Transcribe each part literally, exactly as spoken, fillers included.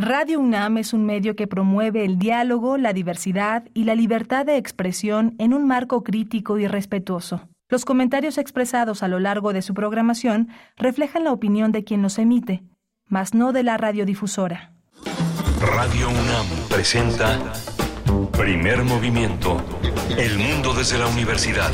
Radio UNAM es un medio que promueve el diálogo, la diversidad y la libertad de expresión en un marco crítico y respetuoso. Los comentarios expresados a lo largo de su programación reflejan la opinión de quien los emite, mas no de la radiodifusora. Radio UNAM presenta Primer Movimiento, El Mundo desde la Universidad.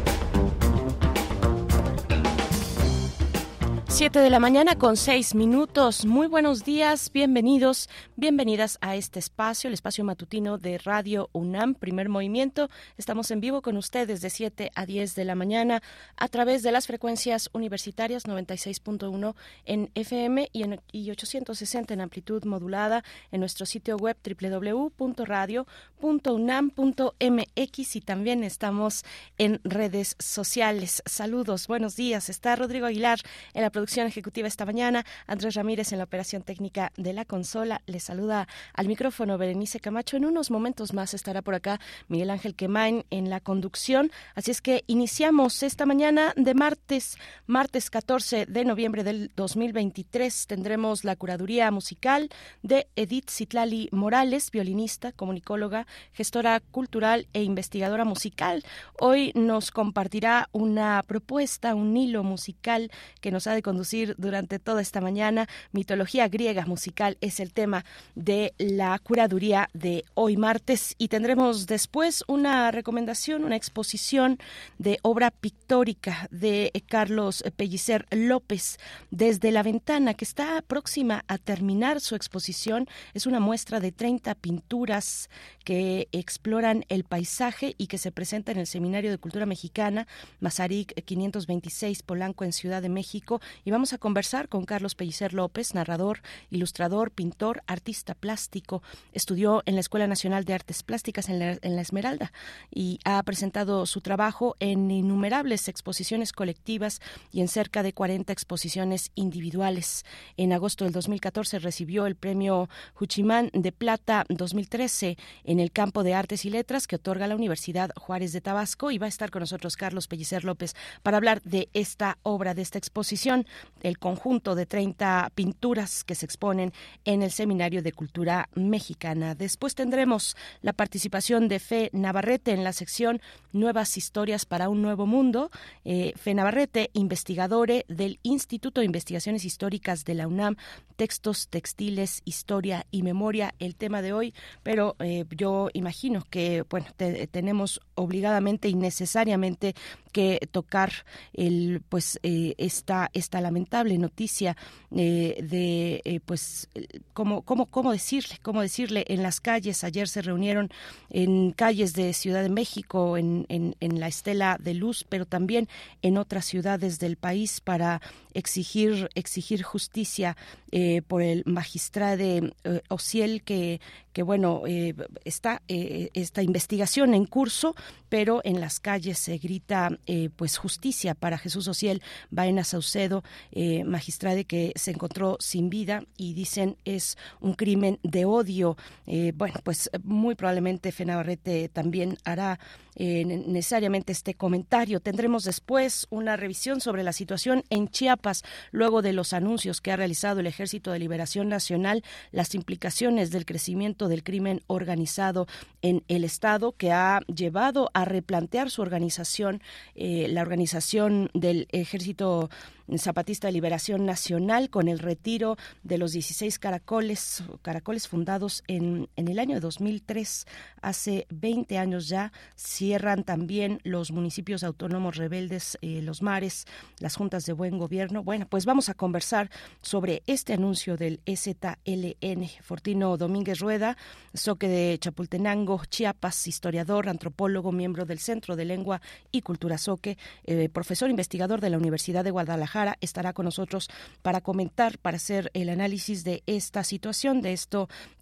Siete de la mañana con seis minutos. Muy buenos días, bienvenidos, bienvenidas a este espacio, el espacio matutino de Radio UNAM, Primer Movimiento. Estamos en vivo con ustedes de siete a diez de la mañana a través de las frecuencias universitarias noventa y seis punto uno en F M y, en, y ochocientos sesenta en amplitud modulada en nuestro sitio web doble u doble u doble u punto radio punto unam punto m x y también estamos en redes sociales. Saludos, buenos días. Está Rodrigo Aguilar en la producción ejecutiva esta mañana, Andrés Ramírez en la operación técnica de la consola. Les saluda al micrófono Berenice Camacho. En unos momentos más estará por acá Miguel Ángel Quemain en la conducción. Así es que iniciamos esta mañana de martes, martes catorce de noviembre del dos mil veintitrés. Tendremos la curaduría musical de Edith Citlali Morales, violinista, comunicóloga, gestora cultural e investigadora musical. Hoy nos compartirá una propuesta, un hilo musical que nos ha de conducir durante toda esta mañana. Mitología griega musical es el tema de la curaduría de hoy martes, y tendremos después una recomendación, una exposición de obra pictórica de Carlos Pellicer López, Desde la Ventana, que está próxima a terminar su exposición. Es una muestra de treinta pinturas que exploran el paisaje y que se presenta en el Seminario de Cultura Mexicana, Mazarik quinientos veintiséis, Polanco, en Ciudad de México. Y vamos a conversar con Carlos Pellicer López, narrador, ilustrador, pintor, artista plástico. Estudió en la Escuela Nacional de Artes Plásticas en la, en la Esmeralda y ha presentado su trabajo en innumerables exposiciones colectivas y en cerca de cuarenta exposiciones individuales. En agosto del dos mil catorce recibió el premio Juchimán de Plata dos mil trece en el campo de Artes y Letras que otorga la Universidad Juárez de Tabasco, y va a estar con nosotros Carlos Pellicer López para hablar de esta obra, de esta exposición, el conjunto de treinta pinturas que se exponen en el Seminario de Cultura Mexicana. Después tendremos la participación de Fe Navarrete en la sección Nuevas Historias para un Nuevo Mundo. Eh, Fe Navarrete, investigadora del Instituto de Investigaciones Históricas de la UNAM, Textos, Textiles, Historia y Memoria, el tema de hoy, pero eh, yo imagino que bueno te, tenemos obligadamente y necesariamente que tocar el pues eh, esta esta lamentable noticia eh, de eh, pues cómo cómo cómo decirle cómo decirle en las calles. Ayer se reunieron en calles de Ciudad de México, en en, en la Estela de Luz, pero también en otras ciudades del país para exigir exigir justicia eh, por el magistrado eh, Ociel, que que bueno eh, está eh, esta investigación en curso, pero en las calles se grita eh, pues justicia para Jesús Ociel Baena Saucedo, eh, magistrado que se encontró sin vida, y dicen es un crimen de odio. Eh, bueno, pues muy probablemente Fe Navarrete también hará eh, necesariamente este comentario. Tendremos después una revisión sobre la situación en Chiapas, luego de los anuncios que ha realizado el Ejército de Liberación Nacional, las implicaciones del crecimiento del crimen organizado en el Estado, que ha llevado a replantear su organización, eh, la organización del Ejército Zapatista de Liberación Nacional, con el retiro de los dieciséis caracoles, caracoles fundados en, en el año de dos mil tres, hace veinte años ya. Cierran también los municipios autónomos rebeldes, eh, los mares, las juntas de buen gobierno. Bueno, pues vamos a conversar sobre este anuncio del E Z L N. Fortino Domínguez Rueda, Zoque de Chapultenango, Chiapas, historiador, antropólogo, miembro del Centro de Lengua y Cultura Zoque, eh, profesor investigador de la Universidad de Guadalajara, estará con nosotros para comentar, para hacer el análisis de esta situación, de esto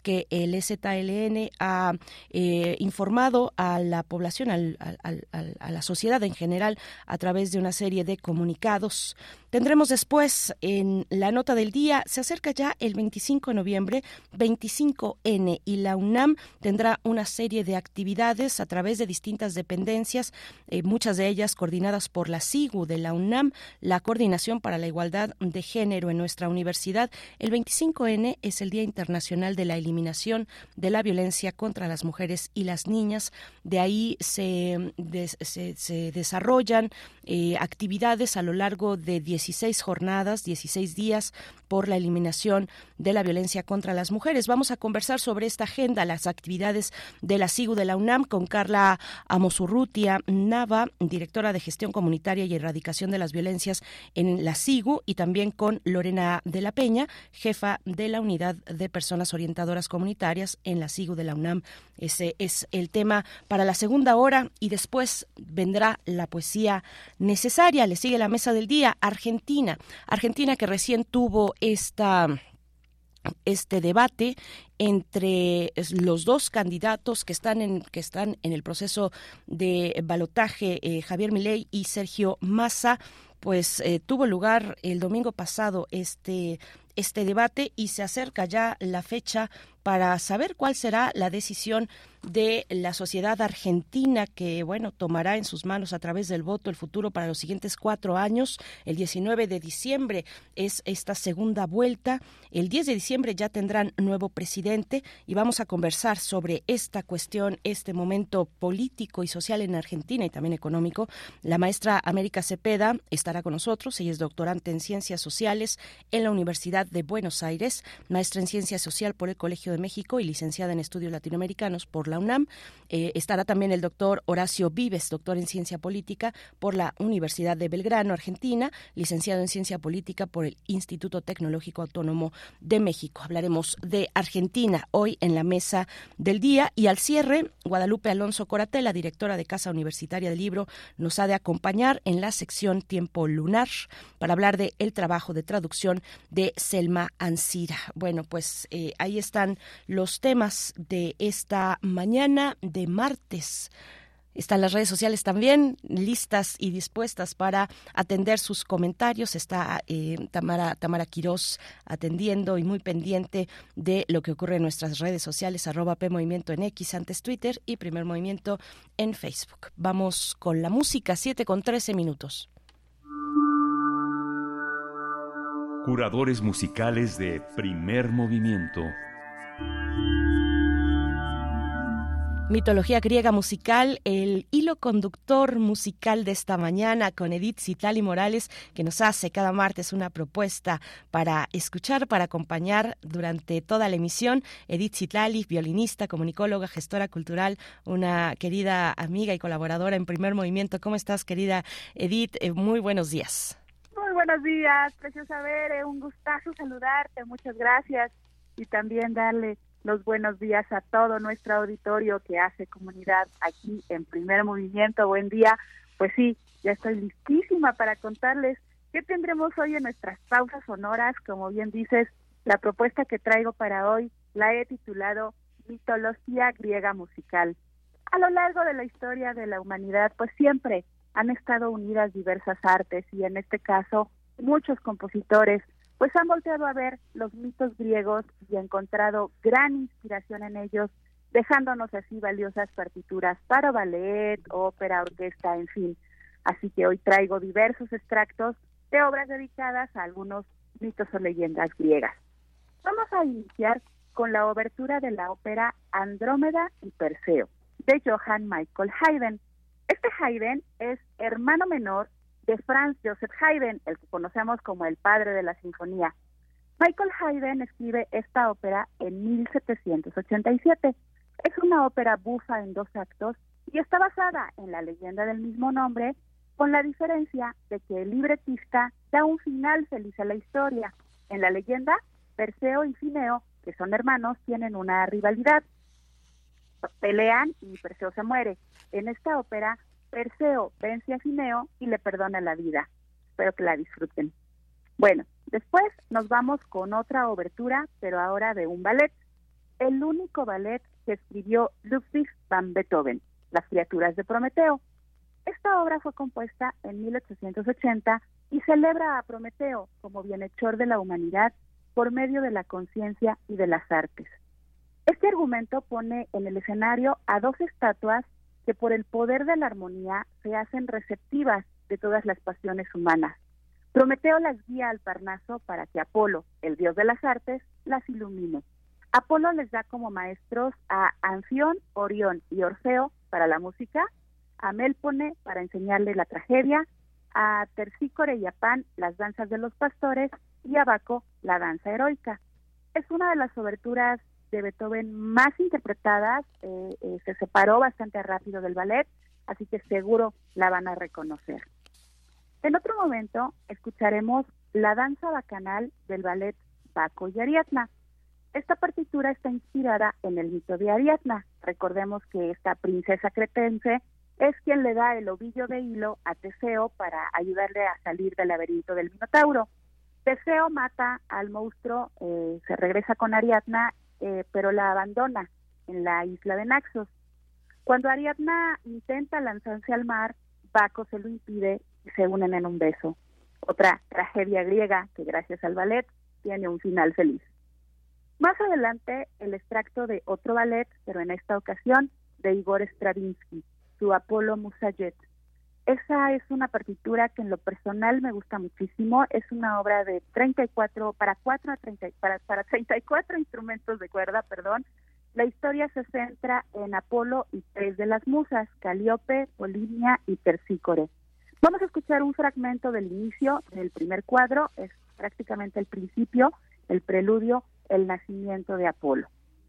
que el E Z L N ha eh, informado a la población, al, al, al, a la sociedad en general, a través de una serie de comunicados. Tendremos después en la nota del día, se acerca ya el veinticinco de noviembre, veinticinco ene, y la UNAM tendrá una serie de actividades a través de distintas dependencias, eh, muchas de ellas coordinadas por la SIGU de la UNAM, la Coordinación para la Igualdad de Género en nuestra universidad. El veinticinco ene es el Día Internacional de la Eliminación de la Violencia contra las Mujeres y las Niñas. De ahí se, de, se, se desarrollan eh, actividades a lo largo de dieciséis jornadas, dieciséis días por la eliminación de la violencia contra las mujeres. Vamos a conversar sobre esta agenda, las actividades de la SIGU de la UNAM, con Carla Amosurrutia Nava, directora de Gestión Comunitaria y Erradicación de las Violencias en la SIGU, y también con Lorena de la Peña, jefa de la Unidad de Personas Orientadoras Comunitarias en la SIGU de la UNAM. Ese es el tema para la segunda hora, y después vendrá la poesía necesaria. Le sigue la mesa del día. Argentina, Argentina que recién tuvo esta... este debate entre los dos candidatos que están en que están en el proceso de balotaje, eh, Javier Milei y Sergio Massa. Pues eh, tuvo lugar el domingo pasado este este debate, y se acerca ya la fecha para saber cuál será la decisión de la sociedad argentina, que, bueno, tomará en sus manos a través del voto el futuro para los siguientes cuatro años. El diecinueve de diciembre es esta segunda vuelta. El diez de diciembre ya tendrán nuevo presidente, y vamos a conversar sobre esta cuestión, este momento político y social en Argentina y también económico. La maestra América Cepeda estará con nosotros. Ella es doctorante en Ciencias Sociales en la Universidad de Buenos Aires, maestra en Ciencia Social por el Colegio de México y licenciada en Estudios Latinoamericanos por la UNAM. Eh, estará también el doctor Horacio Vives, doctor en Ciencia Política por la Universidad de Belgrano, Argentina, licenciado en Ciencia Política por el Instituto Tecnológico Autónomo de México. Hablaremos de Argentina hoy en la mesa del día, y al cierre, Guadalupe Alonso Coratela, directora de Casa Universitaria del Libro, nos ha de acompañar en la sección Tiempo Lunar para hablar de el trabajo de traducción de Selma Ancira. Bueno, pues eh, ahí están los temas de esta mañana de martes. Están las redes sociales también listas y dispuestas para atender sus comentarios. Está eh, Tamara, Tamara Quirós atendiendo y muy pendiente de lo que ocurre en nuestras redes sociales, arroba P Movimiento en X, antes Twitter, y Primer Movimiento en Facebook. Vamos con la música, siete con trece minutos. Curadores musicales de Primer Movimiento. Mitología griega musical, el hilo conductor musical de esta mañana, con Edith Zitlali Morales, que nos hace cada martes una propuesta para escuchar, para acompañar durante toda la emisión. Edith Zitlali, violinista, comunicóloga, gestora cultural, una querida amiga y colaboradora en Primer Movimiento. ¿Cómo estás, querida Edith? Eh, muy buenos días. Muy buenos días, preciosa Bere, un gustazo saludarte, muchas gracias, y también darle los buenos días a todo nuestro auditorio que hace comunidad aquí en Primer Movimiento. Buen día. Pues sí, ya estoy listísima para contarles qué tendremos hoy en nuestras pausas sonoras. Como bien dices, la propuesta que traigo para hoy la he titulado Mitología griega musical. A lo largo de la historia de la humanidad, pues siempre han estado unidas diversas artes, y en este caso muchos compositores pues han volteado a ver los mitos griegos y encontrado gran inspiración en ellos, dejándonos así valiosas partituras para ballet, ópera, orquesta, en fin. Así que hoy traigo diversos extractos de obras dedicadas a algunos mitos o leyendas griegas. Vamos a iniciar con la obertura de la ópera Andrómeda y Perseo, de Johann Michael Haydn. Este Haydn es hermano menor de Franz Joseph Haydn, el que conocemos como el padre de la sinfonía. Michael Haydn escribe esta ópera en mil setecientos ochenta y siete. Es una ópera bufa en dos actos y está basada en la leyenda del mismo nombre, con la diferencia de que el libretista da un final feliz a la historia. En la leyenda, Perseo y Fineo, que son hermanos, tienen una rivalidad. Pelean y Perseo se muere. En esta ópera, Perseo vence a Fineo y le perdona la vida. Espero que la disfruten. Bueno, después nos vamos con otra obertura, pero ahora de un ballet. el único ballet que escribió Ludwig van Beethoven, Las criaturas de Prometeo. Esta obra fue compuesta en mil ochocientos ochenta y celebra a Prometeo como bienhechor de la humanidad por medio de la conciencia y de las artes. Este argumento pone en el escenario a dos estatuas que por el poder de la armonía se hacen receptivas de todas las pasiones humanas. Prometeo las guía al Parnaso para que Apolo, el dios de las artes, las ilumine. Apolo les da como maestros a Anfión, Orión y Orfeo para la música, a Mélpone para enseñarle la tragedia, a Terpsícore y a Pan las danzas de los pastores y a Baco la danza heroica. Es una de las oberturas de Beethoven más interpretadas, eh, eh, se separó bastante rápido del ballet, así que seguro la van a reconocer. En otro momento escucharemos la danza bacanal del ballet Baco y Ariadna. Esta partitura está inspirada en el mito de Ariadna. Recordemos que esta princesa cretense es quien le da el ovillo de hilo a Teseo para ayudarle a salir del laberinto del Minotauro. Teseo mata al monstruo, eh, se regresa con Ariadna, eh, pero la abandona en la isla de Naxos. Cuando Ariadna intenta lanzarse al mar, Baco se lo impide y se unen en un beso. Otra tragedia griega que gracias al ballet tiene un final feliz. Más adelante, el extracto de otro ballet, pero en esta ocasión de Igor Stravinsky, su Apolo Musajet. Esa es una partitura que en lo personal me gusta muchísimo. Es una obra de treinta y cuatro para cuatro a treinta para para treinta y cuatro instrumentos de cuerda, perdón. La historia se centra en Apolo y tres de las musas, Calíope, Polinia y Terpsícore. Vamos a escuchar un fragmento del inicio del primer cuadro, es prácticamente el principio, el preludio, el nacimiento de Apolo.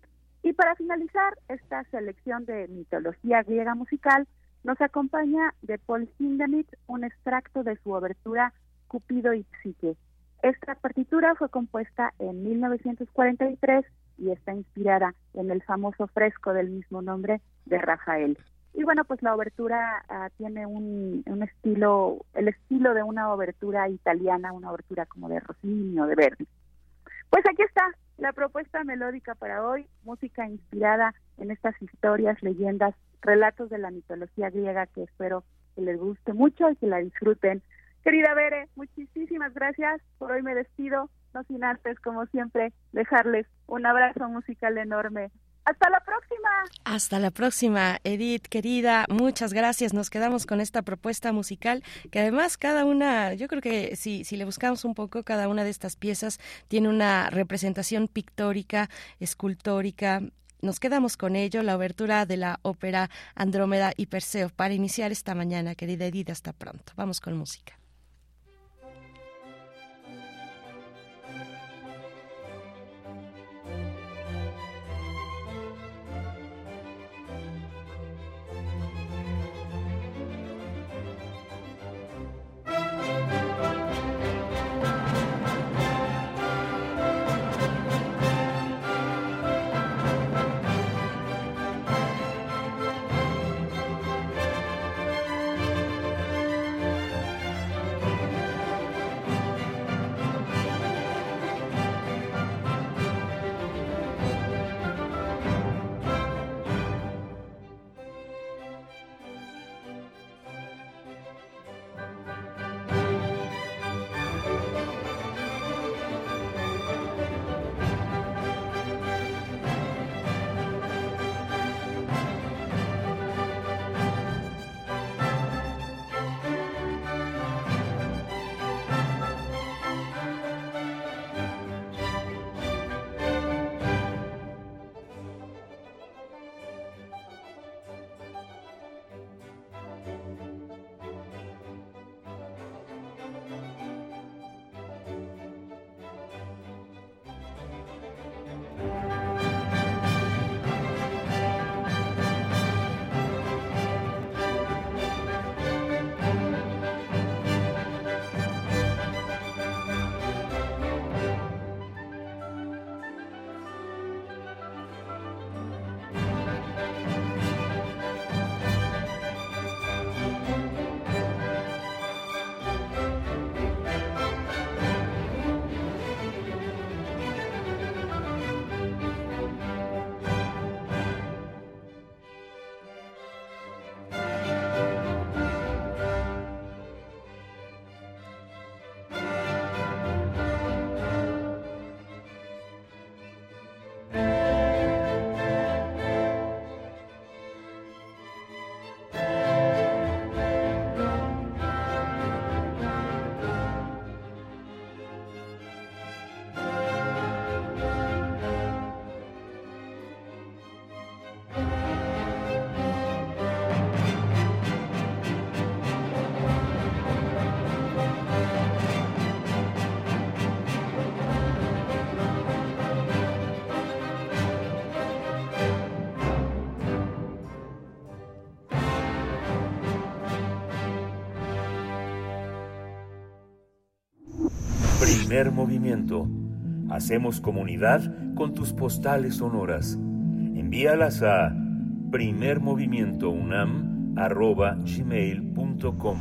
Y para finalizar esta selección de mitología griega musical, nos acompaña de Paul Hindemith un extracto de su obertura Cupido y Psique. Esta partitura fue compuesta en mil novecientos cuarenta y tres y está inspirada en el famoso fresco del mismo nombre de Rafael. Y bueno, pues la obertura uh, tiene un, un estilo, el estilo de una obertura italiana, una obertura como de Rossini o de Verdi. Pues aquí está la propuesta melódica para hoy, música inspirada en estas historias, leyendas, relatos de la mitología griega que espero que les guste mucho y que la disfruten. Querida Bere, muchísimas gracias. Por hoy me despido, no sin antes, como siempre, dejarles un abrazo musical enorme. ¡Hasta la próxima! Hasta la próxima, Edith, querida. Muchas gracias. Nos quedamos con esta propuesta musical que además cada una, yo creo que si, si le buscamos un poco, cada una de estas piezas tiene una representación pictórica, escultórica. Nos quedamos con ello, la obertura de la ópera Andrómeda y Perseo para iniciar esta mañana, querida Edith. Hasta pronto. Vamos con música. Primer movimiento. Hacemos comunidad con tus postales sonoras. Envíalas a primermovimientounam arroba gmail punto com.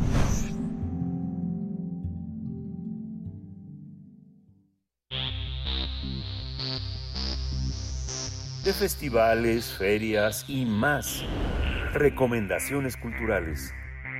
De festivales, ferias y más. Recomendaciones culturales.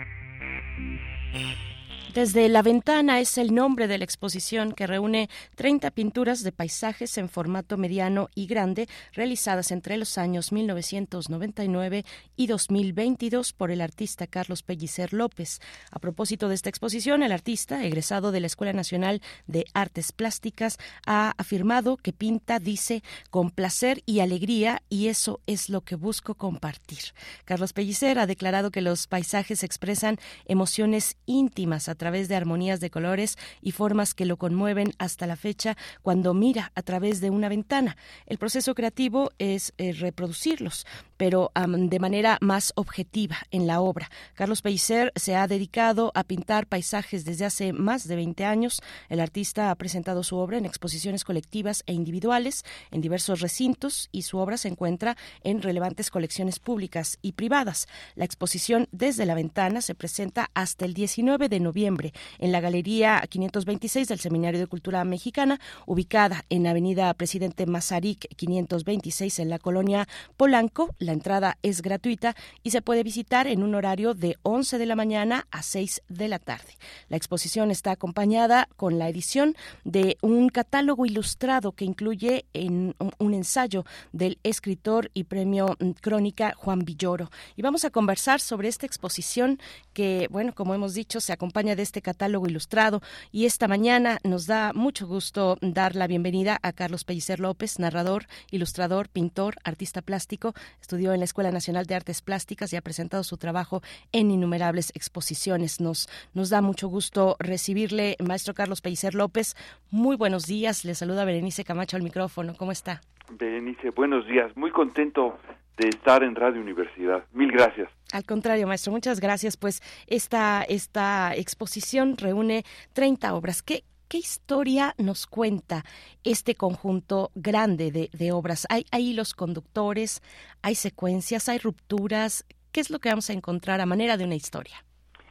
Desde la ventana es el nombre de la exposición que reúne treinta pinturas de paisajes en formato mediano y grande realizadas entre los años mil novecientos noventa y nueve y dos mil veintidós por el artista Carlos Pellicer López. A propósito de esta exposición, el artista, egresado de la Escuela Nacional de Artes Plásticas, ha afirmado que pinta, dice, con placer y alegría, y eso es lo que busco compartir. Carlos Pellicer ha declarado que los paisajes expresan emociones íntimas a través de armonías de colores y formas que lo conmueven hasta la fecha cuando mira a través de una ventana. El proceso creativo es eh, reproducirlos, pero um, de manera más objetiva en la obra. Carlos Pellicer se ha dedicado a pintar paisajes desde hace más de veinte años. El artista ha presentado su obra en exposiciones colectivas e individuales en diversos recintos y su obra se encuentra en relevantes colecciones públicas y privadas. La exposición Desde la Ventana se presenta hasta el diecinueve de noviembre en la Galería quinientos veintiséis del Seminario de Cultura Mexicana, ubicada en Avenida Presidente Mazarik quinientos veintiséis en la colonia Polanco. La entrada es gratuita y se puede visitar en un horario de once de la mañana a seis de la tarde. La exposición está acompañada con la edición de un catálogo ilustrado que incluye en un ensayo del escritor y premio Crónica Juan Villoro. Y vamos a conversar sobre esta exposición que, bueno, como hemos dicho, se acompaña de este catálogo ilustrado, y esta mañana nos da mucho gusto dar la bienvenida a Carlos Pellicer López, narrador, ilustrador, pintor, artista plástico. Estudió en la Escuela Nacional de Artes Plásticas y ha presentado su trabajo en innumerables exposiciones. Nos, nos da mucho gusto recibirle, maestro Carlos Pellicer López. Muy buenos días, le saluda Berenice Camacho al micrófono. ¿Cómo está? Berenice, buenos días. Muy contento de estar en Radio Universidad. Mil gracias. Al contrario, maestro, muchas gracias. Pues esta, esta exposición reúne treinta obras. ¿Qué, qué historia nos cuenta este conjunto grande de, de obras? ¿Hay, hay hilos conductores, hay secuencias, hay rupturas? ¿Qué es lo que vamos a encontrar a manera de una historia?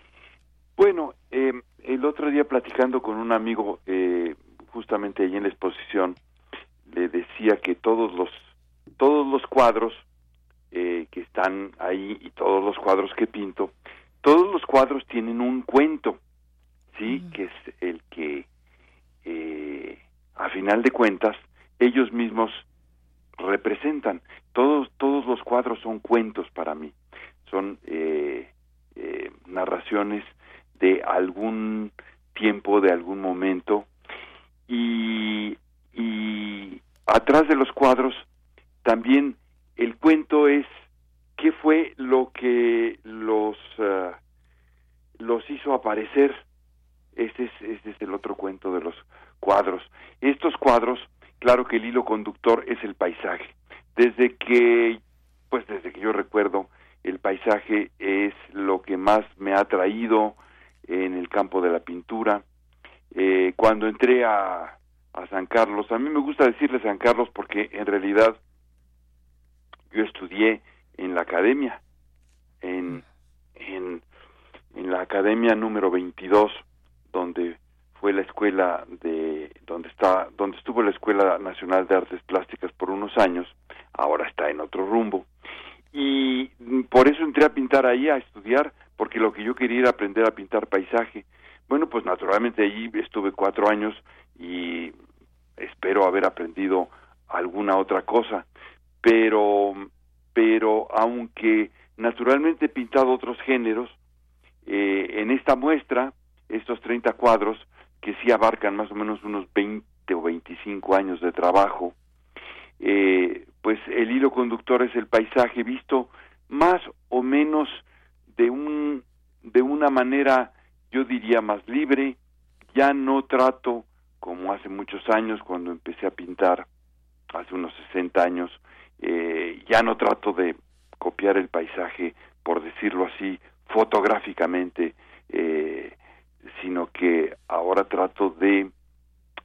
Bueno, eh, el otro día platicando con un amigo, eh, justamente ahí en la exposición, le decía que todos los, todos los cuadros Eh, que están ahí y todos los cuadros que pinto, todos los cuadros tienen un cuento, ¿sí? Mm. Que es el que, eh, a final de cuentas, ellos mismos representan. Todos, todos los cuadros son cuentos para mí, son eh, eh, narraciones de algún tiempo, de algún momento, y, y atrás de los cuadros también el cuento es qué fue lo que los uh, los hizo aparecer. Este es, este es el otro cuento de los cuadros. Estos cuadros, claro que el hilo conductor es el paisaje. Desde que, pues desde que yo recuerdo, el paisaje es lo que más me ha atraído en el campo de la pintura. Eh, cuando entré a, a San Carlos, a mí me gusta decirle San Carlos porque en realidad yo estudié en la academia, en, en, en la academia número veintidós, donde fue la escuela de, donde está, donde estuvo la Escuela Nacional de Artes Plásticas por unos años. Ahora está en otro rumbo. Y por eso entré a pintar ahí, a estudiar, porque lo que yo quería era aprender a pintar paisaje. Bueno, pues naturalmente allí estuve cuatro años y espero haber aprendido alguna otra cosa. Pero, pero aunque naturalmente he pintado otros géneros, eh, en esta muestra, estos treinta cuadros, que sí abarcan más o menos unos veinte o veinticinco años de trabajo, eh, pues el hilo conductor es el paisaje visto más o menos de un, de una manera, yo diría, más libre. Ya no trato, como hace muchos años, cuando empecé a pintar, hace unos sesenta años, Eh, ya no trato de copiar el paisaje, por decirlo así, fotográficamente, eh, sino que ahora trato de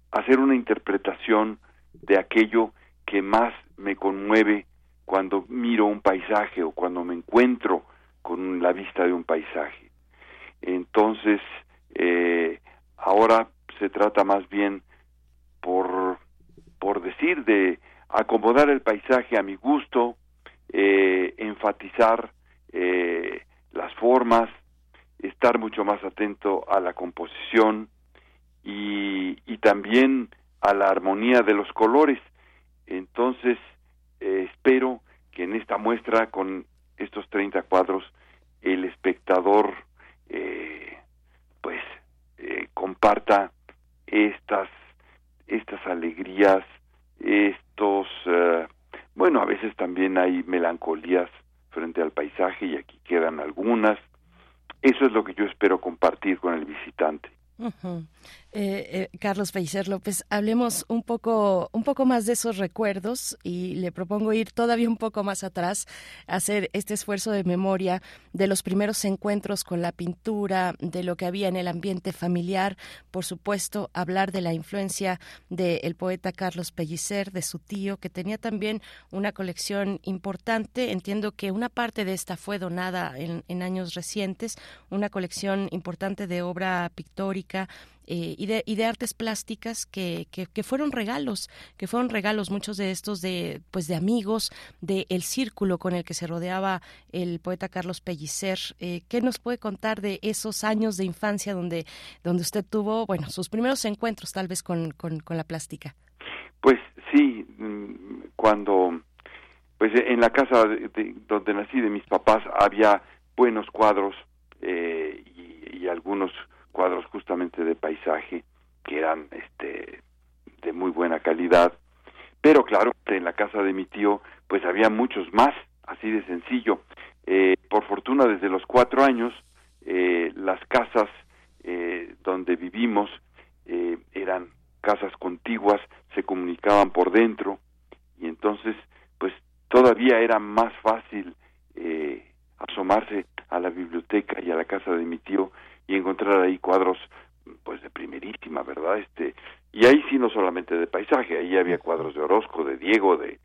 hacer una interpretación de aquello que más me conmueve cuando miro un paisaje o cuando me encuentro con la vista de un paisaje. Entonces, eh, ahora se trata más bien por, por decir, de acomodar el paisaje a mi gusto, eh, enfatizar eh, las formas, estar mucho más atento a la composición y, y también a la armonía de los colores. Entonces, eh, espero que en esta muestra, con estos treinta cuadros, el espectador eh, pues eh, comparta estas estas alegrías, estos eh, bueno, a veces también hay melancolías frente al paisaje y aquí quedan algunas. Eso es lo que yo espero compartir con el visitante. Uh-huh. Eh, eh, Carlos Pellicer López, hablemos un poco, un poco más de esos recuerdos y le propongo ir todavía un poco más atrás, hacer este esfuerzo de memoria de los primeros encuentros con la pintura, de lo que había en el ambiente familiar, por supuesto, hablar de la influencia del poeta Carlos Pellicer, de su tío, que tenía también una colección importante. Entiendo que una parte de esta fue donada en, en años recientes, una colección importante de obra pictórica, Eh, y, de, y de artes plásticas que, que, que fueron regalos, que fueron regalos, muchos de estos de, pues de amigos, de el círculo con el que se rodeaba el poeta Carlos Pellicer. Eh, ¿Qué nos puede contar de esos años de infancia donde, donde usted tuvo, bueno, sus primeros encuentros tal vez con, con, con la plástica? Pues sí, cuando, pues en la casa de, de, donde nací de mis papás había buenos cuadros eh, y, y algunos cuadros justamente de paisaje que eran este de muy buena calidad, pero claro, en la casa de mi tío pues había muchos más, así de sencillo. Eh, por fortuna, desde los cuatro años eh, las casas eh, donde vivimos eh, eran casas contiguas, se comunicaban por dentro y entonces pues todavía era más fácil eh, asomarse a la biblioteca y a la casa de mi tío y encontrar ahí cuadros pues de primerísima, ¿verdad? Este, y ahí sí no solamente de paisaje, ahí había cuadros de Orozco, de Diego, de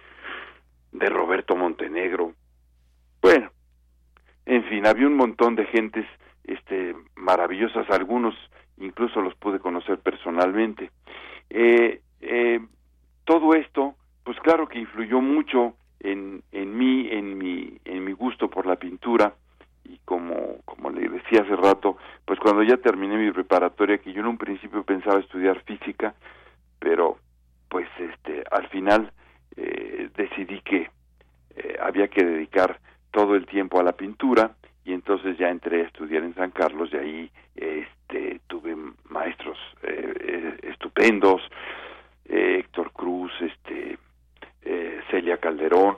de Roberto Montenegro. Bueno, en fin, había un montón de gentes este maravillosas, algunos incluso los pude conocer personalmente. Eh, eh, todo esto, pues claro que influyó mucho en en mí, en mi en mi gusto por la pintura. Y como como le decía hace rato, pues cuando ya terminé mi preparatoria, que yo en un principio pensaba estudiar física, pero pues este al final eh, decidí que eh, había que dedicar todo el tiempo a la pintura y entonces ya entré a estudiar en San Carlos y ahí este tuve maestros eh, eh, estupendos, eh, Héctor Cruz, este eh, Celia Calderón,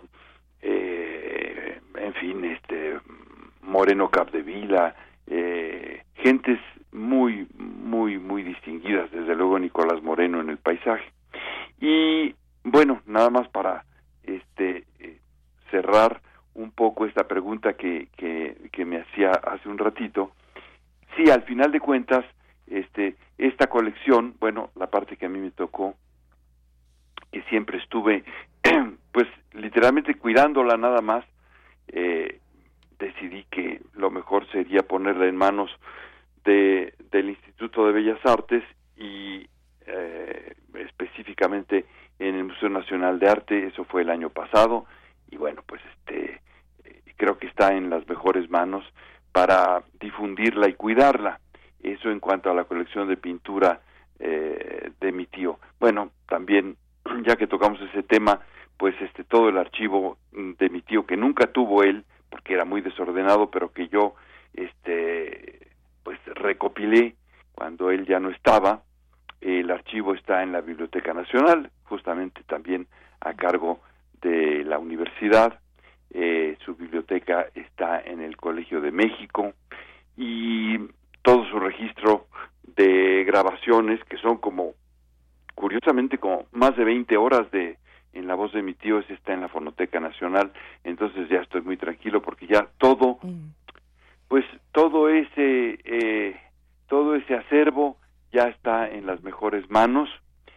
eh, en fin, este Moreno Capdevila, eh, gentes muy, muy, muy distinguidas, desde luego Nicolás Moreno en el paisaje. Y bueno, nada más para este eh, cerrar un poco esta pregunta que, que, que me hacía hace un ratito. Sí, al final de cuentas, este, esta colección, bueno, la parte que a mí me tocó, que siempre estuve, pues literalmente cuidándola nada más, eh, decidí que lo mejor sería ponerla en manos de del Instituto de Bellas Artes y eh, específicamente en el Museo Nacional de Arte. Eso fue el año pasado y bueno, pues este eh, creo que está en las mejores manos para difundirla y cuidarla. Eso en cuanto a la colección de pintura eh, de mi tío. Bueno, también ya que tocamos ese tema, pues este todo el archivo de mi tío, que nunca tuvo él porque era muy desordenado, pero que yo este pues recopilé cuando él ya no estaba. El archivo está en la Biblioteca Nacional, justamente también a cargo de la universidad. Eh, su biblioteca está en el Colegio de México y todo su registro de grabaciones, que son como, curiosamente, como más de veinte horas de en la voz de mi tío, ese está en la Fonoteca Nacional. Entonces ya estoy muy tranquilo porque ya todo, pues todo ese eh, todo ese acervo ya está en las mejores manos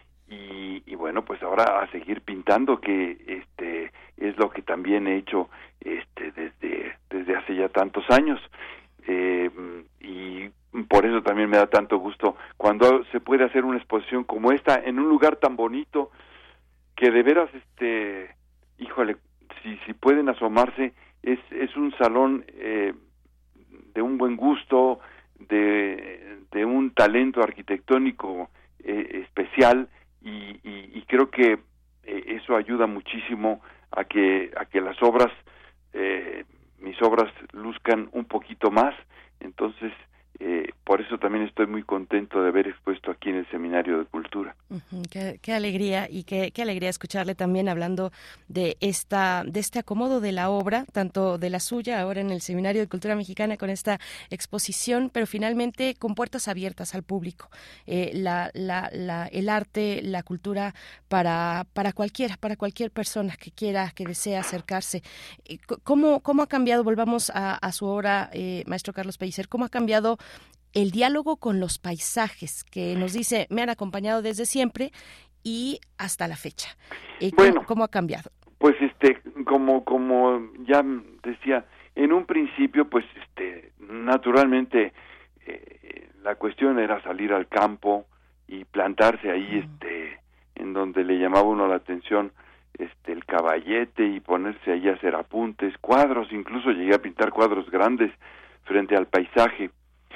y, y bueno, pues ahora a seguir pintando, que este es lo que también he hecho este desde desde hace ya tantos años, eh, y por eso también me da tanto gusto cuando se puede hacer una exposición como esta en un lugar tan bonito, que de veras, este, híjole, si si pueden asomarse, es es un salón eh, de un buen gusto, de de un talento arquitectónico eh, especial, y, y, y creo que eh, eso ayuda muchísimo a que a que las obras, eh, mis obras luzcan un poquito más. Entonces, eh, por eso también estoy muy contento de haber expuesto aquí en el Seminario de Cultura. Uh-huh, qué, qué alegría y qué, qué alegría escucharle también hablando de esta de este acomodo de la obra, tanto de la suya ahora en el Seminario de Cultura Mexicana con esta exposición, pero finalmente con puertas abiertas al público. Eh, la, la, la, el arte, la cultura para para cualquiera, para cualquier persona que quiera, que desee acercarse. ¿Cómo, cómo ha cambiado? Volvamos a, a su obra, eh, maestro Carlos Pellicer. ¿Cómo ha cambiado el diálogo con los paisajes, que nos dice, me han acompañado desde siempre y hasta la fecha? ¿Y cómo, bueno, cómo ha cambiado? Pues este, como como ya decía, en un principio, pues este, naturalmente eh, la cuestión era salir al campo y plantarse ahí, uh-huh. este, en donde le llamaba uno la atención, este, el caballete, y ponerse ahí a hacer apuntes, cuadros, incluso llegué a pintar cuadros grandes frente al paisaje.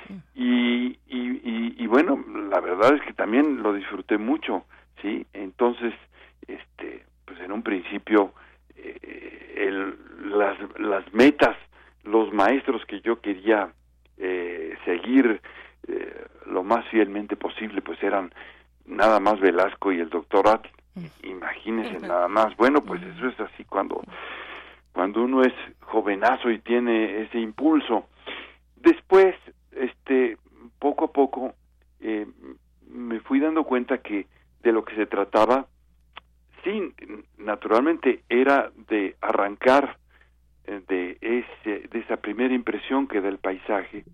Y, y, y, y bueno, la verdad es que también lo disfruté mucho, ¿sí? Entonces, este, pues en un principio, eh, el, las, las metas, los maestros que yo quería eh, seguir eh, lo más fielmente posible, pues eran nada más Velasco y el doctor Atl. Imagínense nada más. Bueno, pues eso es así cuando, cuando uno es jovenazo y tiene ese impulso. Después, este, poco a poco eh, me fui dando cuenta que de lo que se trataba, sí, naturalmente era de arrancar eh, de ese de esa primera impresión que da el paisaje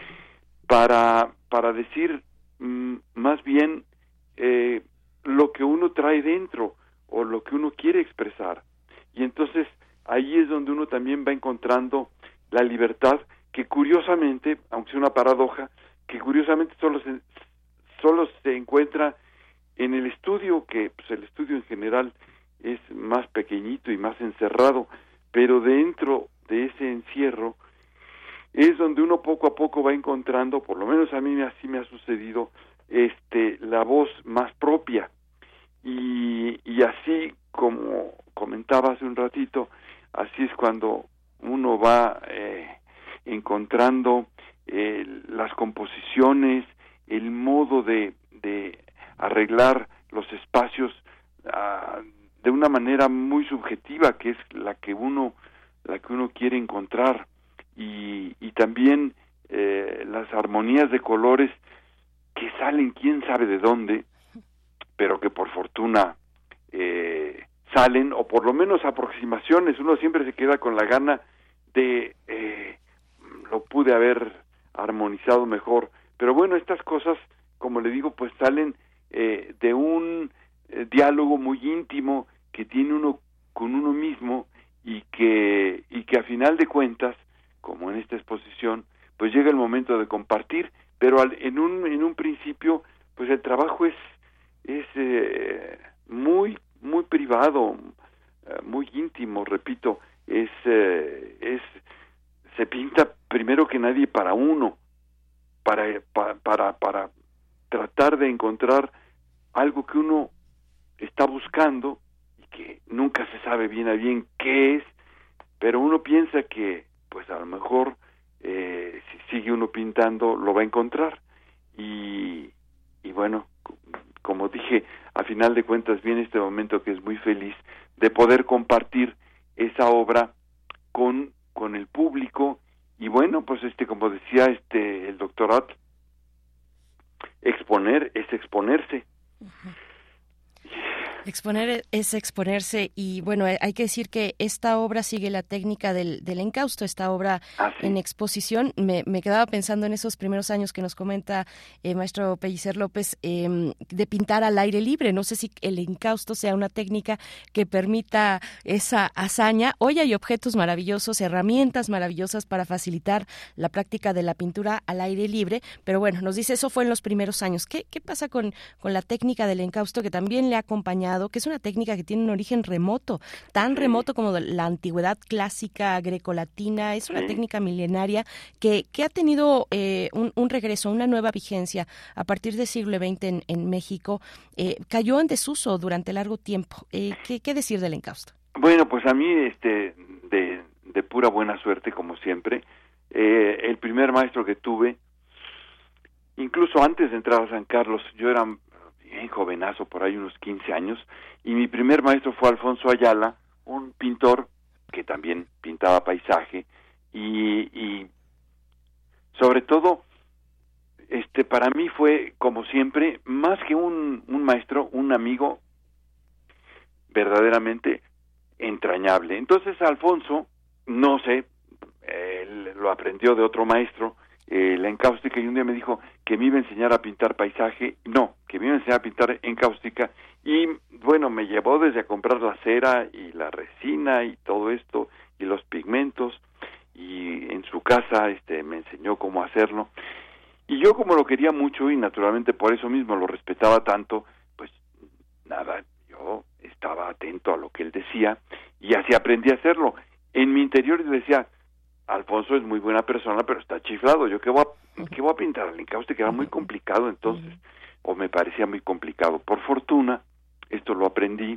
para para decir mm, más bien eh, lo que uno trae dentro o lo que uno quiere expresar, y entonces ahí es donde uno también va encontrando la libertad, que curiosamente, aunque sea una paradoja, que curiosamente solo se, solo se encuentra en el estudio, que pues el estudio en general es más pequeñito y más encerrado, pero dentro de ese encierro es donde uno poco a poco va encontrando, por lo menos a mí así me ha sucedido, este la voz más propia, y, y así como comentaba hace un ratito, así es cuando uno va eh, encontrando eh, las composiciones, el modo de, de arreglar los espacios uh, de una manera muy subjetiva, que es la que uno la que uno quiere encontrar, y, y también eh, las armonías de colores que salen quién sabe de dónde, pero que por fortuna eh, salen, o por lo menos aproximaciones. Uno siempre se queda con la gana de eh, lo pude haber armonizado mejor, pero bueno, estas cosas, como le digo, pues salen eh, de un eh, diálogo muy íntimo que tiene uno con uno mismo, y que y que a final de cuentas, como en esta exposición, pues llega el momento de compartir, pero al, en un en un principio, pues el trabajo es es eh, muy muy privado, eh, muy íntimo, repito, es eh, es se pinta primero que nadie para uno, para, para, para, para tratar de encontrar algo que uno está buscando y que nunca se sabe bien a bien qué es, pero uno piensa que pues a lo mejor eh, si sigue uno pintando lo va a encontrar, y, y bueno, como dije, a final de cuentas viene este momento que es muy feliz de poder compartir esa obra con con el público. Y bueno, pues este, como decía este el doctor Atl, exponer es exponerse. Uh-huh. Exponer es exponerse y bueno, hay que decir que esta obra sigue la técnica del, del encausto, esta obra ah, ¿sí? en exposición. Me, me quedaba pensando en esos primeros años que nos comenta eh, maestro Pellicer López eh, de pintar al aire libre. No sé si el encausto sea una técnica que permita esa hazaña. Hoy hay objetos maravillosos, herramientas maravillosas para facilitar la práctica de la pintura al aire libre, pero bueno, nos dice eso fue en los primeros años. ¿Qué, qué pasa con, con la técnica del encausto que también le ha acompañado? Que es una técnica que tiene un origen remoto, tan sí. remoto como la antigüedad clásica grecolatina, es una sí. técnica milenaria que, que ha tenido eh, un, un regreso, una nueva vigencia a partir del siglo veinte en, en México, eh, cayó en desuso durante largo tiempo. Eh, ¿qué, ¿Qué decir del encausto? Bueno, pues a mí este de, de pura buena suerte, como siempre, eh, el primer maestro que tuve, incluso antes de entrar a San Carlos, yo era bien jovenazo, por ahí unos quince años, y mi primer maestro fue Alfonso Ayala, un pintor que también pintaba paisaje, y, y sobre todo, este para mí fue, como siempre, más que un, un maestro, un amigo verdaderamente entrañable. Entonces Alfonso, no sé, él lo aprendió de otro maestro, Eh, la encáustica, y un día me dijo que me iba a enseñar a pintar paisaje, no, que me iba a enseñar a pintar encáustica, y bueno, me llevó desde a comprar la cera y la resina y todo esto, y los pigmentos, y en su casa este me enseñó cómo hacerlo, y yo como lo quería mucho, y naturalmente por eso mismo lo respetaba tanto, pues nada, yo estaba atento a lo que él decía, y así aprendí a hacerlo. En mi interior yo decía, Alfonso es muy buena persona, pero está chiflado. Yo qué voy a, qué voy a pintar al encauste, que era muy complicado entonces, o me parecía muy complicado. Por fortuna, esto lo aprendí,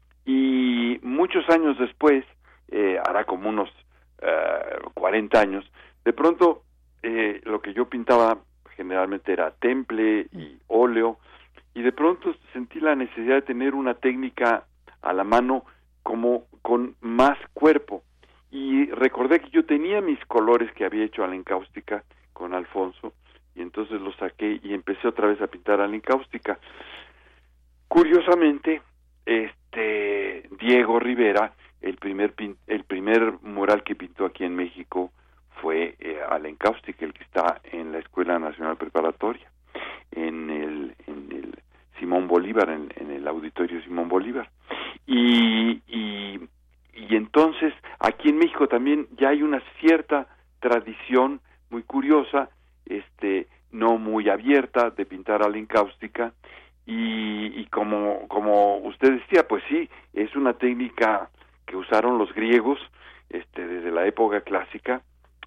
y muchos años después, eh, hará como unos eh, cuarenta años, de pronto eh, lo que yo pintaba generalmente era temple y óleo, y de pronto sentí la necesidad de tener una técnica a la mano como con más cuerpo. Y recordé que yo tenía mis colores que había hecho a la encáustica con Alfonso, y entonces los saqué y empecé otra vez a pintar a la encáustica. Curiosamente, este Diego Rivera, el primer pin, el primer mural que pintó aquí en México fue eh, a la encáustica, el que está en la Escuela Nacional Preparatoria, en el, en el Simón Bolívar, en, en el Auditorio Simón Bolívar. Y, y Y entonces, aquí en México también ya hay una cierta tradición muy curiosa, este, no muy abierta, de pintar a la encáustica, y, y como, como usted decía, pues sí, es una técnica que usaron los griegos, este, desde la época clásica,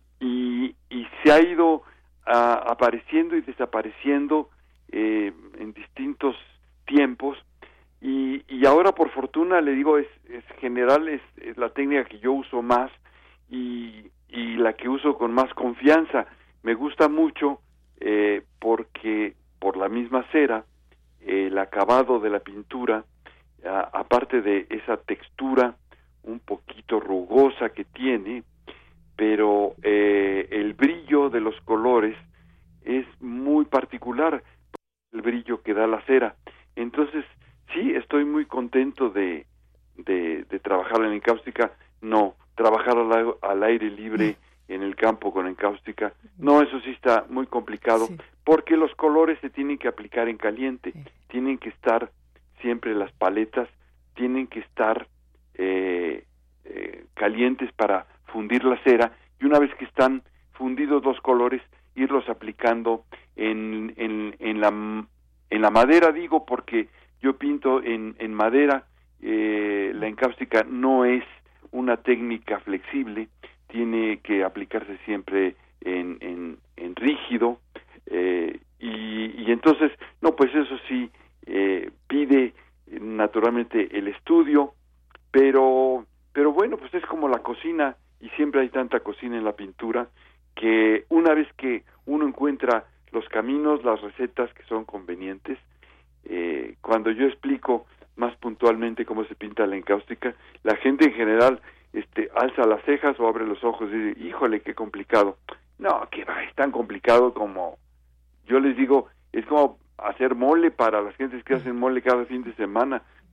y, y se ha ido a, apareciendo y desapareciendo eh, en distintos tiempos. Y, y ahora, por fortuna, le digo, es, es general, es, es la técnica que yo uso más, y, y la que uso con más confianza. Me gusta mucho eh, porque por la misma cera, eh, el acabado de la pintura, a, aparte de esa textura un poquito rugosa que tiene, pero eh, el brillo de los colores es muy particular, el brillo que da la cera. Entonces, sí, estoy muy contento de, de, de trabajar en encáustica. No, trabajar al, al aire libre en el campo con encáustica, no, eso sí está muy complicado, sí. Porque los colores se tienen que aplicar en caliente, sí. Tienen que estar siempre las paletas, tienen que estar eh, eh, calientes para fundir la cera, y una vez que están fundidos los colores, irlos aplicando en, en, en, la, en la madera, digo, porque yo pinto en, en madera, eh, la encáustica no es una técnica flexible, tiene que aplicarse siempre en, en, en rígido, eh, y, y entonces, no, pues eso sí, eh, pide naturalmente el estudio, pero, pero bueno, pues es como la cocina, y siempre hay tanta cocina en la pintura, que una vez que uno encuentra los caminos, las recetas que son convenientes, eh, cuando yo explico más puntualmente cómo se pinta la encáustica, la gente en general este alza las cejas o abre los ojos y dice, híjole, qué complicado. No, que va, es tan complicado como, yo les digo, es como hacer mole para las gentes que hacen mole cada fin de semana.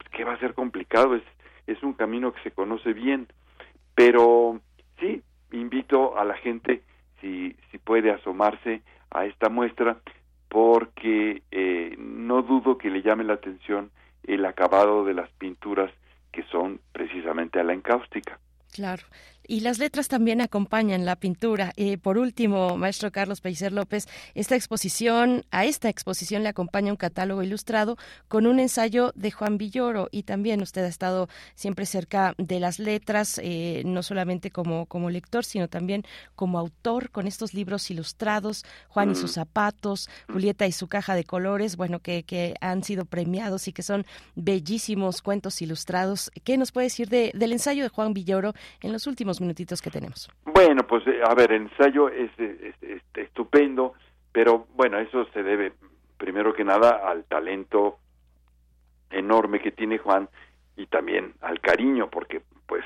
que va a ser complicado, es, es un camino que se conoce bien, pero sí, invito a la gente, si, si puede asomarse a esta muestra, porque eh, no dudo que le llame la atención el acabado de las pinturas que son precisamente a la encáustica. Claro. Y las letras también acompañan la pintura. Eh, por último, maestro Carlos Pellicer López, esta exposición, a esta exposición le acompaña un catálogo ilustrado con un ensayo de Juan Villoro, y también usted ha estado siempre cerca de las letras, eh, no solamente como, como lector, sino también como autor, con estos libros ilustrados, Juan mm. y sus zapatos, Julieta y su caja de colores, bueno, que, que han sido premiados y que son bellísimos cuentos ilustrados. ¿Qué nos puede decir de, del ensayo de Juan Villoro en los últimos minutitos que tenemos? Bueno, pues a ver, el ensayo es, es, es estupendo, pero bueno, eso se debe primero que nada al talento enorme que tiene Juan y también al cariño, porque pues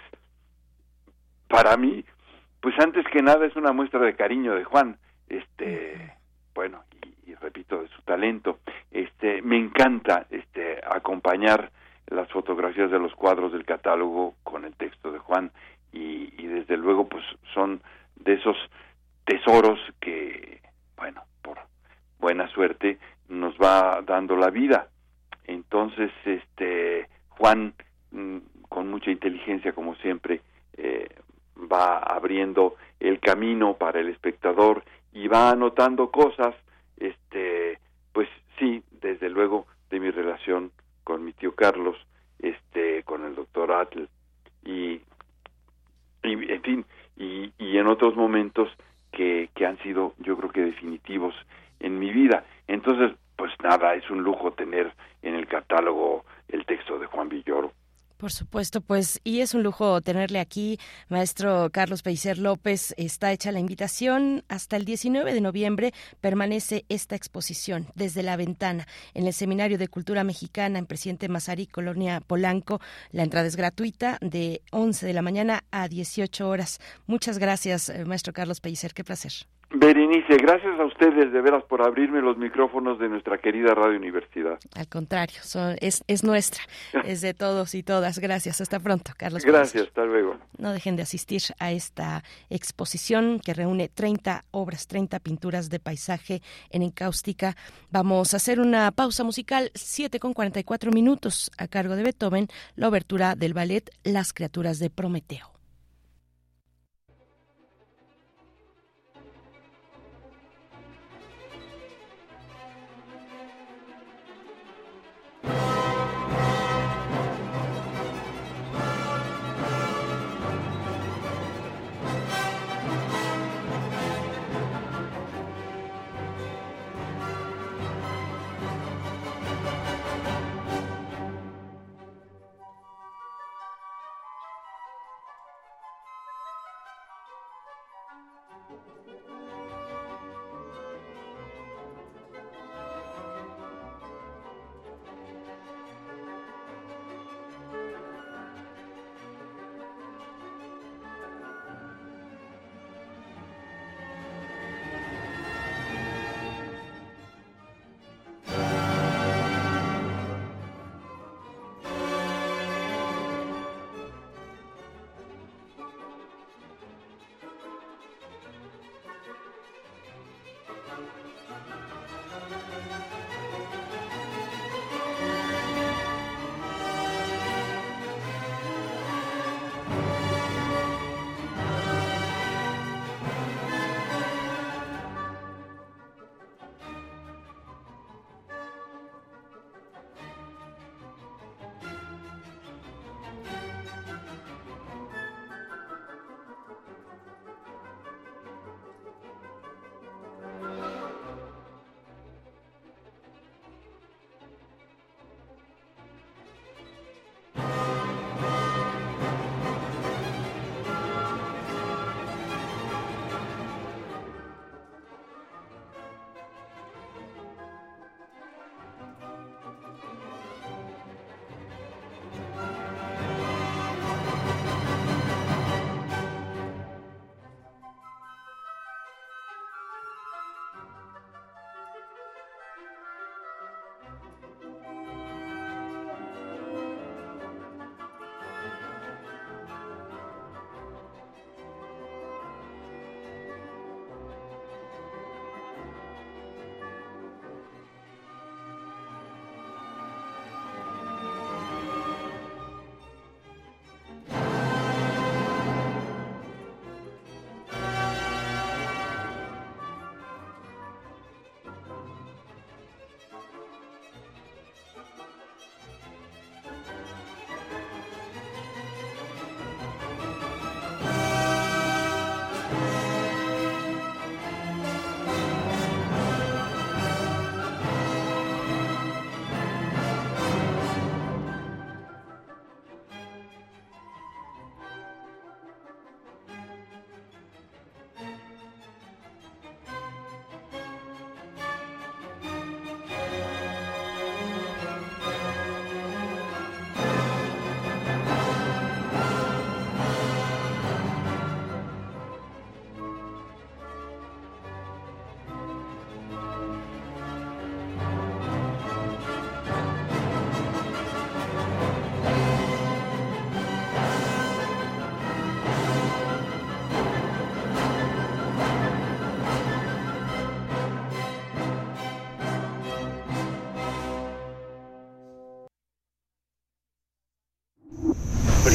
para mí, pues antes que nada es una muestra de cariño de Juan, este, bueno, y, y repito, de su talento. Este, me encanta este acompañar las fotografías de los cuadros del catálogo con el texto de Juan. Y, y desde luego pues son de esos tesoros que, bueno, por buena suerte nos va dando la vida. Entonces, este Juan, con mucha inteligencia como siempre, eh, va abriendo el camino para el espectador y va anotando cosas, este, pues sí, desde luego de mi relación con mi tío Carlos, este, con el doctor Atl, y y en fin, y, y en otros momentos que, que han sido, yo creo que definitivos en mi vida. Entonces, pues nada, es un lujo tener en el catálogo el texto de Juan Villoro. Por supuesto, pues, y es un lujo tenerle aquí, maestro Carlos Pellicer López. Está hecha la invitación. Hasta el diecinueve de noviembre permanece esta exposición, Desde la Ventana, en el Seminario de Cultura Mexicana en Presidente Mazarí, Colonia Polanco. La entrada es gratuita de once de la mañana a dieciocho horas. Muchas gracias, maestro Carlos Pellicer, qué placer. Berenice, gracias a ustedes de veras por abrirme los micrófonos de nuestra querida Radio Universidad. Al contrario, son, es, es nuestra, es de todos y todas. Gracias, hasta pronto, Carlos. Gracias, Pellicer. Hasta luego. No dejen de asistir a esta exposición que reúne treinta obras, treinta pinturas de paisaje en encáustica. Vamos a hacer una pausa musical, siete con cuarenta y cuatro minutos, a cargo de Beethoven, la obertura del ballet Las criaturas de Prometeo.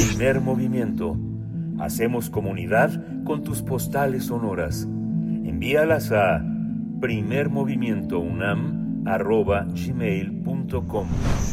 Primer movimiento. Hacemos comunidad con tus postales sonoras. Envíalas a primermovimientounam arroba gmail punto com.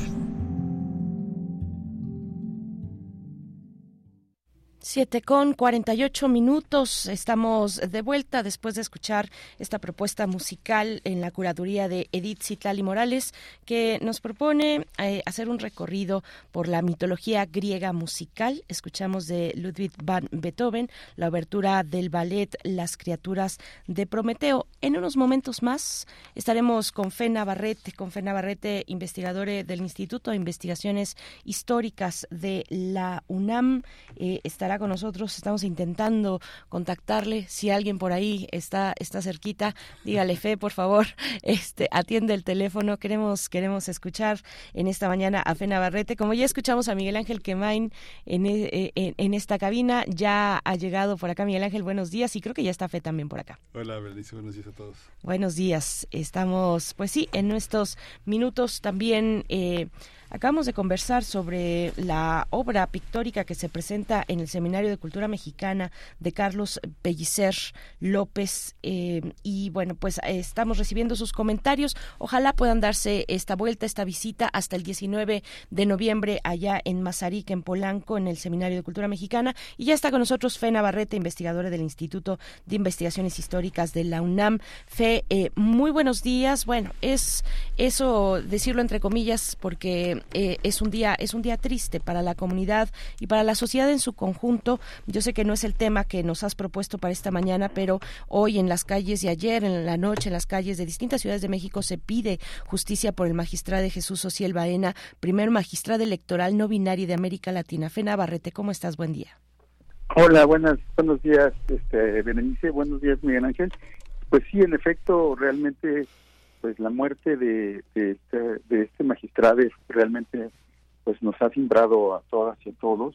Siete con cuarenta y ocho minutos, estamos de vuelta después de escuchar esta propuesta musical en la curaduría de Edith Citlali Morales, que nos propone eh, hacer un recorrido por la mitología griega musical. Escuchamos de Ludwig van Beethoven la obertura del ballet Las criaturas de Prometeo. En unos momentos más estaremos con Fe Navarrete, con Fe Navarrete, investigadora del Instituto de Investigaciones Históricas de la UNAM. Eh, estará con nosotros, estamos intentando contactarle. Si alguien por ahí está está cerquita, dígale, Fe, por favor, este atiende el teléfono. Queremos queremos escuchar en esta mañana a Fe Navarrete. Como ya escuchamos a Miguel Ángel Quemain en, en, en esta cabina, ya ha llegado por acá Miguel Ángel, buenos días, y creo que ya está Fe también por acá. Hola, Bernice, buenos días a todos. Buenos días, estamos, pues sí, en estos minutos también eh, acabamos de conversar sobre la obra pictórica que se presenta en el Seminario de Cultura Mexicana de Carlos Pellicer López, eh, y bueno, pues eh, estamos recibiendo sus comentarios. Ojalá puedan darse esta vuelta, esta visita hasta el diecinueve de noviembre allá en Mazarik, en Polanco, en el Seminario de Cultura Mexicana. Y ya está con nosotros Fe Navarrete, investigadora del Instituto de Investigaciones Históricas de la UNAM. Fe, eh, muy buenos días. Bueno, es eso decirlo entre comillas porque Eh, es un día es un día triste para la comunidad y para la sociedad en su conjunto. Yo sé que no es el tema que nos has propuesto para esta mañana, pero hoy en las calles y ayer en la noche en las calles de distintas ciudades de México se pide justicia por el magistrado Jesús Ociel Baena, primer magistrado electoral no binario de América Latina. Fe Navarrete, ¿cómo estás? Buen día. Hola, buenas, buenos días, este, Berenice, buenos días, Miguel Ángel. Pues sí, en efecto, realmente pues la muerte de, de, este, de este magistrado realmente pues nos ha cimbrado a todas y a todos.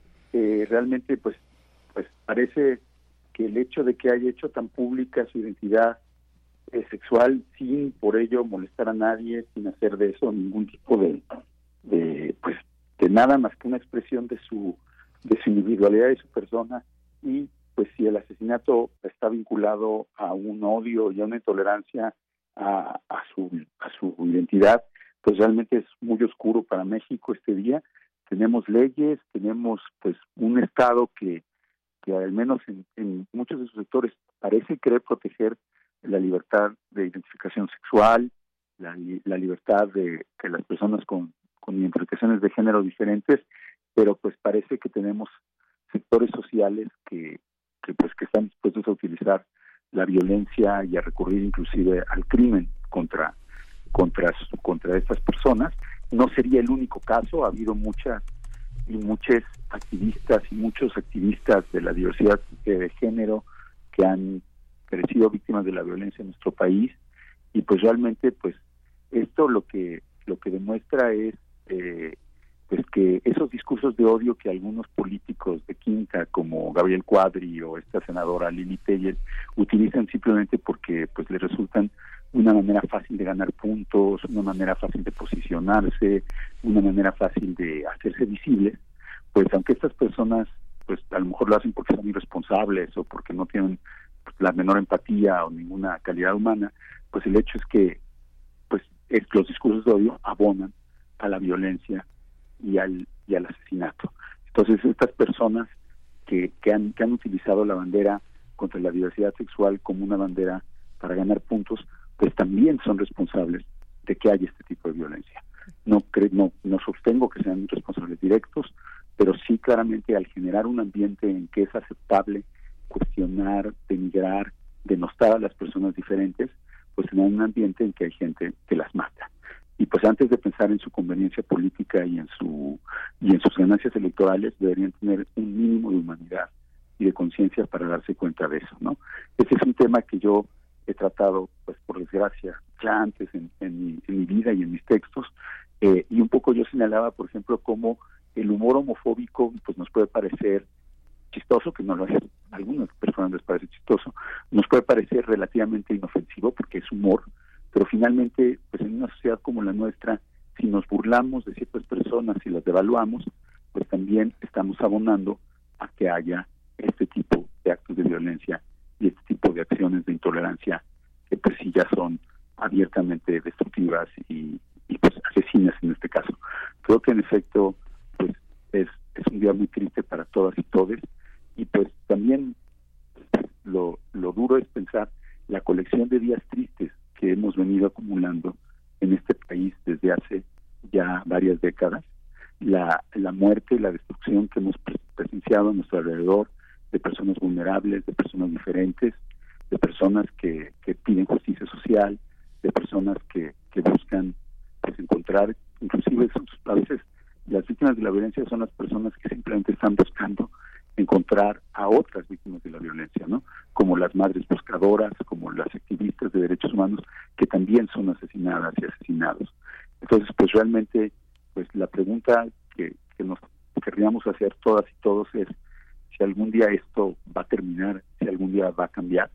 Eh, realmente pues pues parece que el hecho de que haya hecho tan pública su identidad eh, sexual sin por ello molestar a nadie, sin hacer de eso ningún tipo de, de pues de nada más que una expresión de su de su individualidad y su persona, y pues si el asesinato está vinculado a un odio y a una intolerancia A, a su a su identidad, pues realmente es muy oscuro para México este día. Tenemos leyes, tenemos pues un Estado que, que al menos en, en muchos de sus sectores parece querer proteger la libertad de identificación sexual, la, la libertad de que las personas con, con identificaciones de género diferentes, pero pues parece que tenemos sectores sociales que, que pues que están dispuestos a utilizar la violencia y a recurrir inclusive al crimen contra contra contra estas personas. No sería el único caso, ha habido muchas y muchos activistas y muchos activistas de la diversidad de género que han sido víctimas de la violencia en nuestro país, y pues realmente pues esto lo que lo que demuestra es eh, pues que esos discursos de odio que algunos políticos de quinta como Gabriel Cuadri o esta senadora Lili Telles utilizan simplemente porque pues les resultan una manera fácil de ganar puntos, una manera fácil de posicionarse, una manera fácil de hacerse visibles, pues aunque estas personas pues a lo mejor lo hacen porque son irresponsables o porque no tienen pues, la menor empatía o ninguna calidad humana, pues el hecho es que pues es, los discursos de odio abonan a la violencia y al y al asesinato. Entonces estas personas que, que han que han utilizado la bandera contra la diversidad sexual como una bandera para ganar puntos, pues también son responsables de que haya este tipo de violencia. No cre- no no sostengo que sean responsables directos, pero sí claramente al generar un ambiente en que es aceptable cuestionar, denigrar, denostar a las personas diferentes, pues en un ambiente en que hay gente que las mata. Y pues antes de pensar en su conveniencia política y en su y en sus ganancias electorales, deberían tener un mínimo de humanidad y de conciencia para darse cuenta de eso, ¿no? Ese es un tema que yo he tratado, pues por desgracia, ya antes en, en, mi, en mi vida y en mis textos, eh, y un poco yo señalaba, por ejemplo, cómo el humor homofóbico pues nos puede parecer chistoso, que no lo es, a algunas personas les parece chistoso, nos puede parecer relativamente inofensivo porque es humor, pero finalmente, pues en una sociedad como la nuestra, si nos burlamos de ciertas personas y las devaluamos, pues también estamos abonando a que haya este tipo de actos de violencia y este tipo de acciones de intolerancia que pues sí ya son abiertamente destructivas y, y pues asesinas en este caso. Creo que en efecto pues es, es un día muy triste para todas y todes, y pues también pues, lo, lo duro es pensar la colección de días tristes que hemos venido acumulando en este país desde hace ya varias décadas, la, la muerte y la destrucción que hemos presenciado a nuestro alrededor de personas vulnerables, de personas diferentes, de personas que, que piden justicia social, de personas que, que buscan pues, encontrar, inclusive son, a veces las víctimas de la violencia son las personas que simplemente están buscando encontrar a otras víctimas de la violencia, ¿no? Como las madres buscadoras, como las activistas de derechos humanos que también son asesinadas y asesinados. Entonces, pues realmente, pues la pregunta que, que nos querríamos hacer todas y todos es si algún día esto va a terminar, si algún día va a cambiar.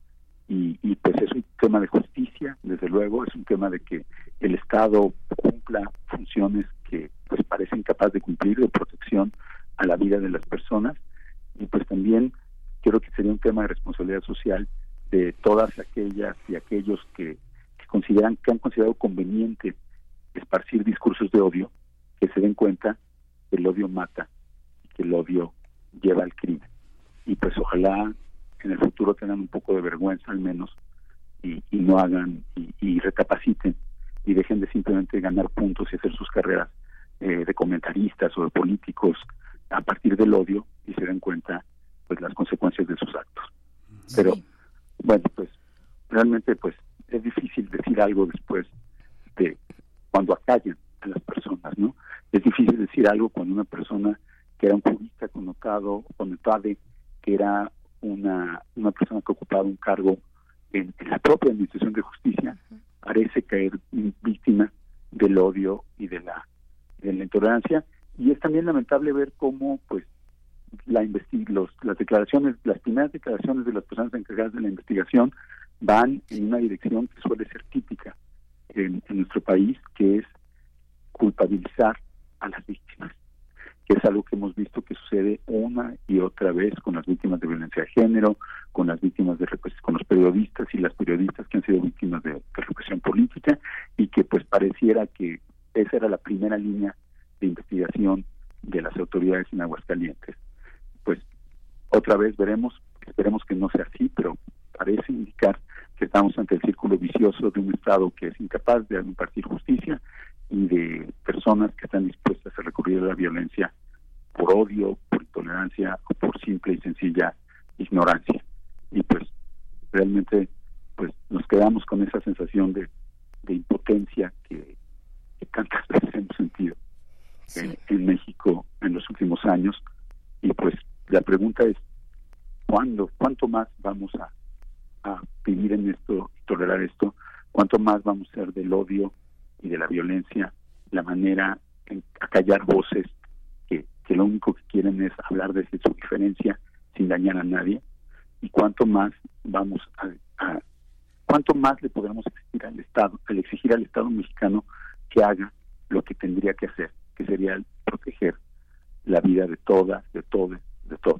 Y, y pues es un tema de justicia, desde luego, es un tema de que el Estado cumpla funciones que pues parecen incapaz de cumplir, de protección a la vida de las personas, y pues también creo que sería un tema de responsabilidad social de todas aquellas y aquellos que, que consideran, que han considerado conveniente esparcir discursos de odio, que se den cuenta que el odio mata y que el odio lleva al crimen. Y pues ojalá en el futuro tengan un poco de vergüenza al menos y, y no hagan y, y recapaciten y dejen de simplemente ganar puntos y hacer sus carreras eh, de comentaristas o de políticos a partir del odio y se den cuenta pues las consecuencias de sus actos. Sí. Pero bueno, pues realmente pues es difícil decir algo después de cuando acallan a las personas, ¿no? Es difícil decir algo cuando una persona que era un jurista connotado, connotado, que era una una persona que ocupaba un cargo en, en la propia administración de justicia, uh-huh. parece caer víctima del odio y de la de la intolerancia. Y es también lamentable ver cómo pues la investi- los, las declaraciones, las primeras declaraciones de las personas encargadas de la investigación van en una dirección que suele ser típica en, en nuestro país, que es culpabilizar a las víctimas, que es algo que hemos visto que sucede una y otra vez con las víctimas de violencia de género, con las víctimas de represión, con los periodistas y las periodistas que han sido víctimas de, de represión política, y que pues pareciera que esa era la primera línea de investigación de las autoridades en Aguascalientes. Pues otra vez veremos, esperemos que no sea así, pero parece indicar que estamos ante el círculo vicioso de un Estado que es incapaz de impartir justicia y de personas que están dispuestas a recurrir a la violencia por odio, por intolerancia o por simple y sencilla ignorancia. Y pues realmente pues nos quedamos con esa sensación de, de impotencia que, que tantas veces hemos sentido sí. en, en México en los últimos años. Y pues la pregunta es ¿cuándo, cuánto más vamos a, a vivir en esto y tolerar esto? ¿Cuánto más vamos a ser del odio y de la violencia, la manera en acallar voces que, que lo único que quieren es hablar desde su diferencia sin dañar a nadie? ¿Y cuánto más vamos a, a cuánto más le podremos exigir al Estado, al exigir al Estado mexicano que haga lo que tendría que hacer, que sería proteger la vida de todas, de todos, de todos?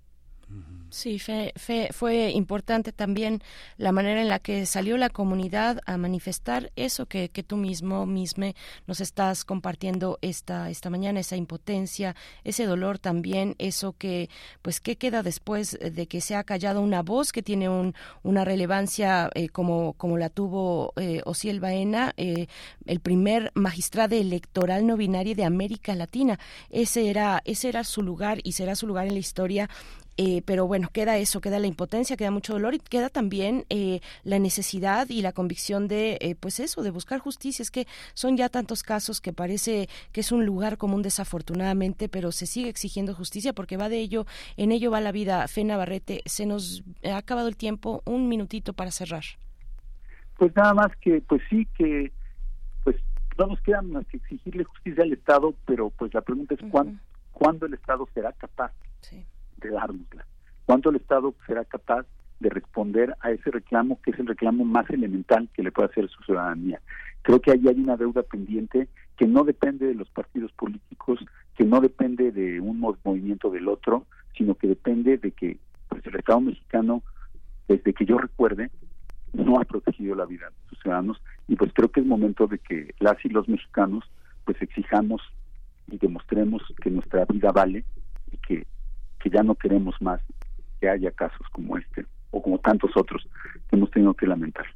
Sí, fe, fe, fue importante también la manera en la que salió la comunidad a manifestar eso que, que tú mismo, misme, nos estás compartiendo esta esta mañana, esa impotencia, ese dolor también, eso que, pues, ¿qué queda después de que se ha callado una voz que tiene un, una relevancia eh, como, como la tuvo eh, Osiel Baena, eh, el primer magistrado electoral no binario de América Latina? Ese era, ese era su lugar y será su lugar en la historia. Eh, pero bueno, queda eso, queda la impotencia, queda mucho dolor y queda también eh, la necesidad y la convicción de, eh, pues eso, de buscar justicia. Es que son ya tantos casos que parece que es un lugar común desafortunadamente, pero se sigue exigiendo justicia porque va de ello, en ello va la vida. Fe Navarrete, se nos ha acabado el tiempo, un minutito para cerrar. Pues nada más que, pues sí, que pues no nos queda más que exigirle justicia al Estado, pero pues la pregunta es uh-huh. ¿cuándo, ¿cuándo el Estado será capaz? Sí. de dárnosla? ¿Cuánto el Estado será capaz de responder a ese reclamo, que es el reclamo más elemental que le puede hacer su ciudadanía? Creo que ahí hay una deuda pendiente que no depende de los partidos políticos que no depende de un movimiento del otro, sino que depende de que pues, el Estado mexicano, desde que yo recuerde, no ha protegido la vida de sus ciudadanos, y pues creo que es momento de que las y los mexicanos pues exijamos y demostremos que nuestra vida vale y que, que ya no queremos más que haya casos como este o como tantos otros que hemos tenido que lamentar.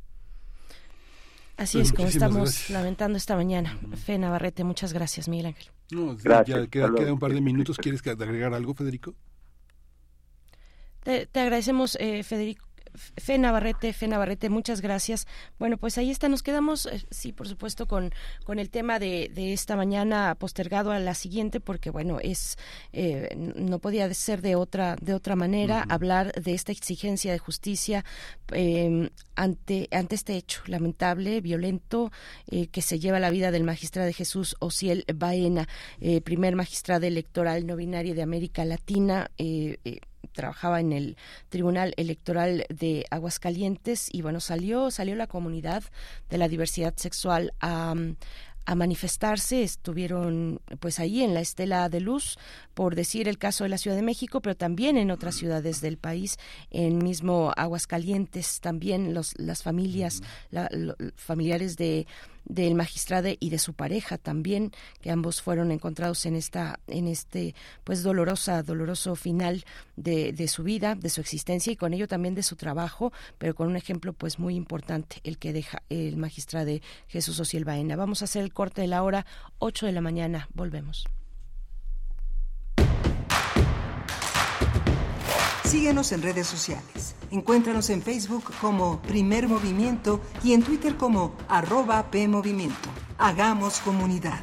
Así es, como estamos gracias. lamentando esta mañana. Fe Navarrete, muchas gracias, Miguel Ángel. No, gracias. Ya queda, queda un par de minutos. ¿Quieres agregar algo, Federico? Te, te agradecemos, eh, Federico. Fe Navarrete, Fe Navarrete, muchas gracias. Bueno, pues ahí está, nos quedamos, eh, sí, por supuesto, con, con el tema de, de esta mañana postergado a la siguiente, porque bueno, es eh, no podía ser de otra de otra manera uh-huh. hablar de esta exigencia de justicia eh, ante ante este hecho lamentable, violento, eh, que se lleva la vida del magistrado Jesús Ociel Baena, eh, primer magistrado electoral no binario de América Latina. Eh, eh, trabajaba en el Tribunal Electoral de Aguascalientes y bueno, salió salió la comunidad de la diversidad sexual a, a manifestarse. Estuvieron pues ahí en la Estela de Luz, por decir el caso de la Ciudad de México, pero también en otras ciudades del país, en mismo Aguascalientes, también los las familias, la, los familiares de del magistrado y de su pareja también, que ambos fueron encontrados en esta en este pues dolorosa doloroso final de, de su vida, de su existencia y con ello también de su trabajo, pero con un ejemplo pues muy importante el que deja el magistrado Jesús Ociel Baena. Vamos a hacer el corte de la hora, ocho de la mañana, volvemos. Síguenos en redes sociales. Encuéntranos en Facebook como Primer Movimiento y en Twitter como arroba PMovimiento. Hagamos comunidad.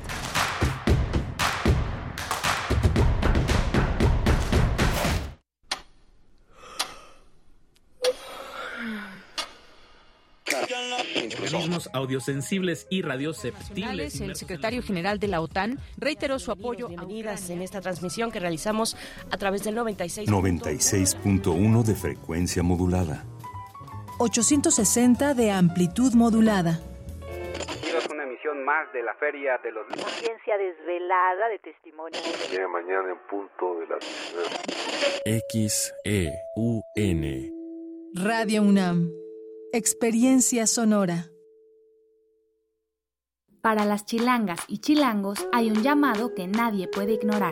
Organismos audiosensibles y radioceptibles. El secretario general de la OTAN reiteró su apoyo. Bienvenidas en esta transmisión que realizamos a través del noventa y seis punto uno de frecuencia modulada. ochocientos sesenta de amplitud modulada. Es una emisión más de la Feria de los Libros. Ciencia desvelada de testimonios. Llega mañana en punto de las X E U N. Radio UNAM. Experiencia sonora. Para las chilangas y chilangos hay un llamado que nadie puede ignorar.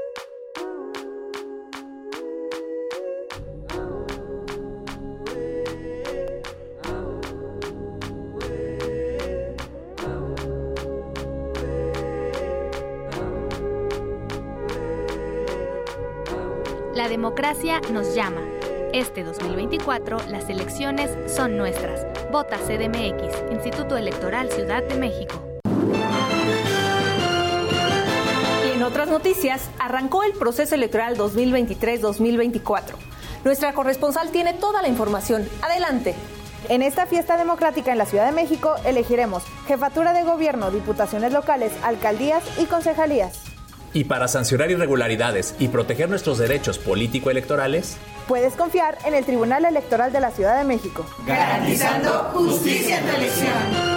La democracia nos llama. Este dos mil veinticuatro, las elecciones son nuestras. Vota C D M X, Instituto Electoral Ciudad de México. Y en otras noticias, arrancó el proceso electoral dos mil veintitrés dos mil veinticuatro. Nuestra corresponsal tiene toda la información. Adelante. En esta fiesta democrática en la Ciudad de México elegiremos jefatura de gobierno, diputaciones locales, alcaldías y concejalías. Y para sancionar irregularidades y proteger nuestros derechos político-electorales, puedes confiar en el Tribunal Electoral de la Ciudad de México. Garantizando justicia en tu elección.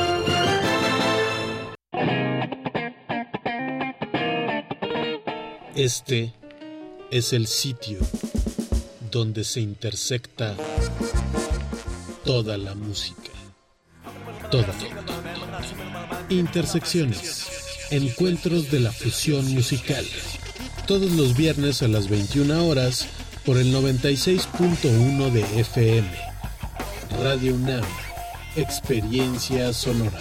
Este es el sitio donde se intersecta toda la música. Toda, toda, toda. Intersecciones. Encuentros de la fusión musical. Todos los viernes a las veintiuna horas por el noventa y seis punto uno de F M. Radio UNAM. Experiencia sonora.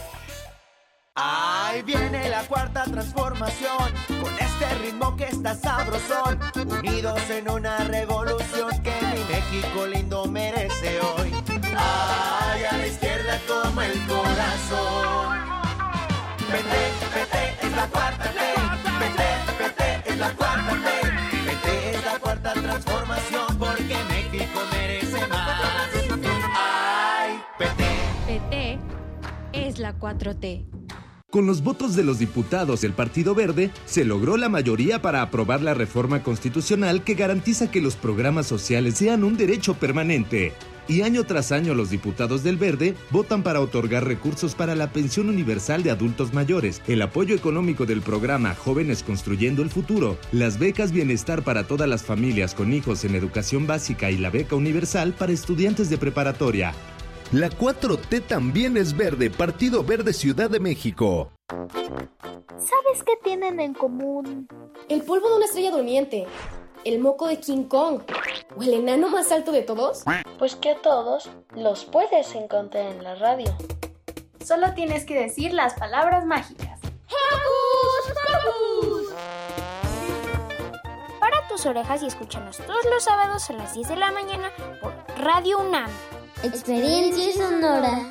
Ahí viene la cuarta transformación, con este ritmo que está sabrosón, unidos en una revolución que mi México lindo merece hoy. Ay, a la izquierda como el corazón. P T, P T es la cuarta ley, P T, P T es la cuarta ley, P T es la cuarta transformación porque México merece más. Ay, P T. P T es la cuatro T. Con los votos de los diputados del Partido Verde, se logró la mayoría para aprobar la reforma constitucional que garantiza que los programas sociales sean un derecho permanente. Y año tras año los diputados del Verde votan para otorgar recursos para la pensión universal de adultos mayores, el apoyo económico del programa Jóvenes Construyendo el Futuro, las becas bienestar para todas las familias con hijos en educación básica y la beca universal para estudiantes de preparatoria. La cuatro T también es verde, Partido Verde Ciudad de México. ¿Sabes qué tienen en común? El polvo de una estrella durmiente, el moco de King Kong o el enano más alto de todos. Pues que a todos los puedes encontrar en la radio. Solo tienes que decir las palabras mágicas. ¡Hocus Pocus! Para tus orejas y escúchanos todos los sábados a las diez de la mañana por Radio UNAM. Experiencia sonora.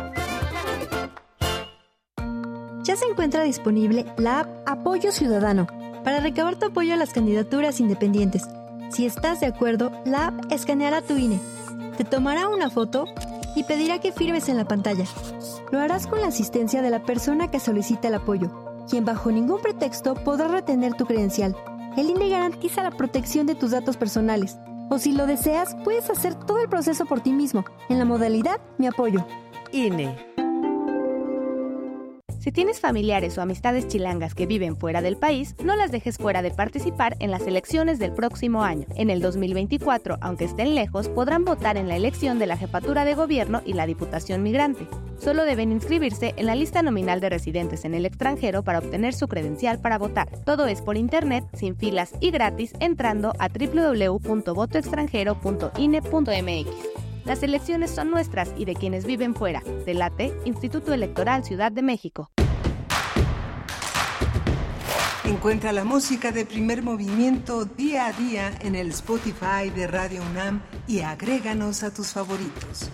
Ya se encuentra disponible la app Apoyo Ciudadano para recabar tu apoyo a las candidaturas independientes. Si estás de acuerdo, la app escaneará tu I N E, te tomará una foto y pedirá que firmes en la pantalla. Lo harás con la asistencia de la persona que solicita el apoyo, quien bajo ningún pretexto podrá retener tu credencial. El I N E garantiza la protección de tus datos personales. O si lo deseas, puedes hacer todo el proceso por ti mismo, en la modalidad Mi Apoyo. I N E. Si tienes familiares o amistades chilangas que viven fuera del país, no las dejes fuera de participar en las elecciones del próximo año. En el dos mil veinticuatro, aunque estén lejos, podrán votar en la elección de la Jefatura de Gobierno y la Diputación Migrante. Solo deben inscribirse en la lista nominal de residentes en el extranjero para obtener su credencial para votar. Todo es por internet, sin filas y gratis, entrando a doble u doble u doble u punto voto extranjero punto i n e punto m x. Las elecciones son nuestras y de quienes viven fuera. Delate, Instituto Electoral Ciudad de México. Encuentra la música de Primer Movimiento día a día en el Spotify de Radio UNAM y agréganos a tus favoritos.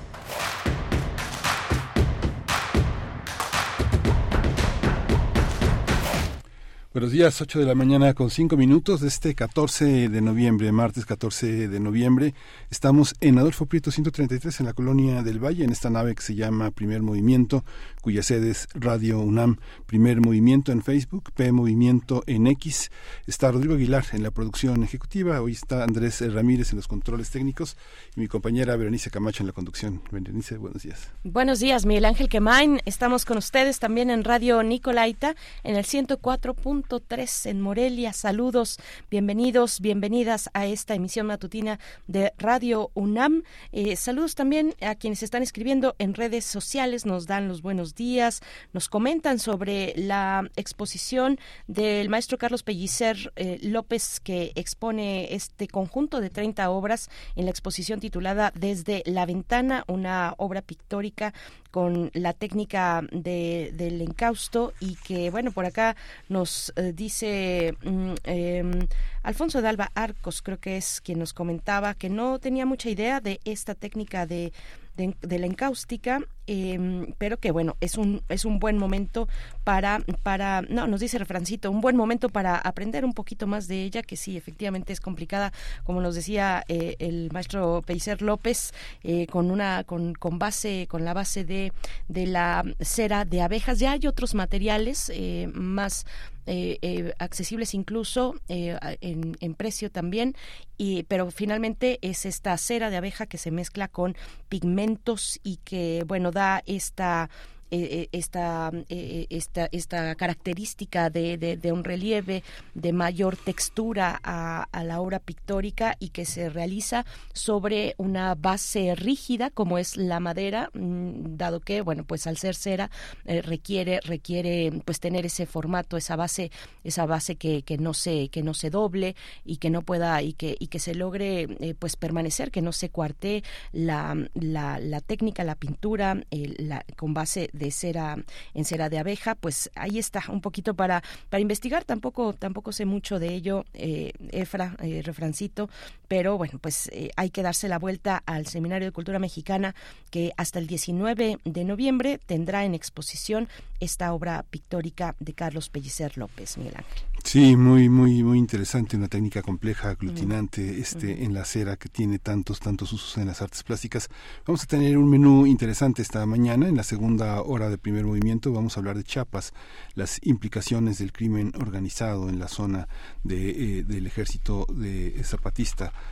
Buenos días, ocho de la mañana con cinco minutos de este catorce de noviembre, martes catorce de noviembre. Estamos en Adolfo Prieto ciento treinta y tres en la Colonia del Valle, en esta nave que se llama Primer Movimiento, cuya sede es Radio UNAM. Primer Movimiento en Facebook, P Movimiento en X. Está Rodrigo Aguilar en la producción ejecutiva, hoy está Andrés Ramírez en los controles técnicos y mi compañera Berenice Camacho en la conducción. Berenice, buenos días. Buenos días, Miguel Ángel Quemain. Estamos con ustedes también en Radio Nicolaita, en el ciento cuatro punto tres en Morelia. Saludos, bienvenidos, bienvenidas a esta emisión matutina de Radio UNAM. Eh, saludos también a quienes están escribiendo en redes sociales, nos dan los buenos días, nos comentan sobre la exposición del maestro Carlos Pellicer eh, López, que expone este conjunto de treinta obras en la exposición titulada Desde la Ventana, una obra pictórica con la técnica de, del encausto, y que, bueno, por acá nos eh, dice mm, eh, Alfonso de Alba Arcos, creo que es quien nos comentaba que no tenía mucha idea de esta técnica de De, de la encáustica, eh, pero que bueno, es un es un buen momento para para no nos dice Refrancito, un buen momento para aprender un poquito más de ella, que sí, efectivamente es complicada, como nos decía eh, el maestro Pellicer López, eh, con una con con base con la base de de la cera de abejas. Ya hay otros materiales eh, más Eh, eh, accesibles incluso eh, en, en precio también, y pero finalmente es esta cera de abeja que se mezcla con pigmentos y que, bueno, da esta eh, esta, eh, esta esta característica de, de, de un relieve de mayor textura a, a la obra pictórica, y que se realiza sobre una base rígida como es la madera, mmm, dado que, bueno, pues al ser cera eh, requiere requiere pues tener ese formato, esa base esa base que, que no se que no se doble y que no pueda y que y que se logre eh, pues permanecer, que no se cuartee la la, la técnica, la pintura eh, la, con base de cera en cera de abeja. Pues ahí está un poquito para para investigar. Tampoco tampoco sé mucho de ello, eh, Efra, eh, Refrancito, pero bueno, pues eh, hay que darse la vuelta al Seminario de Cultura Mexicana, que hasta el diecinueve de noviembre tendrá en exposición esta obra pictórica de Carlos Pellicer López, Miguel Ángel. Sí, muy, muy, muy interesante, una técnica compleja, aglutinante, mm. este, mm. en la cera, que tiene tantos, tantos usos en las artes plásticas. Vamos a tener un menú interesante esta mañana. En la segunda hora de Primer Movimiento vamos a hablar de Chiapas, las implicaciones del crimen organizado en la zona de, eh, del ejército de Zapatista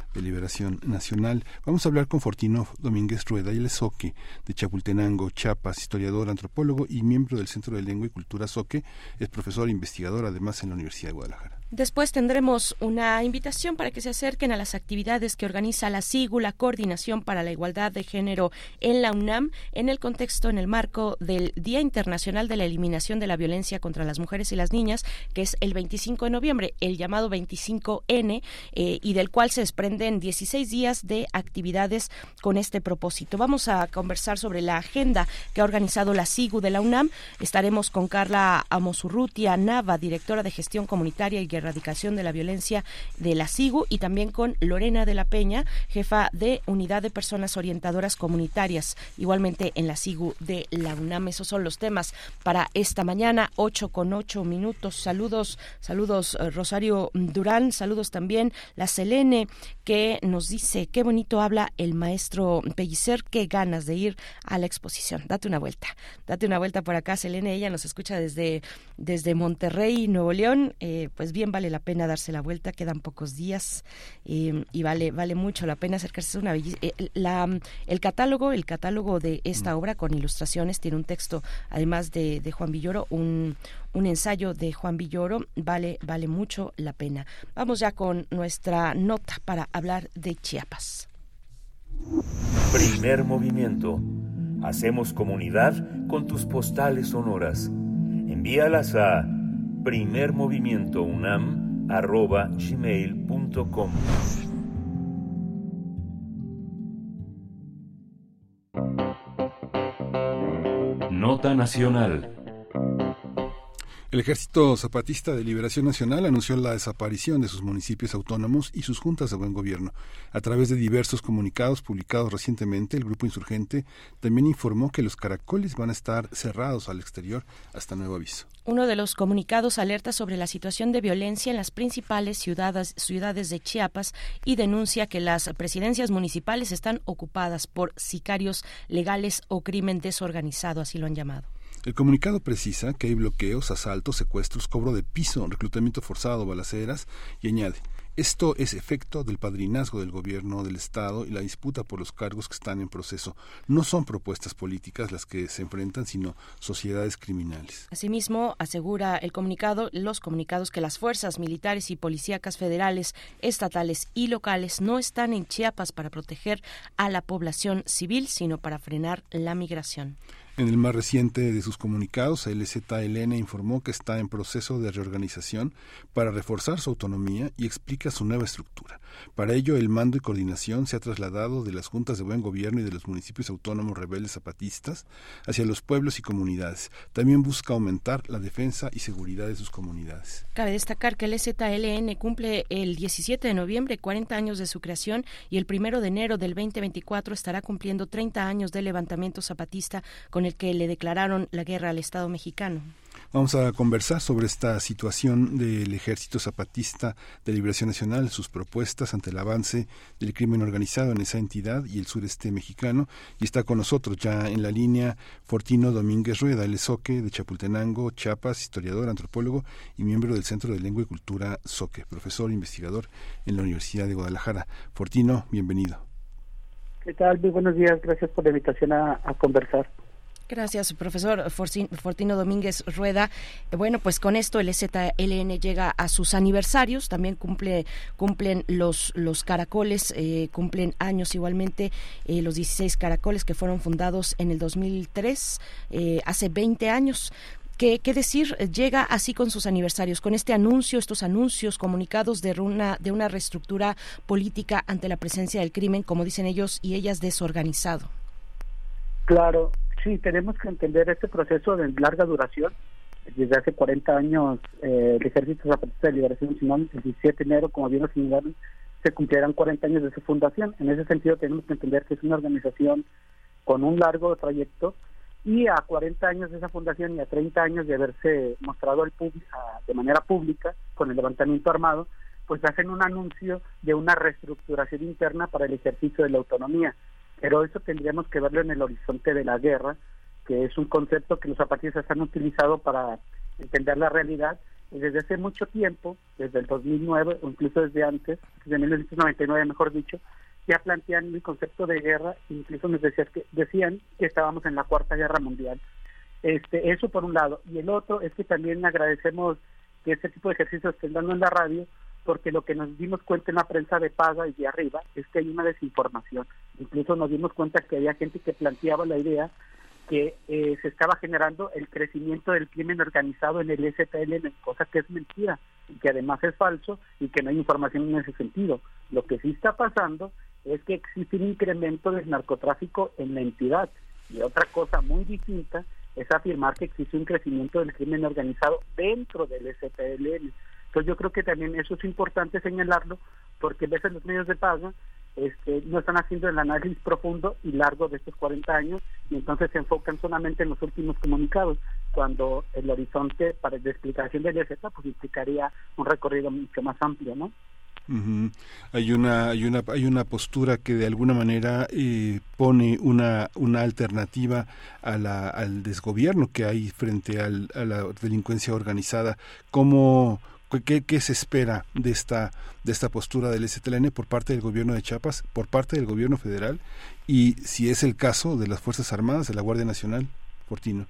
de Liberación Nacional. Vamos a hablar con Fortino Domínguez Rueda, él es Soque, de Chapultenango, Chiapas, historiador, antropólogo y miembro del Centro de Lengua y Cultura Soque, es profesor e investigador además en la Universidad de Guadalajara. Después tendremos una invitación para que se acerquen a las actividades que organiza la SIGU, la Coordinación para la Igualdad de Género en la UNAM, en el contexto, en el marco del Día Internacional de la Eliminación de la Violencia contra las Mujeres y las Niñas, que es el veinticinco de noviembre, el llamado veinticinco ene, eh, y del cual se desprenden dieciséis días de actividades con este propósito. Vamos a conversar sobre la agenda que ha organizado la SIGU de la UNAM. Estaremos con Carla Amosurrutia Nava, directora de Gestión Comunitaria y Erradicación de la Violencia de la SIGU, y también con Lorena de la Peña, jefa de Unidad de Personas Orientadoras Comunitarias, igualmente en la SIGU de la UNAM. Esos son los temas para esta mañana, ocho con ocho minutos. Saludos, saludos Rosario Durán, saludos también la Selene, que nos dice, qué bonito habla el maestro Pellicer, qué ganas de ir a la exposición. Date una vuelta, date una vuelta por acá, Selene, ella nos escucha desde, desde Monterrey, Nuevo León, eh, pues bien vale la pena darse la vuelta, quedan pocos días eh, y vale vale mucho la pena acercarse a una belleza. Eh, la, el catálogo, el catálogo de esta obra con ilustraciones tiene un texto, además de, de Juan Villoro, un, un ensayo de Juan Villoro, vale, vale mucho la pena. Vamos ya con nuestra nota para hablar de Chiapas. Primer movimiento. Hacemos comunidad con tus postales sonoras. Envíalas a primermovimientounam arroba gmail punto com. Nota Nacional. El Ejército Zapatista de Liberación Nacional anunció la desaparición de sus municipios autónomos y sus juntas de buen gobierno. A través de diversos comunicados publicados recientemente, el grupo insurgente también informó que los caracoles van a estar cerrados al exterior hasta nuevo aviso. Uno de los comunicados alerta sobre la situación de violencia en las principales ciudades, ciudades de Chiapas y denuncia que las presidencias municipales están ocupadas por sicarios legales o crimen desorganizado, así lo han llamado. El comunicado precisa que hay bloqueos, asaltos, secuestros, cobro de piso, reclutamiento forzado, balaceras, y añade, esto es efecto del padrinazgo del gobierno del Estado y la disputa por los cargos que están en proceso. No son propuestas políticas las que se enfrentan, sino sociedades criminales. Asimismo, asegura el comunicado, los comunicados que las fuerzas militares y policíacas federales, estatales y locales no están en Chiapas para proteger a la población civil, sino para frenar la migración. En el más reciente de sus comunicados, el Z L N informó que está en proceso de reorganización para reforzar su autonomía y explica su nueva estructura. Para ello, el mando y coordinación se ha trasladado de las juntas de buen gobierno y de los municipios autónomos rebeldes zapatistas hacia los pueblos y comunidades. También busca aumentar la defensa y seguridad de sus comunidades. Cabe destacar que el Z L N cumple el diecisiete de noviembre cuarenta años de su creación y el primero de enero del veinte veinticuatro estará cumpliendo treinta años del levantamiento zapatista con el que le declararon la guerra al Estado mexicano. Vamos a conversar sobre esta situación del Ejército Zapatista de Liberación Nacional, sus propuestas ante el avance del crimen organizado en esa entidad y el sureste mexicano. Y está con nosotros ya en la línea Fortino Domínguez Rueda, el Soque de Chapultenango, Chiapas, historiador, antropólogo y miembro del Centro de Lengua y Cultura Soque, profesor e investigador en la Universidad de Guadalajara. Fortino, bienvenido. ¿Qué tal? Muy buenos días, gracias por la invitación a, a conversar. Gracias, profesor Fortino Domínguez Rueda. Bueno, pues con esto el Z L N llega a sus aniversarios, también cumple cumplen los los caracoles, eh, cumplen años igualmente, eh, los dieciséis caracoles que fueron fundados en el dos mil tres, eh, hace veinte años. ¿Qué, qué decir? Llega así con sus aniversarios, con este anuncio, estos anuncios comunicados de una, de una reestructura política ante la presencia del crimen, como dicen ellos y ellas, desorganizado. Claro. Sí, tenemos que entender este proceso de larga duración. Desde hace cuarenta años, eh, el Ejército Zapatista de Liberación Nacional, el diecisiete de enero, como bien lo señalaron, se cumplirán cuarenta años de su fundación. En ese sentido, tenemos que entender que es una organización con un largo trayecto, y a cuarenta años de esa fundación y a treinta años de haberse mostrado al público, de manera pública, con el levantamiento armado, pues hacen un anuncio de una reestructuración interna para el ejercicio de la autonomía. Pero eso tendríamos que verlo en el horizonte de la guerra, que es un concepto que los zapatistas han utilizado para entender la realidad desde hace mucho tiempo, desde el dos mil nueve o incluso desde antes, desde mil novecientos noventa y nueve mejor dicho, ya plantean el concepto de guerra, incluso nos decían que, decían que estábamos en la Cuarta Guerra Mundial. Este, eso por un lado, y el otro es que también agradecemos que este tipo de ejercicios estén dando en la radio, porque lo que nos dimos cuenta en la prensa de paga y de arriba es que hay una desinformación. Incluso nos dimos cuenta que había gente que planteaba la idea que eh, se estaba generando el crecimiento del crimen organizado en el S T L N, cosa que es mentira, y que además es falso y que no hay información en ese sentido. Lo que sí está pasando es que existe un incremento del narcotráfico en la entidad, y otra cosa muy distinta es afirmar que existe un crecimiento del crimen organizado dentro del S T L N. Entonces yo creo que también eso es importante señalarlo, porque a veces los medios de paga este, no están haciendo el análisis profundo y largo de estos cuarenta años, y entonces se enfocan solamente en los últimos comunicados, cuando el horizonte para de explicación del E Z pues implicaría un recorrido mucho más amplio, ¿no? Uh-huh. Hay una hay una hay una postura que de alguna manera eh, pone una una alternativa a la al desgobierno que hay frente al, a la delincuencia organizada. ¿Cómo qué, qué se espera de esta de esta postura del S T L N por parte del gobierno de Chiapas, por parte del gobierno federal, y si es el caso de las Fuerzas Armadas, de la Guardia Nacional? Fortino.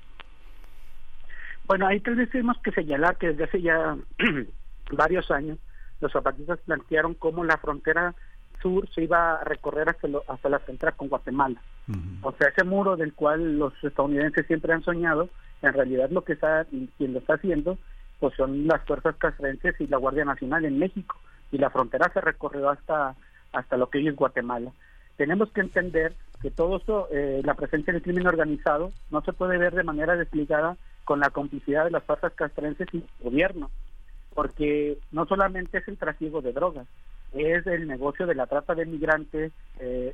Bueno, ahí tal vez tenemos que señalar que desde hace ya varios años los zapatistas plantearon cómo la frontera sur se iba a recorrer hasta, lo, hasta la frontera con Guatemala. Uh-huh. O sea, ese muro del cual los estadounidenses siempre han soñado, en realidad lo que está, quien lo está haciendo, pues son las fuerzas castrenses y la Guardia Nacional en México, y la frontera se recorrió hasta, hasta lo que hoy es Guatemala. Tenemos que entender que todo eso, eh, la presencia del crimen organizado, no se puede ver de manera desligada con la complicidad de las fuerzas castrenses y el gobierno, porque no solamente es el trasiego de drogas, es el negocio de la trata de migrantes, eh,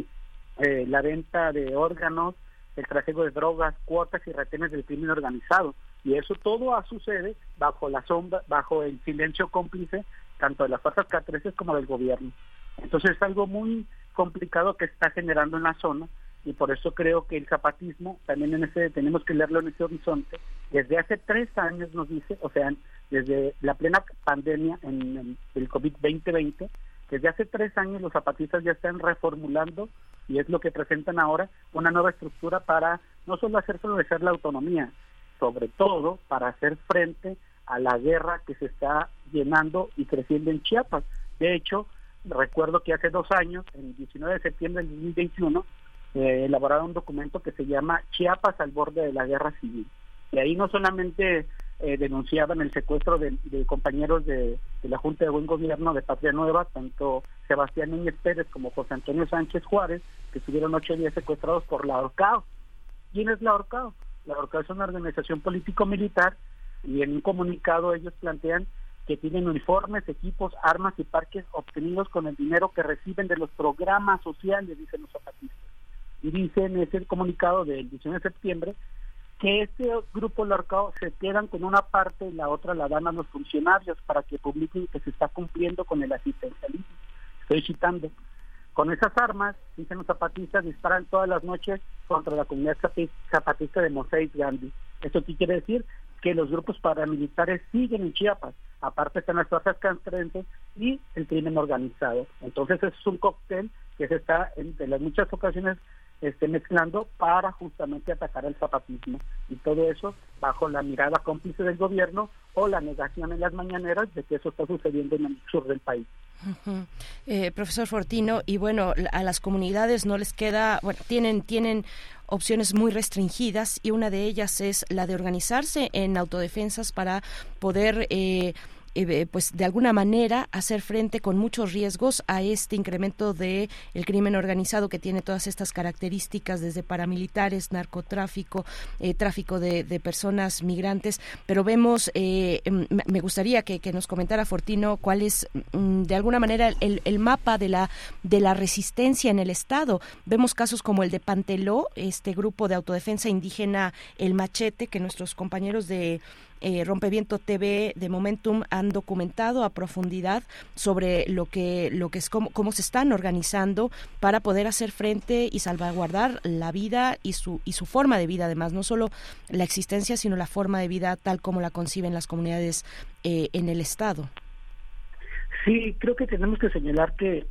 eh, la venta de órganos, el trasiego de drogas, cuotas y retenes del crimen organizado, y eso todo sucede bajo la sombra, bajo el silencio cómplice tanto de las fuerzas castrenses como del gobierno. Entonces es algo muy complicado que está generando en la zona, y por eso creo que el zapatismo también en ese tenemos que leerlo en ese horizonte. Desde hace tres años nos dice, o sea, desde la plena pandemia en, en el COVID veinte veinte, desde hace tres años los zapatistas ya están reformulando, y es lo que presentan ahora, una nueva estructura para no solo hacer florecer la autonomía, sobre todo para hacer frente a la guerra que se está llenando y creciendo en Chiapas. De hecho, recuerdo que hace dos años, el diecinueve de septiembre del dos mil veintiuno, eh, elaboraron un documento que se llama Chiapas al borde de la guerra civil. Y ahí no solamente eh, denunciaban el secuestro de, de compañeros de, de la Junta de Buen Gobierno de Patria Nueva, tanto Sebastián Núñez Pérez como José Antonio Sánchez Juárez, que estuvieron ocho días secuestrados por la Orcao. ¿Quién es la Orcao? La Orcao es una organización político-militar, y en un comunicado ellos plantean que tienen uniformes, equipos, armas y parques obtenidos con el dinero que reciben de los programas sociales, dicen los zapatistas. Y dicen en ese comunicado del diecinueve de septiembre que este grupo Larcao se quedan con una parte y la otra la dan a los funcionarios para que publiquen que se está cumpliendo con el asistencialismo. Estoy citando. Con esas armas, dicen los zapatistas, disparan todas las noches contra la comunidad zapatista de Mosaic Gandhi. ¿Eso qué quiere decir? Que los grupos paramilitares siguen en Chiapas. Aparte están las fuerzas castrenses y el crimen organizado. Entonces es un cóctel que se está en, en las muchas ocasiones este, mezclando para justamente atacar al zapatismo, y todo eso bajo la mirada cómplice del gobierno o la negación en las mañaneras de que eso está sucediendo en el sur del país. Uh-huh. Eh, profesor Fortino, y bueno, a las comunidades no les queda, bueno, tienen tienen opciones muy restringidas, y una de ellas es la de organizarse en autodefensas para poder eh, eh, pues de alguna manera hacer frente con muchos riesgos a este incremento de el crimen organizado, que tiene todas estas características, desde paramilitares, narcotráfico, eh, tráfico de, de personas migrantes. Pero vemos, eh, me gustaría que, que nos comentara Fortino cuál es mm, de alguna manera el, el mapa de la de la resistencia en el estado. Vemos casos como el de Panteló, este grupo de autodefensa indígena El Machete, que nuestros compañeros de eh, Rompeviento T V de Momentum han documentado a profundidad sobre lo que lo que es cómo, cómo se están organizando para poder hacer frente y salvaguardar la vida y su y su forma de vida, además, no solo la existencia, sino la forma de vida tal como la conciben las comunidades eh, en el estado. Sí, creo que tenemos que señalar que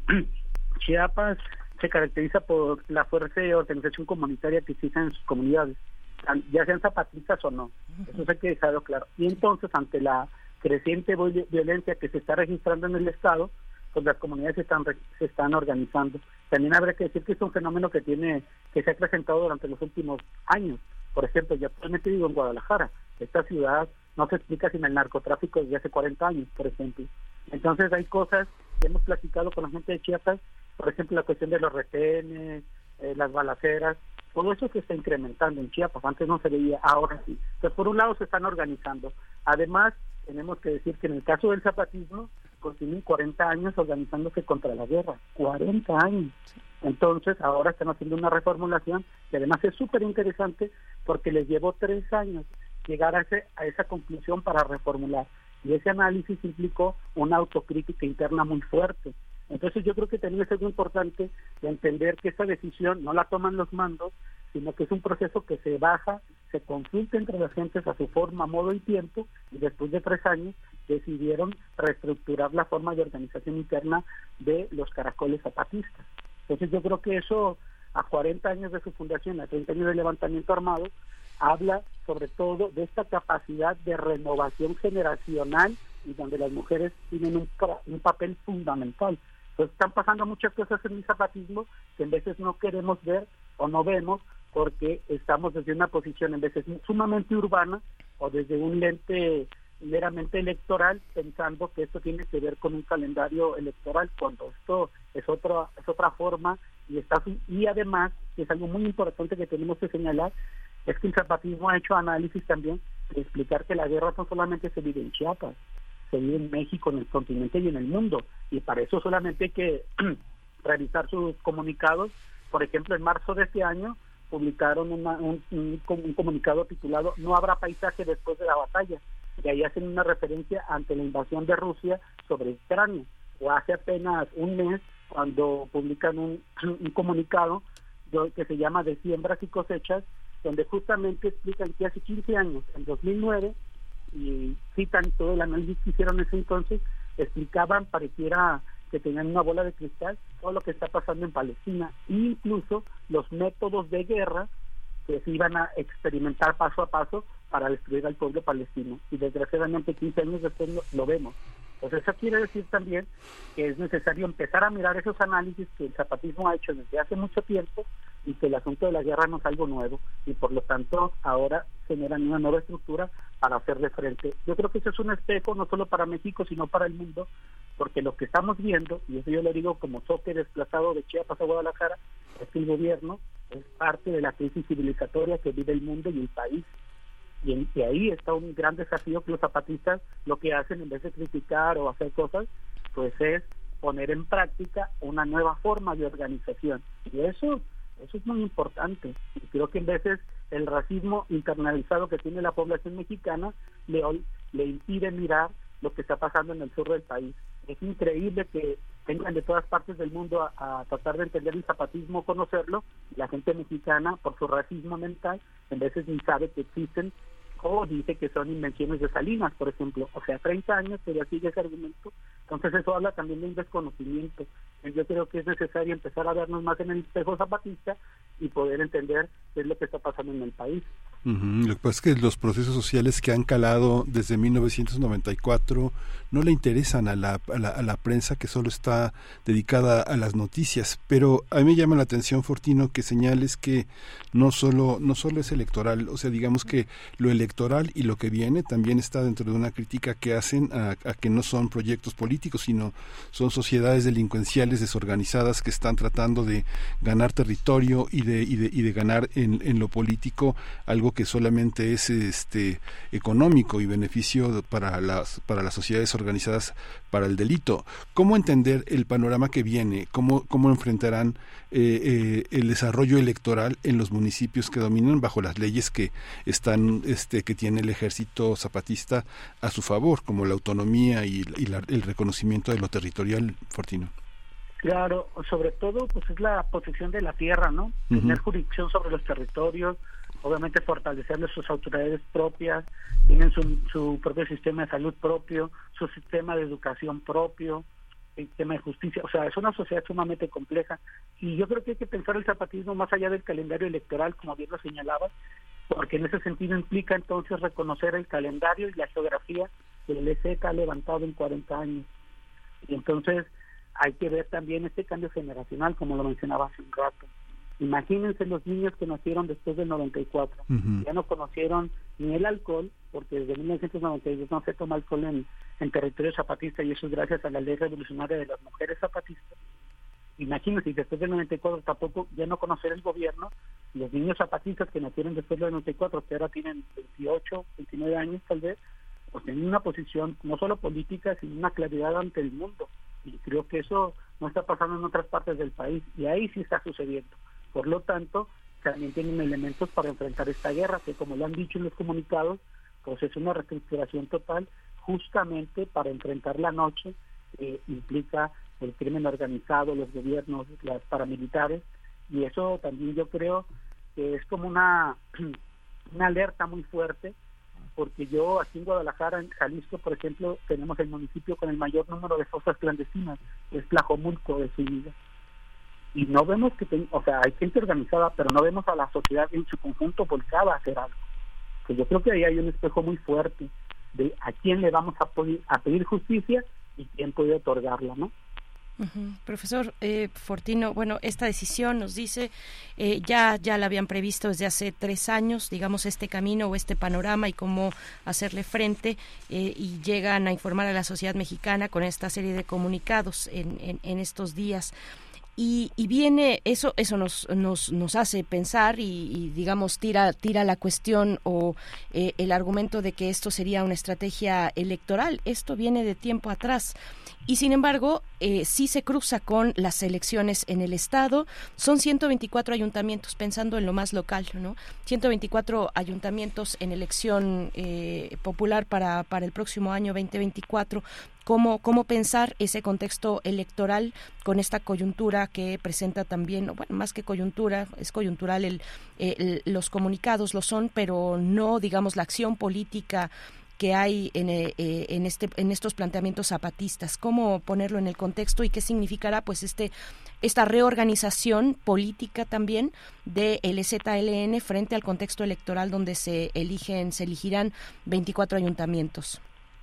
Chiapas se caracteriza por la fuerza de organización comunitaria que existe en sus comunidades, ya sean zapatistas o no, eso hay que dejarlo claro. Y entonces, ante la creciente violencia que se está registrando en el estado, pues las comunidades se están se están organizando. También habrá que decir que es un fenómeno que tiene que se ha presentado durante los últimos años. Por ejemplo, yo actualmente vivo en Guadalajara, esta ciudad no se explica sin el narcotráfico desde hace cuarenta años, por ejemplo. Entonces hay cosas que hemos platicado con la gente de Chiapas, por ejemplo la cuestión de los retenes, eh, las balaceras, todo eso se está incrementando en Chiapas, antes no se veía, ahora sí. Entonces por un lado se están organizando. Además tenemos que decir que en el caso del zapatismo continúan cuarenta años organizándose contra la guerra, cuarenta años. Entonces ahora están haciendo una reformulación que además es súper interesante porque les llevó tres años llegar a, ese, a esa conclusión para reformular. Y ese análisis implicó una autocrítica interna muy fuerte. Entonces yo creo que también es muy importante de entender que esta decisión no la toman los mandos, sino que es un proceso que se baja, se consulta entre las gentes a su forma, modo y tiempo, y después de tres años decidieron reestructurar la forma de organización interna de los caracoles zapatistas. Entonces yo creo que eso, a cuarenta años de su fundación, a treinta años de levantamiento armado, habla sobre todo de esta capacidad de renovación generacional y donde las mujeres tienen un, un papel fundamental. Entonces están pasando muchas cosas en el zapatismo que en veces no queremos ver o no vemos porque estamos desde una posición en veces sumamente urbana o desde un lente meramente electoral, pensando que esto tiene que ver con un calendario electoral, cuando esto es otra es otra forma y está y además, que es algo muy importante que tenemos que señalar, es que el zapatismo ha hecho análisis también de explicar que la guerra no solamente se vive en Chiapas, se vive en México, en el continente y en el mundo, y para eso solamente hay que revisar sus comunicados. Por ejemplo, en marzo de este año publicaron una, un, un, un comunicado titulado "No habrá paisaje después de la batalla", y ahí hacen una referencia ante la invasión de Rusia sobre Ucrania, o hace apenas un mes cuando publican un, un comunicado que se llama "De siembras y cosechas", donde justamente explican que hace quince años, en dos mil nueve, y citan todo el análisis que hicieron en ese entonces, explicaban, pareciera que tenían una bola de cristal, todo lo que está pasando en Palestina, incluso los métodos de guerra que se iban a experimentar paso a paso para destruir al pueblo palestino. Y desgraciadamente quince años después lo, lo vemos. Entonces eso quiere decir también que es necesario empezar a mirar esos análisis que el zapatismo ha hecho desde hace mucho tiempo y que el asunto de la guerra no es algo nuevo y por lo tanto ahora generan una nueva estructura para hacerle frente. Yo creo que eso es un espejo no solo para México sino para el mundo, porque lo que estamos viendo, y eso yo lo digo como soque desplazado de Chiapas a Guadalajara, es que el gobierno es parte de la crisis civilizatoria que vive el mundo y el país. Y, en, y ahí está un gran desafío que los zapatistas lo que hacen en vez de criticar o hacer cosas, pues es poner en práctica una nueva forma de organización. Y eso, eso es muy importante. Y creo que en veces el racismo internalizado que tiene la población mexicana le, le impide mirar lo que está pasando en el sur del país. Es increíble que vengan de todas partes del mundo a, a tratar de entender el zapatismo, conocerlo, y la gente mexicana, por su racismo mental, en veces ni sabe que existen o dice que son invenciones de Salinas, por ejemplo. O sea, treinta años todavía sigue ese argumento. Entonces eso habla también de un desconocimiento. Yo creo que es necesario empezar a vernos más en el espejo zapatista y poder entender qué es lo que está pasando en el país. Uh-huh. Lo que pasa es que los procesos sociales que han calado desde mil novecientos noventa y cuatro no le interesan a la, a la, a la prensa que solo está dedicada a las noticias, pero a mí me llama la atención, Fortino, que señales que no solo, no solo es electoral, o sea, digamos que lo electoral y lo que viene también está dentro de una crítica que hacen a, a que no son proyectos políticos, sino son sociedades delincuenciales desorganizadas que están tratando de ganar territorio y de, y de, y de ganar en, en lo político algo que solamente es este económico y beneficio para las para las sociedades organizadas para el delito. ¿Cómo entender el panorama que viene? ¿Cómo, cómo enfrentarán eh, eh, el desarrollo electoral en los municipios que dominan bajo las leyes que están este que tiene el ejército zapatista a su favor, como la autonomía y, y la, el reconocimiento de lo territorial, Fortino? Claro, sobre todo pues es la posesión de la tierra, ¿no? Uh-huh. Tener jurisdicción sobre los territorios, obviamente fortalecerles sus autoridades propias, tienen su, su propio sistema de salud propio, su sistema de educación propio, el sistema de justicia, o sea, es una sociedad sumamente compleja, y yo creo que hay que pensar el zapatismo más allá del calendario electoral, como bien lo señalaba, porque en ese sentido implica entonces reconocer el calendario y la geografía que el E Z ha levantado en cuarenta años, y entonces hay que ver también este cambio generacional, como lo mencionaba hace un rato. Imagínense los niños que nacieron después del noventa y cuatro, uh-huh. ya no conocieron ni el alcohol, porque desde mil novecientos noventa y dos no se toma alcohol en, en territorio zapatista, y eso es gracias a la ley revolucionaria de las mujeres zapatistas. Imagínense, y después del noventa y cuatro tampoco ya no conocer el gobierno, los niños zapatistas que nacieron después del noventa y cuatro, que ahora tienen veintiocho, veintinueve años tal vez, pues tienen una posición no solo política, sino una claridad ante el mundo. Y creo que eso no está pasando en otras partes del país, y ahí sí está sucediendo. Por lo tanto, también tienen elementos para enfrentar esta guerra, que como lo han dicho en los comunicados, pues es una reestructuración total, justamente para enfrentar la noche, que implica el crimen organizado, los gobiernos, las paramilitares, y eso también yo creo que es como una, una alerta muy fuerte, porque yo aquí en Guadalajara, en Jalisco, por ejemplo, tenemos el municipio con el mayor número de fosas clandestinas, que es Tlajomulco de Zúñiga. Y no vemos que, ten, o sea, hay gente organizada, pero no vemos a la sociedad en su conjunto volcada a hacer algo. Que yo creo que ahí hay un espejo muy fuerte de a quién le vamos a, pedir, a pedir justicia y quién puede otorgarla, ¿no? Uh-huh. Profesor eh, Fortino, bueno, esta decisión nos dice, eh, ya ya la habían previsto desde hace tres años, digamos, este camino o este panorama y cómo hacerle frente, eh, y llegan a informar a la sociedad mexicana con esta serie de comunicados en, en, en estos días. Y, y viene eso eso nos nos nos hace pensar y, y digamos tira tira la cuestión o eh, el argumento de que esto sería una estrategia electoral. Esto viene de tiempo atrás y sin embargo eh, sí se cruza con las elecciones en el estado. Son ciento veinticuatro ayuntamientos, pensando en lo más local, ¿no? ciento veinticuatro ayuntamientos en elección eh, popular para para el próximo año veinte veinticuatro. ¿Cómo, cómo pensar ese contexto electoral con esta coyuntura que presenta también, bueno, más que coyuntura, es coyuntural, el, el, los comunicados lo son, pero no, digamos, la acción política que hay en, eh, en, este, en estos planteamientos zapatistas? ¿Cómo ponerlo en el contexto y qué significará pues este esta reorganización política también de el E Z L N frente al contexto electoral donde se eligen, se elegirán veinticuatro ayuntamientos?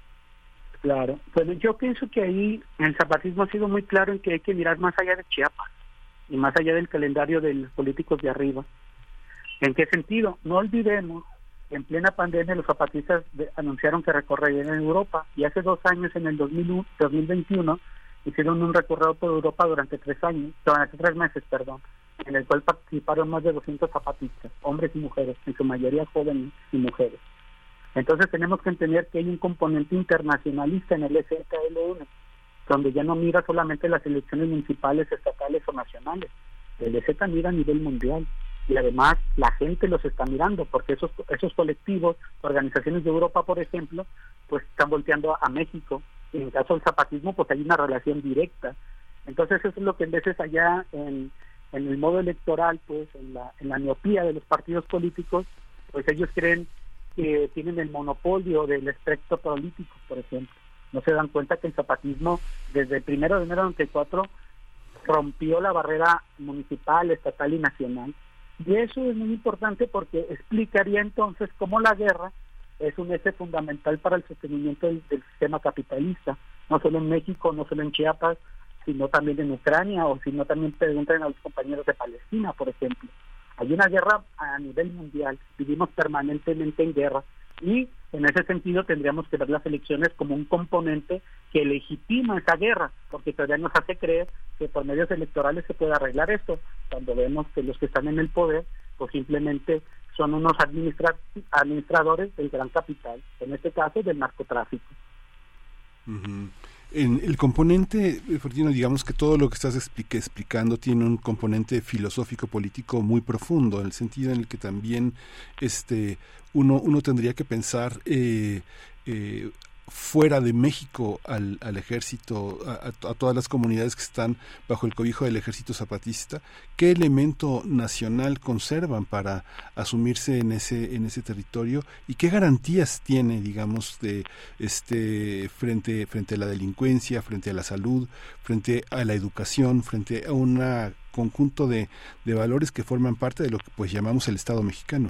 Claro, bueno, yo pienso que ahí el zapatismo ha sido muy claro en que hay que mirar más allá de Chiapas y más allá del calendario de los políticos de arriba. ¿En qué sentido? No olvidemos que en plena pandemia los zapatistas de, anunciaron que recorrerían en Europa, y hace dos años, en el dos mil veintiuno, hicieron un recorrido por Europa durante tres años, durante tres meses, perdón, en el cual participaron más de doscientos zapatistas, hombres y mujeres, en su mayoría jóvenes y mujeres. Entonces tenemos que entender que hay un componente internacionalista en el E Z L N, donde ya no mira solamente las elecciones municipales, estatales o nacionales. El E Z mira a nivel mundial, y además la gente los está mirando, porque esos esos colectivos, organizaciones de Europa, por ejemplo, pues están volteando a México, y en el caso del zapatismo pues hay una relación directa. Entonces eso es lo que en veces allá en, en el modo electoral, pues en la, en la miopía de los partidos políticos, pues ellos creen que tienen el monopolio del espectro político, por ejemplo. No se dan cuenta que el zapatismo, desde el primero de enero de noventa y cuatro, rompió la barrera municipal, estatal y nacional. Y eso es muy importante porque explicaría entonces cómo la guerra es un eje fundamental para el sostenimiento del, del sistema capitalista, no solo en México, no solo en Chiapas, sino también en Ucrania, o sino también preguntan a los compañeros de Palestina, por ejemplo. Hay una guerra a nivel mundial, vivimos permanentemente en guerra, y en ese sentido tendríamos que ver las elecciones como un componente que legitima esa guerra, porque todavía nos hace creer que por medios electorales se puede arreglar esto, cuando vemos que los que están en el poder pues simplemente son unos administra- administradores del gran capital, en este caso del narcotráfico. Uh-huh. En el componente, Fortino, digamos que todo lo que estás explique, explicando tiene un componente filosófico político muy profundo, en el sentido en el que también este uno uno tendría que pensar eh, eh, fuera de México al, al ejército, a, a todas las comunidades que están bajo el cobijo del ejército zapatista, ¿qué elemento nacional conservan para asumirse en ese en ese territorio y qué garantías tiene, digamos, de este frente frente a la delincuencia, frente a la salud, frente a la educación, frente a un conjunto de, de valores que forman parte de lo que pues llamamos el Estado mexicano?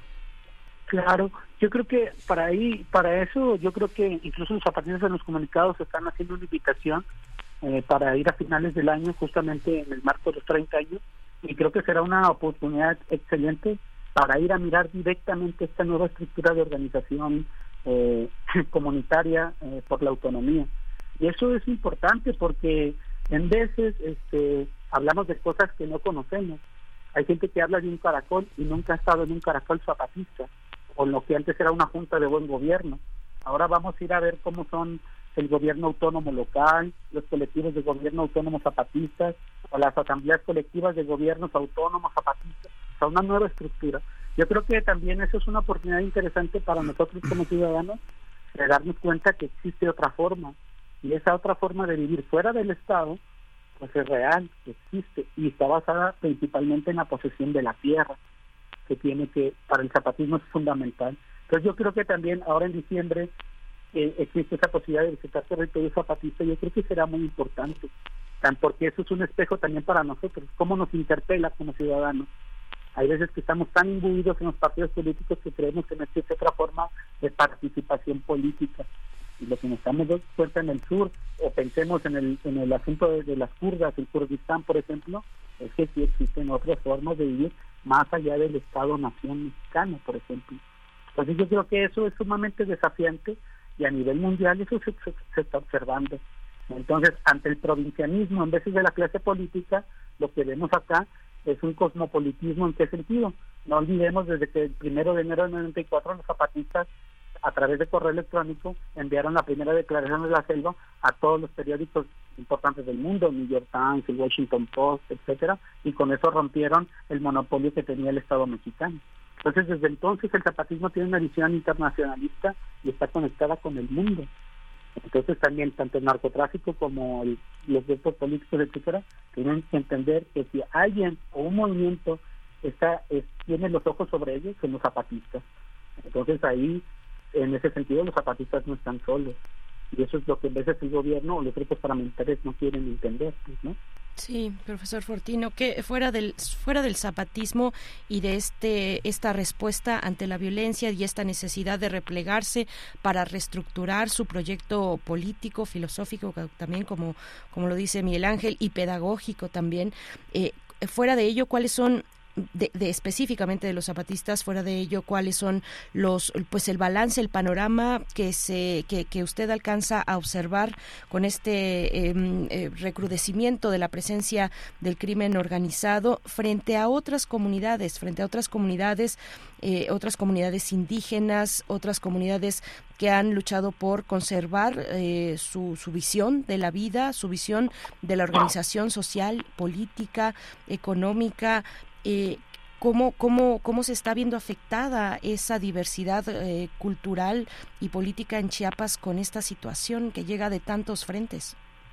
Claro, yo creo que para ahí, para eso, yo creo que incluso los zapatistas en los comunicados están haciendo una invitación eh, para ir a finales del año, justamente en el marco de los treinta años, y creo que será una oportunidad excelente para ir a mirar directamente esta nueva estructura de organización eh, comunitaria eh, por la autonomía. Y eso es importante porque en veces este, hablamos de cosas que no conocemos. Hay gente que habla de un caracol y nunca ha estado en un caracol zapatista, o lo que antes era una junta de buen gobierno. Ahora vamos a ir a ver cómo son el gobierno autónomo local, los colectivos de gobierno autónomos zapatistas, o las asambleas colectivas de gobiernos autónomos zapatistas, o sea, una nueva estructura. Yo creo que también eso es una oportunidad interesante para nosotros como ciudadanos, de darnos cuenta que existe otra forma, y esa otra forma de vivir fuera del Estado, pues es real, existe, y está basada principalmente en la posesión de la tierra, que tiene que, para el zapatismo es fundamental. Entonces yo creo que también ahora en diciembre eh, existe esa posibilidad de visitar territorio zapatista. Yo creo que será muy importante, tan porque eso es un espejo también para nosotros, cómo nos interpela como ciudadanos. Hay veces que estamos tan imbuidos en los partidos políticos que creemos que no existe otra forma de participación política, y lo que nos damos cuenta en el sur, o pensemos en el en el asunto de, de las kurdas, el Kurdistán, por ejemplo, es que sí existen otras formas de vivir más allá del Estado-nación mexicano, por ejemplo. Entonces yo creo que eso es sumamente desafiante, y a nivel mundial eso se, se, se está observando. Entonces, ante el provincianismo en vez de la clase política, lo que vemos acá es un cosmopolitismo. ¿En qué sentido? No olvidemos, desde que el primero de enero de noventa y cuatro los zapatistas, a través de correo electrónico, enviaron la primera declaración de la selva a todos los periódicos importantes del mundo, New York Times, el Washington Post, etcétera, y con eso rompieron el monopolio que tenía el Estado mexicano. Entonces, desde entonces el zapatismo tiene una visión internacionalista y está conectada con el mundo. Entonces también tanto el narcotráfico como el, los grupos políticos, etcétera, tienen que entender que si alguien o un movimiento está es, tiene los ojos sobre ellos, son los zapatistas. Entonces ahí, en ese sentido, los zapatistas no están solos, y eso es lo que a veces el gobierno o los grupos paramilitares no quieren entender, ¿no? Sí, profesor Fortino, que fuera del fuera del zapatismo y de este esta respuesta ante la violencia y esta necesidad de replegarse para reestructurar su proyecto político, filosófico, también como como lo dice Miguel Ángel, y pedagógico también, eh, fuera de ello, ¿cuáles son De, de específicamente de los zapatistas, fuera de ello, cuáles son los, pues el balance, el panorama que se que, que usted alcanza a observar con este eh, eh, recrudecimiento de la presencia del crimen organizado frente a otras comunidades, frente a otras comunidades, eh, otras comunidades indígenas, otras comunidades que han luchado por conservar eh, su, su visión de la vida, su visión de la organización social, política, económica. Eh, ¿cómo, cómo, ¿Cómo se está viendo afectada esa diversidad eh, cultural y política en Chiapas con esta situación que llega de tantos frentes?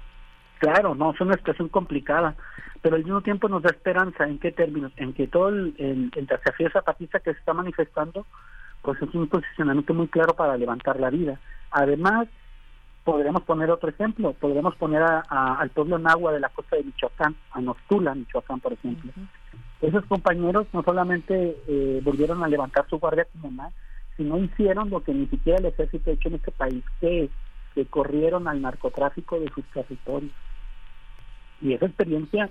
Claro, no, es una situación complicada, pero al mismo tiempo nos da esperanza. ¿En qué términos? En que todo el, el, el desafío zapatista que se está manifestando, pues es un posicionamiento muy claro para levantar la vida. Además, podríamos poner otro ejemplo, podríamos poner a, a, al pueblo nahua de la costa de Michoacán, a Nostula, Michoacán, por ejemplo. Uh-huh. Esos compañeros no solamente eh, volvieron a levantar su guardia comunal, sino hicieron lo que ni siquiera el ejército ha hecho en este país, que es que corrieron al narcotráfico de sus territorios. Y esa experiencia,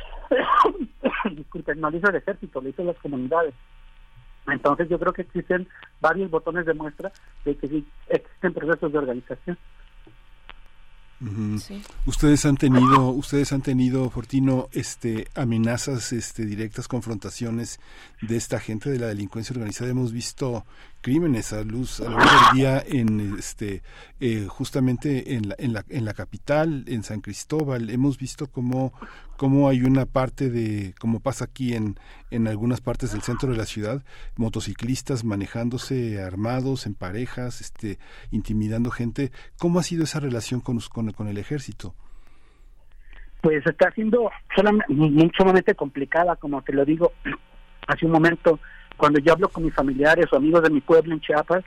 disculpen, no lo hizo el ejército, lo hizo las comunidades. Entonces yo creo que existen varios botones de muestra de que sí existen procesos de organización. Uh-huh. Sí. Ustedes han tenido, ustedes han tenido, Fortino, este, amenazas, este, directas, confrontaciones de esta gente de la delincuencia organizada. Hemos visto crímenes a luz, a la luz del día en, este, eh, justamente en la, en la, en la capital, en San Cristóbal. Hemos visto cómo, cómo hay una parte de, como pasa aquí en, en algunas partes del centro de la ciudad, motociclistas manejándose armados en parejas, este, intimidando gente. ¿Cómo ha sido esa relación con, con, con el ejército? Pues está siendo solamente, sumamente complicada, como te lo digo hace un momento. Cuando yo hablo con mis familiares o amigos de mi pueblo en Chiapas,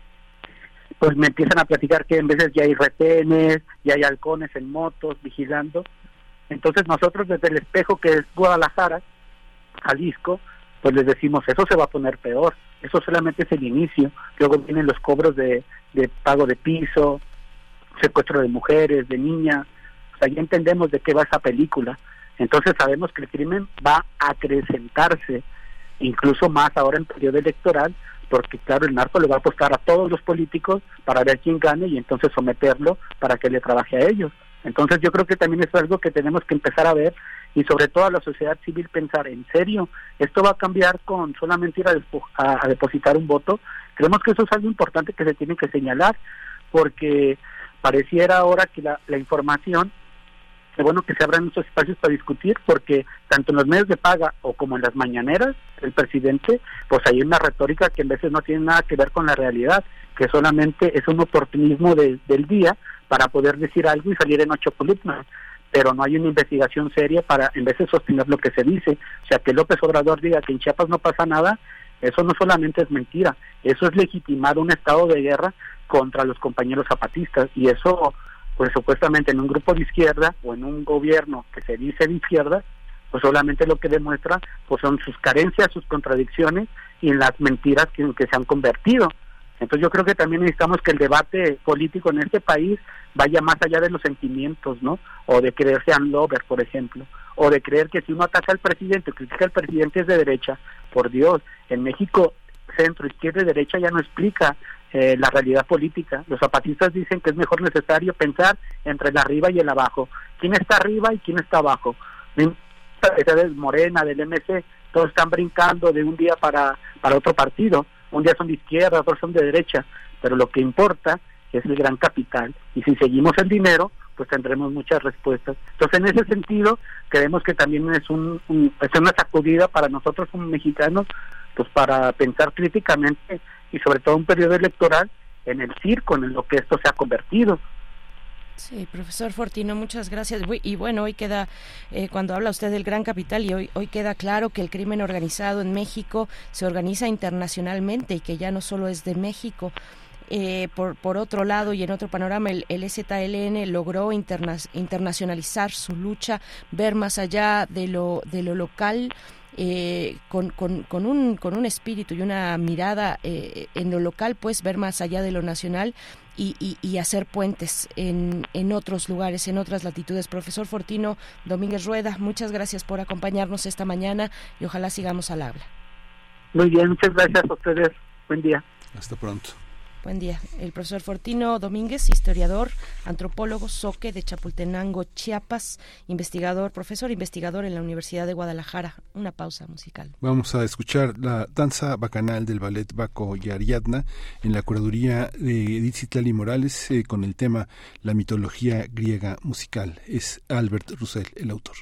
pues me empiezan a platicar que en veces ya hay retenes, ya hay halcones en motos vigilando. Entonces nosotros desde el espejo, que es Guadalajara, Jalisco, pues les decimos, eso se va a poner peor, eso solamente es el inicio. Luego vienen los cobros de, de pago de piso, secuestro de mujeres, de niñas. O sea, ya entendemos de qué va esa película. Entonces sabemos que el crimen va a acrecentarse, incluso más ahora en periodo electoral, porque claro, el narco le va a apostar a todos los políticos para ver quién gane y entonces someterlo para que le trabaje a ellos. Entonces yo creo que también es algo que tenemos que empezar a ver, y sobre todo a la sociedad civil pensar, ¿en serio esto va a cambiar con solamente ir a, despo- a, a depositar un voto? Creemos que eso es algo importante que se tiene que señalar, porque pareciera ahora que la, la información, es bueno que se abran muchos espacios para discutir, porque tanto en los medios de paga o como en las mañaneras, el presidente, pues hay una retórica que en veces no tiene nada que ver con la realidad, que solamente es un oportunismo de, del día para poder decir algo y salir en ocho columnas, pero no hay una investigación seria para en vez de sostener lo que se dice. O sea, que López Obrador diga que en Chiapas no pasa nada, eso no solamente es mentira, eso es legitimar un estado de guerra contra los compañeros zapatistas, y eso pues supuestamente en un grupo de izquierda o en un gobierno que se dice de izquierda, pues solamente lo que demuestra pues son sus carencias, sus contradicciones y en las mentiras que, en que se han convertido. Entonces yo creo que también necesitamos que el debate político en este país vaya más allá de los sentimientos, ¿no? O de creerse unlover, por ejemplo, o de creer que si uno ataca al presidente, critica al presidente es de derecha. Por Dios, en México centro, izquierda y derecha ya no explica eh, la realidad política. Los zapatistas dicen que es mejor necesario pensar entre el arriba y el abajo. ¿Quién está arriba y quién está abajo? De Morena, del M C, todos están brincando de un día para, para otro partido. Un día son de izquierda, otros son de derecha, pero lo que importa es el gran capital, y si seguimos el dinero, pues tendremos muchas respuestas. Entonces, en ese sentido, creemos que también es, un, un, es una sacudida para nosotros como mexicanos, pues para pensar críticamente, y sobre todo un periodo electoral, en el circo en lo que esto se ha convertido. Sí, profesor Fortino, muchas gracias. Y bueno, hoy queda, eh, cuando habla usted del gran capital, y hoy, hoy queda claro que el crimen organizado en México se organiza internacionalmente y que ya no solo es de México. Eh, por, por otro lado, y en otro panorama, el, el E Z L N logró interna, internacionalizar su lucha, ver más allá de lo, de lo local, eh, con, con, con, un, con un espíritu y una mirada eh, en lo local, pues ver más allá de lo nacional y, y, y hacer puentes en, en otros lugares, en otras latitudes. Profesor Fortino Domínguez Rueda, muchas gracias por acompañarnos esta mañana y ojalá sigamos al habla. Muy bien, muchas gracias a ustedes. Buen día. Hasta pronto. Buen día. El profesor Fortino Domínguez, historiador, antropólogo, zoque de Chapultenango, Chiapas, investigador, profesor investigador en la Universidad de Guadalajara. Una pausa musical. Vamos a escuchar la danza bacanal del ballet Baco y Ariadna en la curaduría de Edith Citlali Morales eh, con el tema La mitología griega musical. Es Albert Roussel el autor.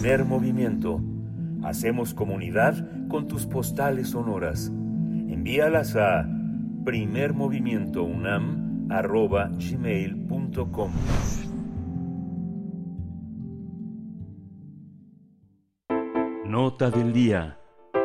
Primer Movimiento. Hacemos comunidad con tus postales sonoras. Envíalas a primermovimientounam arroba gmail punto com. Nota del día.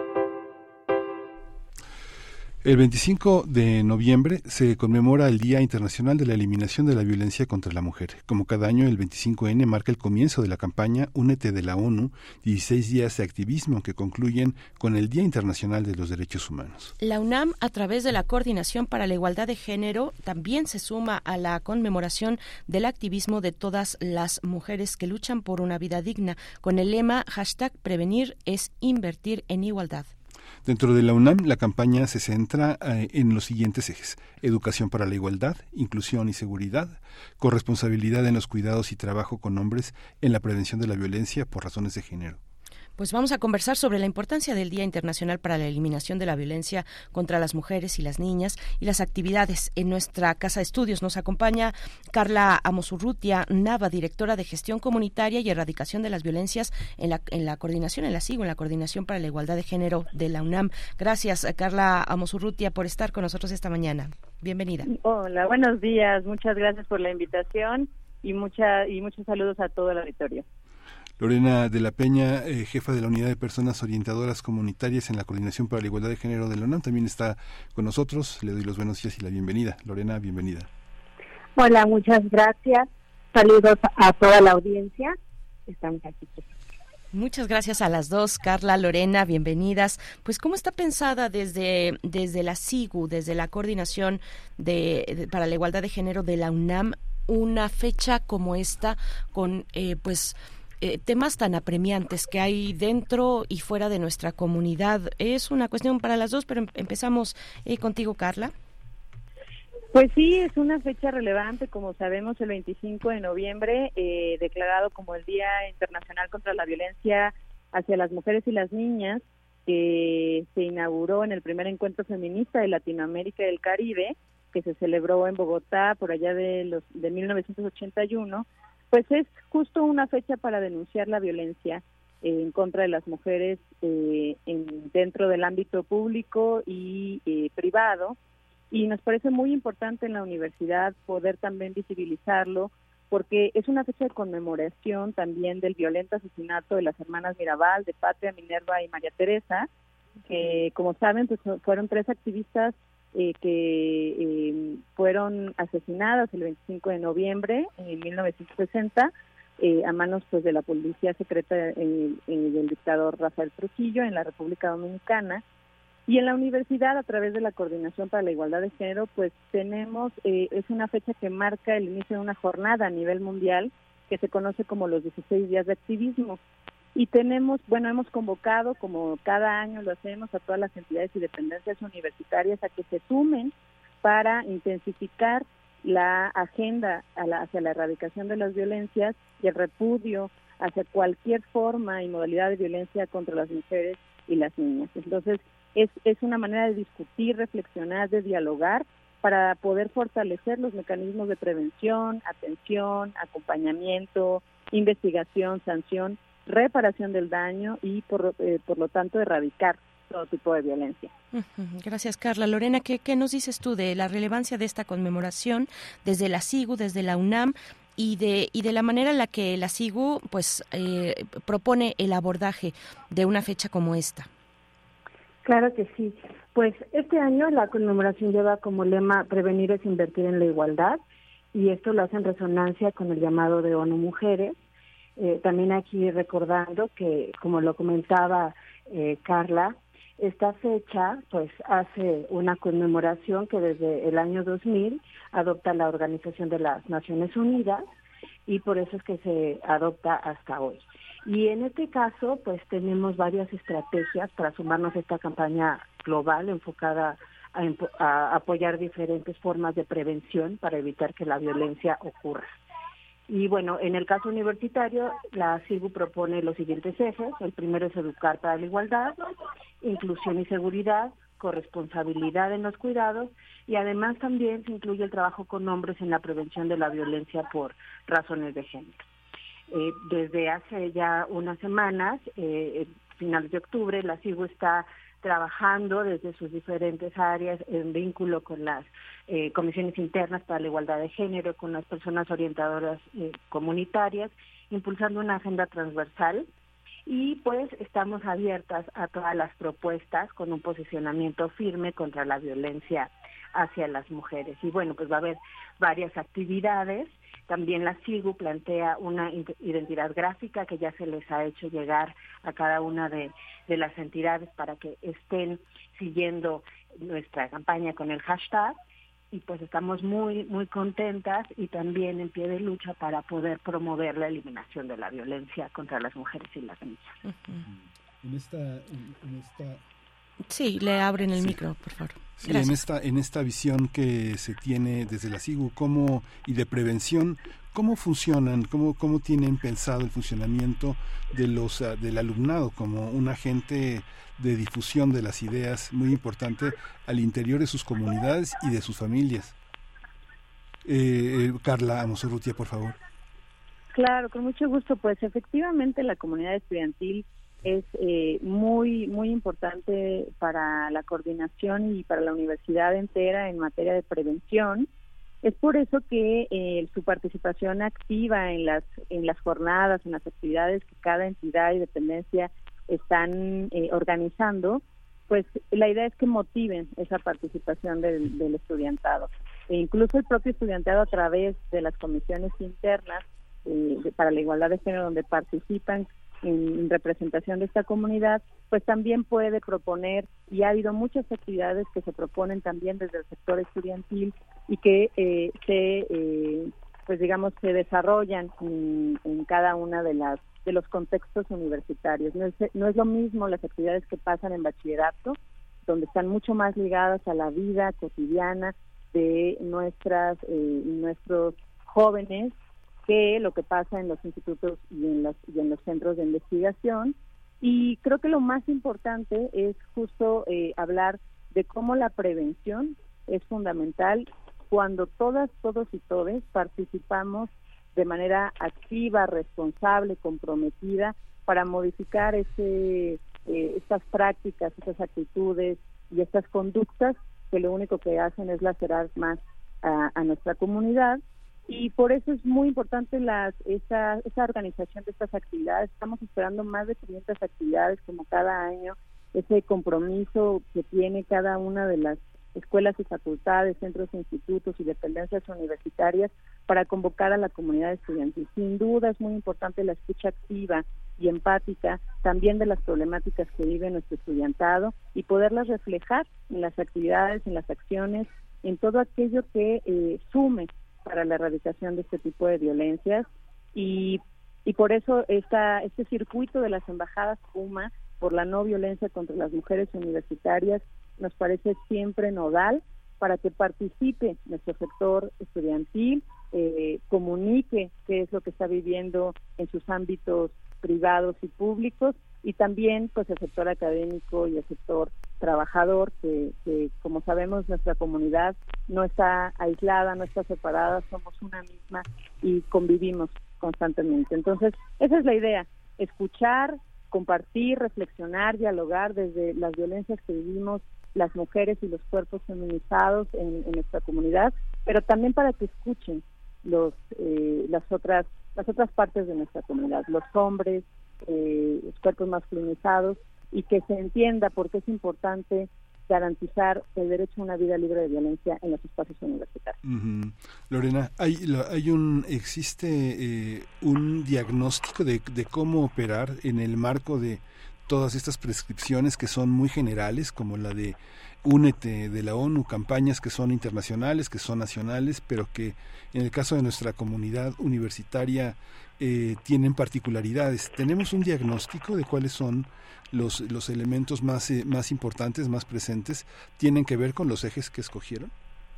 El veinticinco de noviembre se conmemora el Día Internacional de la Eliminación de la Violencia contra la Mujer. Como cada año, el veinticinco ene marca el comienzo de la campaña Únete de la ONU, dieciséis días de activismo que concluyen con el Día Internacional de los Derechos Humanos. La UNAM, a través de la Coordinación para la Igualdad de Género, también se suma a la conmemoración del activismo de todas las mujeres que luchan por una vida digna, con el lema hashtag Prevenir es invertir en igualdad. Dentro de la UNAM, la campaña se centra eh, en los siguientes ejes: educación para la igualdad, inclusión y seguridad, corresponsabilidad en los cuidados y trabajo con hombres en la prevención de la violencia por razones de género. Pues vamos a conversar sobre la importancia del Día Internacional para la Eliminación de la Violencia contra las Mujeres y las Niñas y las actividades en nuestra Casa de Estudios. Nos acompaña Carla Amosurrutia Nava, directora de Gestión Comunitaria y Erradicación de las Violencias en la, en la coordinación, en la SIGO, en la Coordinación para la Igualdad de Género de la UNAM. Gracias, Carla Amosurrutia, por estar con nosotros esta mañana. Bienvenida. Hola, buenos días. Muchas gracias por la invitación y, mucha, y muchos saludos a todo el auditorio. Lorena de la Peña, eh, jefa de la Unidad de Personas Orientadoras Comunitarias en la Coordinación para la Igualdad de Género de la UNAM, también está con nosotros. Le doy los buenos días y la bienvenida. Lorena, bienvenida. Hola, muchas gracias. Saludos a toda la audiencia. Estamos aquí. Muchas gracias a las dos, Carla, Lorena, bienvenidas. Pues, ¿cómo está pensada desde, desde la SIGU, desde la Coordinación de, de, para la Igualdad de Género de la UNAM, una fecha como esta con, eh, pues, Eh, temas tan apremiantes que hay dentro y fuera de nuestra comunidad? Es una cuestión para las dos, pero empezamos eh, contigo, Carla. Pues sí, es una fecha relevante, como sabemos, el veinticinco de noviembre, eh, declarado como el Día Internacional contra la Violencia hacia las Mujeres y las Niñas, que se inauguró en el primer encuentro feminista de Latinoamérica y del Caribe, que se celebró en Bogotá por allá de los de mil novecientos ochenta y uno. Pues es justo una fecha para denunciar la violencia eh, en contra de las mujeres eh, en, dentro del ámbito público y eh, privado, y nos parece muy importante en la universidad poder también visibilizarlo, porque es una fecha de conmemoración también del violento asesinato de las hermanas Mirabal, de Patria, Minerva y María Teresa, que como saben pues fueron tres activistas Eh, que eh, fueron asesinadas el veinticinco de noviembre en mil novecientos sesenta eh, a manos pues de la policía secreta eh, eh, del dictador Rafael Trujillo en la República Dominicana. Y en la universidad, a través de la Coordinación para la Igualdad de Género, pues tenemos, eh, es una fecha que marca el inicio de una jornada a nivel mundial que se conoce como los dieciséis días de activismo. Y tenemos, bueno, hemos convocado, como cada año lo hacemos, a todas las entidades y dependencias universitarias a que se sumen para intensificar la agenda a la, hacia la erradicación de las violencias y el repudio hacia cualquier forma y modalidad de violencia contra las mujeres y las niñas. Entonces, es, es una manera de discutir, reflexionar, de dialogar para poder fortalecer los mecanismos de prevención, atención, acompañamiento, investigación, sanción, reparación del daño y por, eh, por lo tanto erradicar todo tipo de violencia. Gracias, Carla. Lorena, ¿qué, qué nos dices tú de la relevancia de esta conmemoración desde la SIGU, desde la UNAM y de y de la manera en la que la SIGU pues eh, propone el abordaje de una fecha como esta? Claro que sí. Pues este año la conmemoración lleva como lema prevenir es invertir en la igualdad, y esto lo hace en resonancia con el llamado de ONU Mujeres. Eh, también aquí recordando que, como lo comentaba eh, Carla, esta fecha pues hace una conmemoración que desde el año dos mil adopta la Organización de las Naciones Unidas, y por eso es que se adopta hasta hoy. Y en este caso pues tenemos varias estrategias para sumarnos a esta campaña global enfocada a, a apoyar diferentes formas de prevención para evitar que la violencia ocurra. Y bueno, en el caso universitario, la SIGU propone los siguientes ejes. El primero es educar para la igualdad, inclusión y seguridad, corresponsabilidad en los cuidados, y además también se incluye el trabajo con hombres en la prevención de la violencia por razones de género. Eh, desde hace ya unas semanas, eh, finales de octubre, la SIGU está trabajando desde sus diferentes áreas en vínculo con las eh, comisiones internas para la igualdad de género, con las personas orientadoras eh, comunitarias, impulsando una agenda transversal y pues estamos abiertas a todas las propuestas con un posicionamiento firme contra la violencia hacia las mujeres. Y bueno, pues va a haber varias actividades. También la SIGU plantea una identidad gráfica que ya se les ha hecho llegar a cada una de, de las entidades para que estén siguiendo nuestra campaña con el hashtag. Y pues estamos muy, muy contentas y también en pie de lucha para poder promover la eliminación de la violencia contra las mujeres y las niñas. Uh-huh. En esta... En, en esta... Sí, le abren el sí. micro, por favor. Sí, en esta, en esta visión que se tiene desde la SIGU cómo, y de prevención, ¿cómo funcionan, cómo, cómo tienen pensado el funcionamiento de los uh, del alumnado como un agente de difusión de las ideas muy importante al interior de sus comunidades y de sus familias? Eh, Carla Amosorrutia, por favor. Claro, con mucho gusto. Pues efectivamente la comunidad estudiantil es eh, muy muy importante para la coordinación y para la universidad entera en materia de prevención. Es por eso que eh, su participación activa en las en las jornadas, en las actividades que cada entidad y dependencia están eh, organizando, pues la idea es que motiven esa participación del, del estudiantado. E incluso el propio estudiantado a través de las comisiones internas eh, de, para la igualdad de género, donde participan en representación de esta comunidad, pues también puede proponer, y ha habido muchas actividades que se proponen también desde el sector estudiantil y que eh, se, eh, pues digamos, se desarrollan en, en cada una de las de los contextos universitarios. No es, no es lo mismo las actividades que pasan en bachillerato, donde están mucho más ligadas a la vida cotidiana de nuestras eh, nuestros jóvenes, que lo que pasa en los institutos y en, las, y en los centros de investigación. Y creo que lo más importante es justo eh, hablar de cómo la prevención es fundamental cuando todas, todos y todes participamos de manera activa, responsable, comprometida para modificar ese, eh, estas prácticas, estas actitudes y estas conductas que lo único que hacen es lacerar más a, a nuestra comunidad. Y por eso es muy importante las, esa, esa organización de estas actividades. Estamos esperando más de quinientas actividades como cada año, ese compromiso que tiene cada una de las escuelas y facultades, centros, institutos y dependencias universitarias para convocar a la comunidad estudiantil. Sin duda es muy importante la escucha activa y empática también de las problemáticas que vive nuestro estudiantado y poderlas reflejar en las actividades, en las acciones, en todo aquello que eh, sume para la erradicación de este tipo de violencias y, y por eso esta, este circuito de las embajadas Puma por la no violencia contra las mujeres universitarias nos parece siempre nodal para que participe nuestro sector estudiantil, eh, comunique qué es lo que está viviendo en sus ámbitos privados y públicos y también pues el sector académico y el sector trabajador, que, que como sabemos nuestra comunidad no está aislada, no está separada, somos una misma y convivimos constantemente. Entonces, esa es la idea, escuchar, compartir, reflexionar, dialogar desde las violencias que vivimos las mujeres y los cuerpos feminizados en, en nuestra comunidad, pero también para que escuchen los eh, las otras las otras partes de nuestra comunidad, los hombres, eh, los cuerpos masculinizados, y que se entienda por qué es importante garantizar el derecho a una vida libre de violencia en los espacios universitarios. Uh-huh. Lorena, hay, hay un existe eh, un diagnóstico de, de cómo operar en el marco de todas estas prescripciones que son muy generales, como la de Únete de la ONU, campañas que son internacionales, que son nacionales, pero que en el caso de nuestra comunidad universitaria eh, tienen particularidades. ¿Tenemos un diagnóstico de cuáles son los, los elementos más, eh, más importantes, más presentes? ¿Tienen que ver con los ejes que escogieron?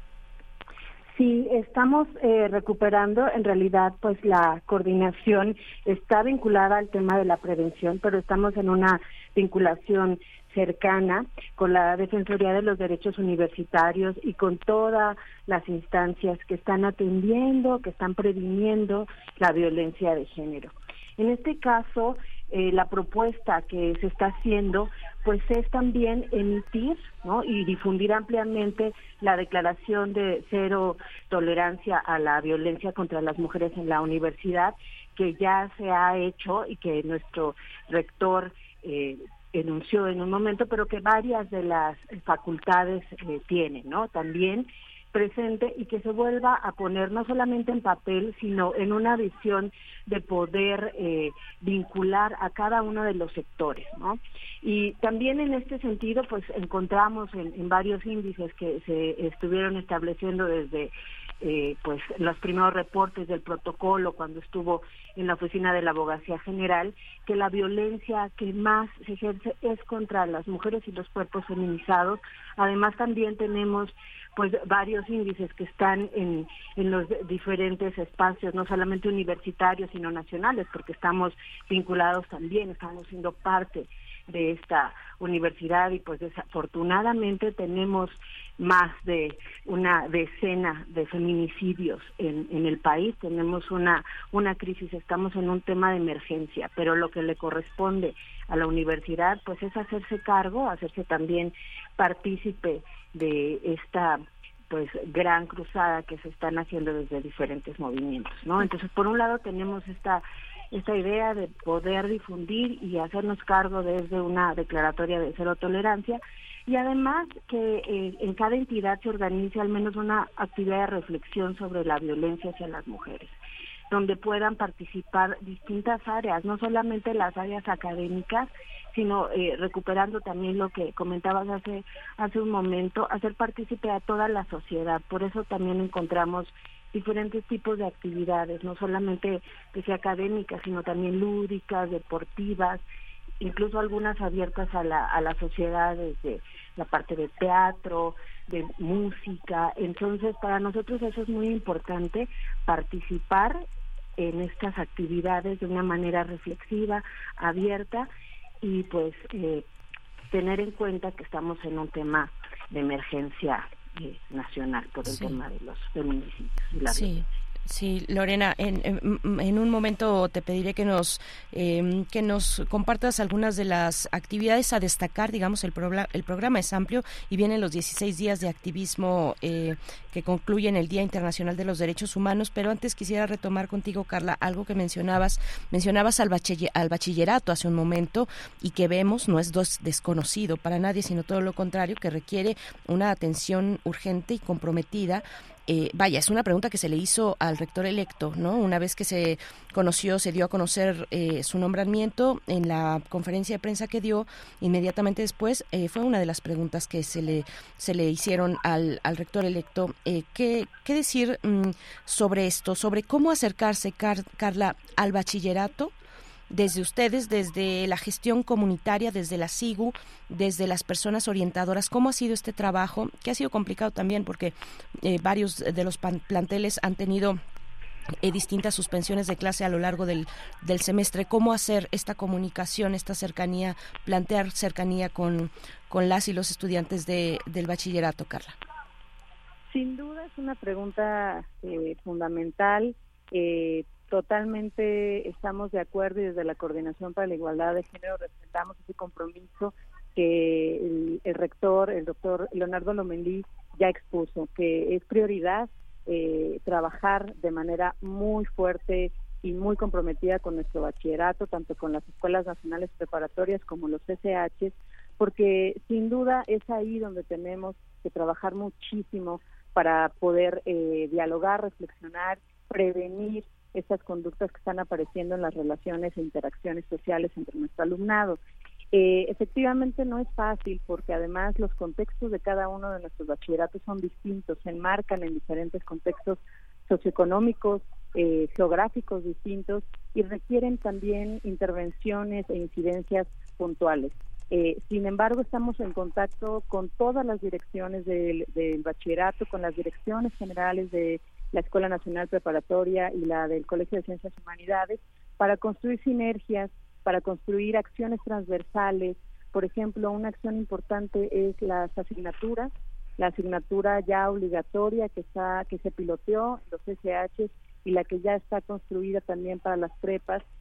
Sí, estamos eh, recuperando, en realidad, pues la coordinación está vinculada al tema de la prevención, pero estamos en una vinculación cercana con la Defensoría de los Derechos Universitarios y con todas las instancias que están atendiendo, que están previniendo la violencia de género. En este caso, eh, la propuesta que se está haciendo pues es también emitir, ¿no?, y difundir ampliamente la declaración de cero tolerancia a la violencia contra las mujeres en la universidad, que ya se ha hecho y que nuestro rector eh, enunció en un momento, pero que varias de las facultades eh, tienen, ¿no?, también presente, y que se vuelva a poner no solamente en papel, sino en una visión de poder eh, vincular a cada uno de los sectores, ¿no? Y también en este sentido, pues encontramos en, en varios índices que se estuvieron estableciendo desde eh, pues los primeros reportes del protocolo cuando estuvo en la oficina de la Abogacía General, que la violencia que más se ejerce es contra las mujeres y los cuerpos feminizados. Además también tenemos pues varios índices que están en, en los diferentes espacios, no solamente universitarios, sino nacionales, porque estamos vinculados también, estamos siendo parte de esta universidad, y pues desafortunadamente tenemos más de una decena de feminicidios en, en el país. Tenemos una, una crisis, estamos en un tema de emergencia, pero lo que le corresponde a la universidad pues es hacerse cargo, hacerse también partícipe de esta pues gran cruzada que se están haciendo desde diferentes movimientos, ¿no? Entonces, por un lado tenemos esta esta idea de poder difundir y hacernos cargo desde una declaratoria de cero tolerancia, y además que eh, en cada entidad se organice al menos una actividad de reflexión sobre la violencia hacia las mujeres, donde puedan participar distintas áreas, no solamente las áreas académicas, sino eh, recuperando también lo que comentabas hace hace un momento, hacer partícipe a toda la sociedad. Por eso también encontramos diferentes tipos de actividades, no solamente que sea académicas, sino también lúdicas, deportivas, incluso algunas abiertas a la a la sociedad, desde la parte de teatro, de música. Entonces, para nosotros eso es muy importante, participar en estas actividades de una manera reflexiva, abierta, y pues eh, tener en cuenta que estamos en un tema de emergencia eh, nacional por el sí. tema de los feminicidios y la sí. violencia. Sí, Lorena, en, en, en un momento te pediré que nos eh, que nos compartas algunas de las actividades a destacar. Digamos, el, pro, el programa es amplio y vienen los dieciséis días de activismo eh, que concluyen el Día Internacional de los Derechos Humanos, pero antes quisiera retomar contigo, Carla, algo que mencionabas, mencionabas al, bachiller, al bachillerato hace un momento, y que vemos no es dos, desconocido para nadie, sino todo lo contrario, que requiere una atención urgente y comprometida. Eh, vaya, es una pregunta que se le hizo al rector electo, ¿no? Una vez que se conoció, se dio a conocer eh, su nombramiento, en la conferencia de prensa que dio inmediatamente después, eh, fue una de las preguntas que se le se le hicieron al, al rector electo. Eh, ¿qué, ¿Qué decir mm, sobre esto, sobre cómo acercarse, Car- Carla, al bachillerato? Desde ustedes, desde la gestión comunitaria, desde la S I G U, desde las personas orientadoras, ¿cómo ha sido este trabajo? Que ha sido complicado también porque eh, varios de los pan- planteles han tenido eh, distintas suspensiones de clase a lo largo del, del semestre. ¿Cómo hacer esta comunicación, esta cercanía, plantear cercanía con, con las y los estudiantes de, del bachillerato, Carla? Sin duda es una pregunta eh, fundamental. Eh, Totalmente estamos de acuerdo, y desde la Coordinación para la Igualdad de Género respetamos ese compromiso que el, el rector, el doctor Leonardo Lomelí, ya expuso, que es prioridad eh, trabajar de manera muy fuerte y muy comprometida con nuestro bachillerato, tanto con las escuelas nacionales preparatorias como los C C H, porque sin duda es ahí donde tenemos que trabajar muchísimo para poder eh, dialogar, reflexionar, prevenir estas conductas que están apareciendo en las relaciones e interacciones sociales entre nuestro alumnado. Eh, efectivamente no es fácil, porque además los contextos de cada uno de nuestros bachilleratos son distintos, se enmarcan en diferentes contextos socioeconómicos, eh, geográficos distintos, y requieren también intervenciones e incidencias puntuales. Eh, sin embargo, estamos en contacto con todas las direcciones del, del bachillerato, con las direcciones generales de la Escuela Nacional Preparatoria y la del Colegio de Ciencias y Humanidades, para construir sinergias, para construir acciones transversales. Por ejemplo, una acción importante es las asignaturas, la asignatura ya obligatoria que está que se piloteó en los C C H y la que ya está construida también para las prepas,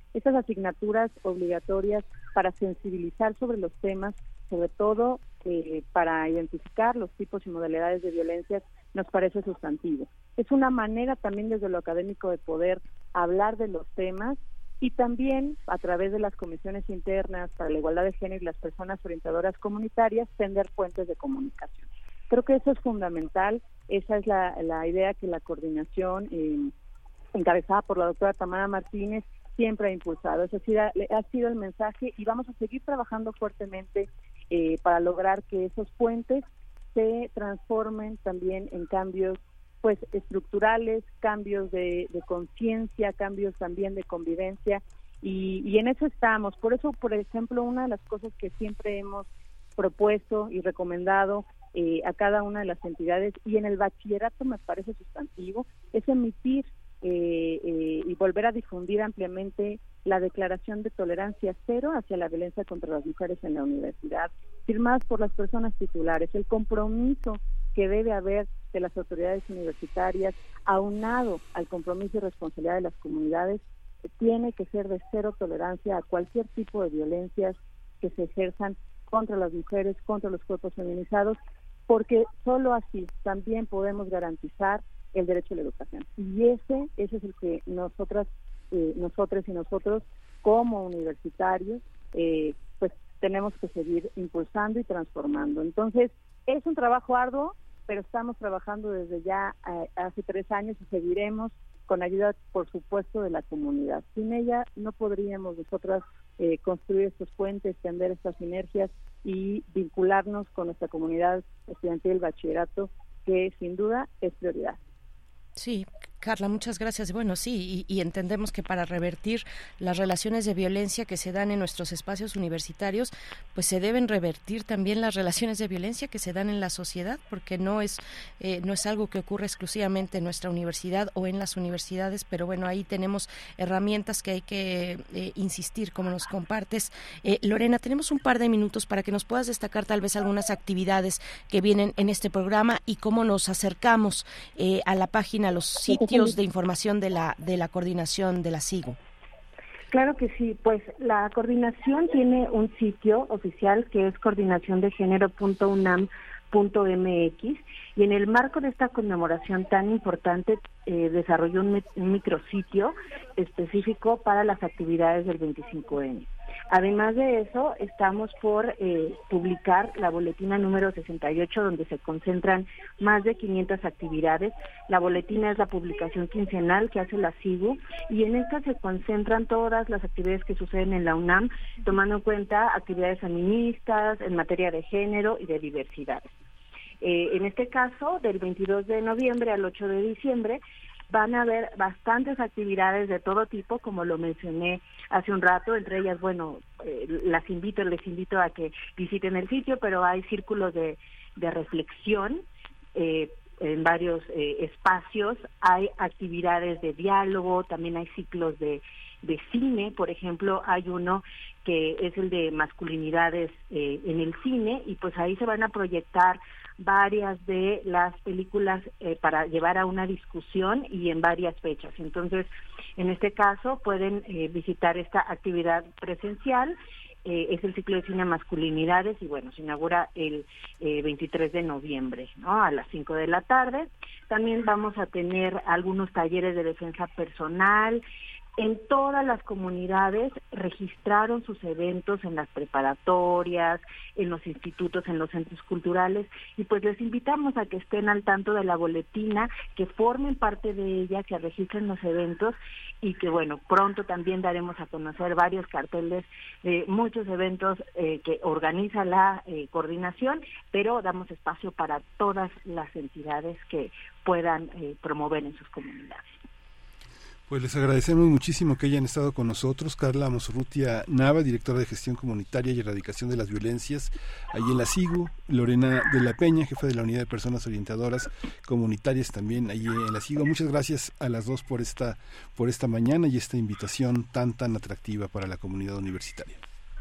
estas asignaturas obligatorias para sensibilizar sobre los temas, sobre todo eh, para identificar los tipos y modalidades de violencia, nos parece sustantivo. Es una manera también desde lo académico de poder hablar de los temas y también a través de las comisiones internas para la igualdad de género y las personas orientadoras comunitarias tender puentes de comunicación. Creo que eso es fundamental, esa es la, la idea que la coordinación eh, encabezada por la doctora Tamara Martínez siempre ha impulsado, es decir, ha, ha sido el mensaje y vamos a seguir trabajando fuertemente eh, para lograr que esos puentes se transformen también en cambios pues estructurales, cambios de, de conciencia, cambios también de convivencia y, y en eso estamos. Por eso, por ejemplo, una de las cosas que siempre hemos propuesto y recomendado eh, a cada una de las entidades y en el bachillerato me parece sustantivo es emitir eh, eh, y volver a difundir ampliamente la declaración de tolerancia cero hacia la violencia contra las mujeres en la universidad, firmadas por las personas titulares, el compromiso que debe haber de las autoridades universitarias, aunado al compromiso y responsabilidad de las comunidades, tiene que ser de cero tolerancia a cualquier tipo de violencias que se ejerzan contra las mujeres, contra los cuerpos feminizados, porque solo así también podemos garantizar el derecho a la educación. Y ese, ese es el que nosotras, eh, nosotros y nosotros como universitarios, eh, pues tenemos que seguir impulsando y transformando. Entonces, es un trabajo arduo, pero estamos trabajando desde ya eh, hace tres años y seguiremos con ayuda, por supuesto, de la comunidad. Sin ella no podríamos nosotras eh, construir estos puentes, tender estas sinergias y vincularnos con nuestra comunidad estudiantil del bachillerato, que sin duda es prioridad. Sí, Carla, muchas gracias. Bueno, sí, y, y entendemos que para revertir las relaciones de violencia que se dan en nuestros espacios universitarios, pues se deben revertir también las relaciones de violencia que se dan en la sociedad, porque no es eh, no es algo que ocurre exclusivamente en nuestra universidad o en las universidades, pero bueno, ahí tenemos herramientas que hay que eh, insistir, como nos compartes. Eh, Lorena, tenemos un par de minutos para que nos puedas destacar tal vez algunas actividades que vienen en este programa y cómo nos acercamos eh, a la página, a los sitios de información de la de la coordinación de la SIGU. Claro que sí, pues la coordinación tiene un sitio oficial que es coordinación de género punto unam punto m x y en el marco de esta conmemoración tan importante eh, desarrolló un, un micrositio específico para las actividades del veinticinco ene. Además de eso, estamos por eh, publicar la boletina número sesenta y ocho, donde se concentran más de quinientas actividades. La boletina es la publicación quincenal que hace la SIGU, y en esta se concentran todas las actividades que suceden en la UNAM, tomando en cuenta actividades feministas, en materia de género y de diversidad. Eh, en este caso, del veintidós de noviembre al ocho de diciembre, van a haber bastantes actividades de todo tipo, como lo mencioné hace un rato, entre ellas, bueno, eh, las invito, les invito a que visiten el sitio, pero hay círculos de, de reflexión eh, en varios eh, espacios, hay actividades de diálogo, también hay ciclos de, de cine, por ejemplo, hay uno que es el de masculinidades eh, en el cine, y pues ahí se van a proyectar varias de las películas eh, para llevar a una discusión y en varias fechas. Entonces, en este caso pueden eh, visitar esta actividad presencial, eh, es el ciclo de cine Masculinidades y bueno, se inaugura el eh, veintitrés de noviembre, ¿no? A las cinco de la tarde. También vamos a tener algunos talleres de defensa personal. En todas las comunidades registraron sus eventos en las preparatorias, en los institutos, en los centros culturales, y pues les invitamos a que estén al tanto de la boletina, que formen parte de ella, que registren los eventos, y que bueno, pronto también daremos a conocer varios carteles de muchos eventos eh, que organiza la eh, coordinación, pero damos espacio para todas las entidades que puedan eh, promover en sus comunidades. Pues les agradecemos muchísimo que hayan estado con nosotros. Carla Mosurrutia Nava, directora de Gestión Comunitaria y Erradicación de las Violencias, ahí en la SIGU. Lorena de la Peña, jefa de la Unidad de Personas Orientadoras Comunitarias, también ahí en la SIGU. Muchas gracias a las dos por esta, por esta mañana y esta invitación tan, tan atractiva para la comunidad universitaria.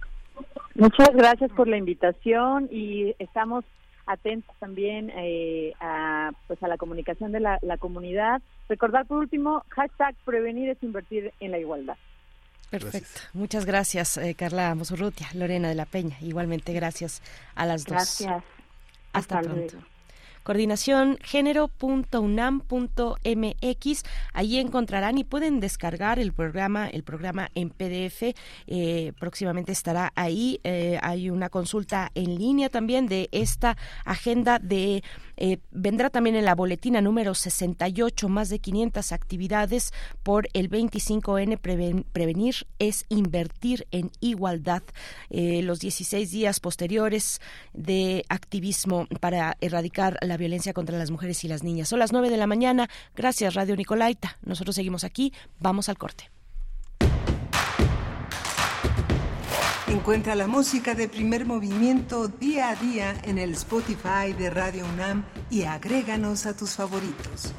Muchas gracias por la invitación y estamos atentos también eh, a, pues a la comunicación de la, la comunidad. Recordar por último, hashtag prevenir es invertir en la igualdad. Perfecto. Gracias. Muchas gracias, eh, Carla Mosurrutia, Lorena de la Peña. Igualmente, gracias a las dos. Gracias. Hasta, Hasta pronto. luego. Coordinación género punto unam punto m x. Allí encontrarán y pueden descargar el programa, el programa en P D F. Eh, próximamente estará ahí. Eh, hay una consulta en línea también de esta agenda de eh, vendrá también en la boletina número sesenta y ocho, más de quinientas actividades por el veinticinco ene. Preven, prevenir es invertir en igualdad. Eh, los dieciséis días posteriores de activismo para erradicar la violencia contra las mujeres y las niñas. Son las nueve de la mañana. Gracias, Radio Nicolaita. Nosotros seguimos aquí. Vamos al corte. Encuentra la música de Primer Movimiento día a día en el Spotify de Radio UNAM y agréganos a tus favoritos.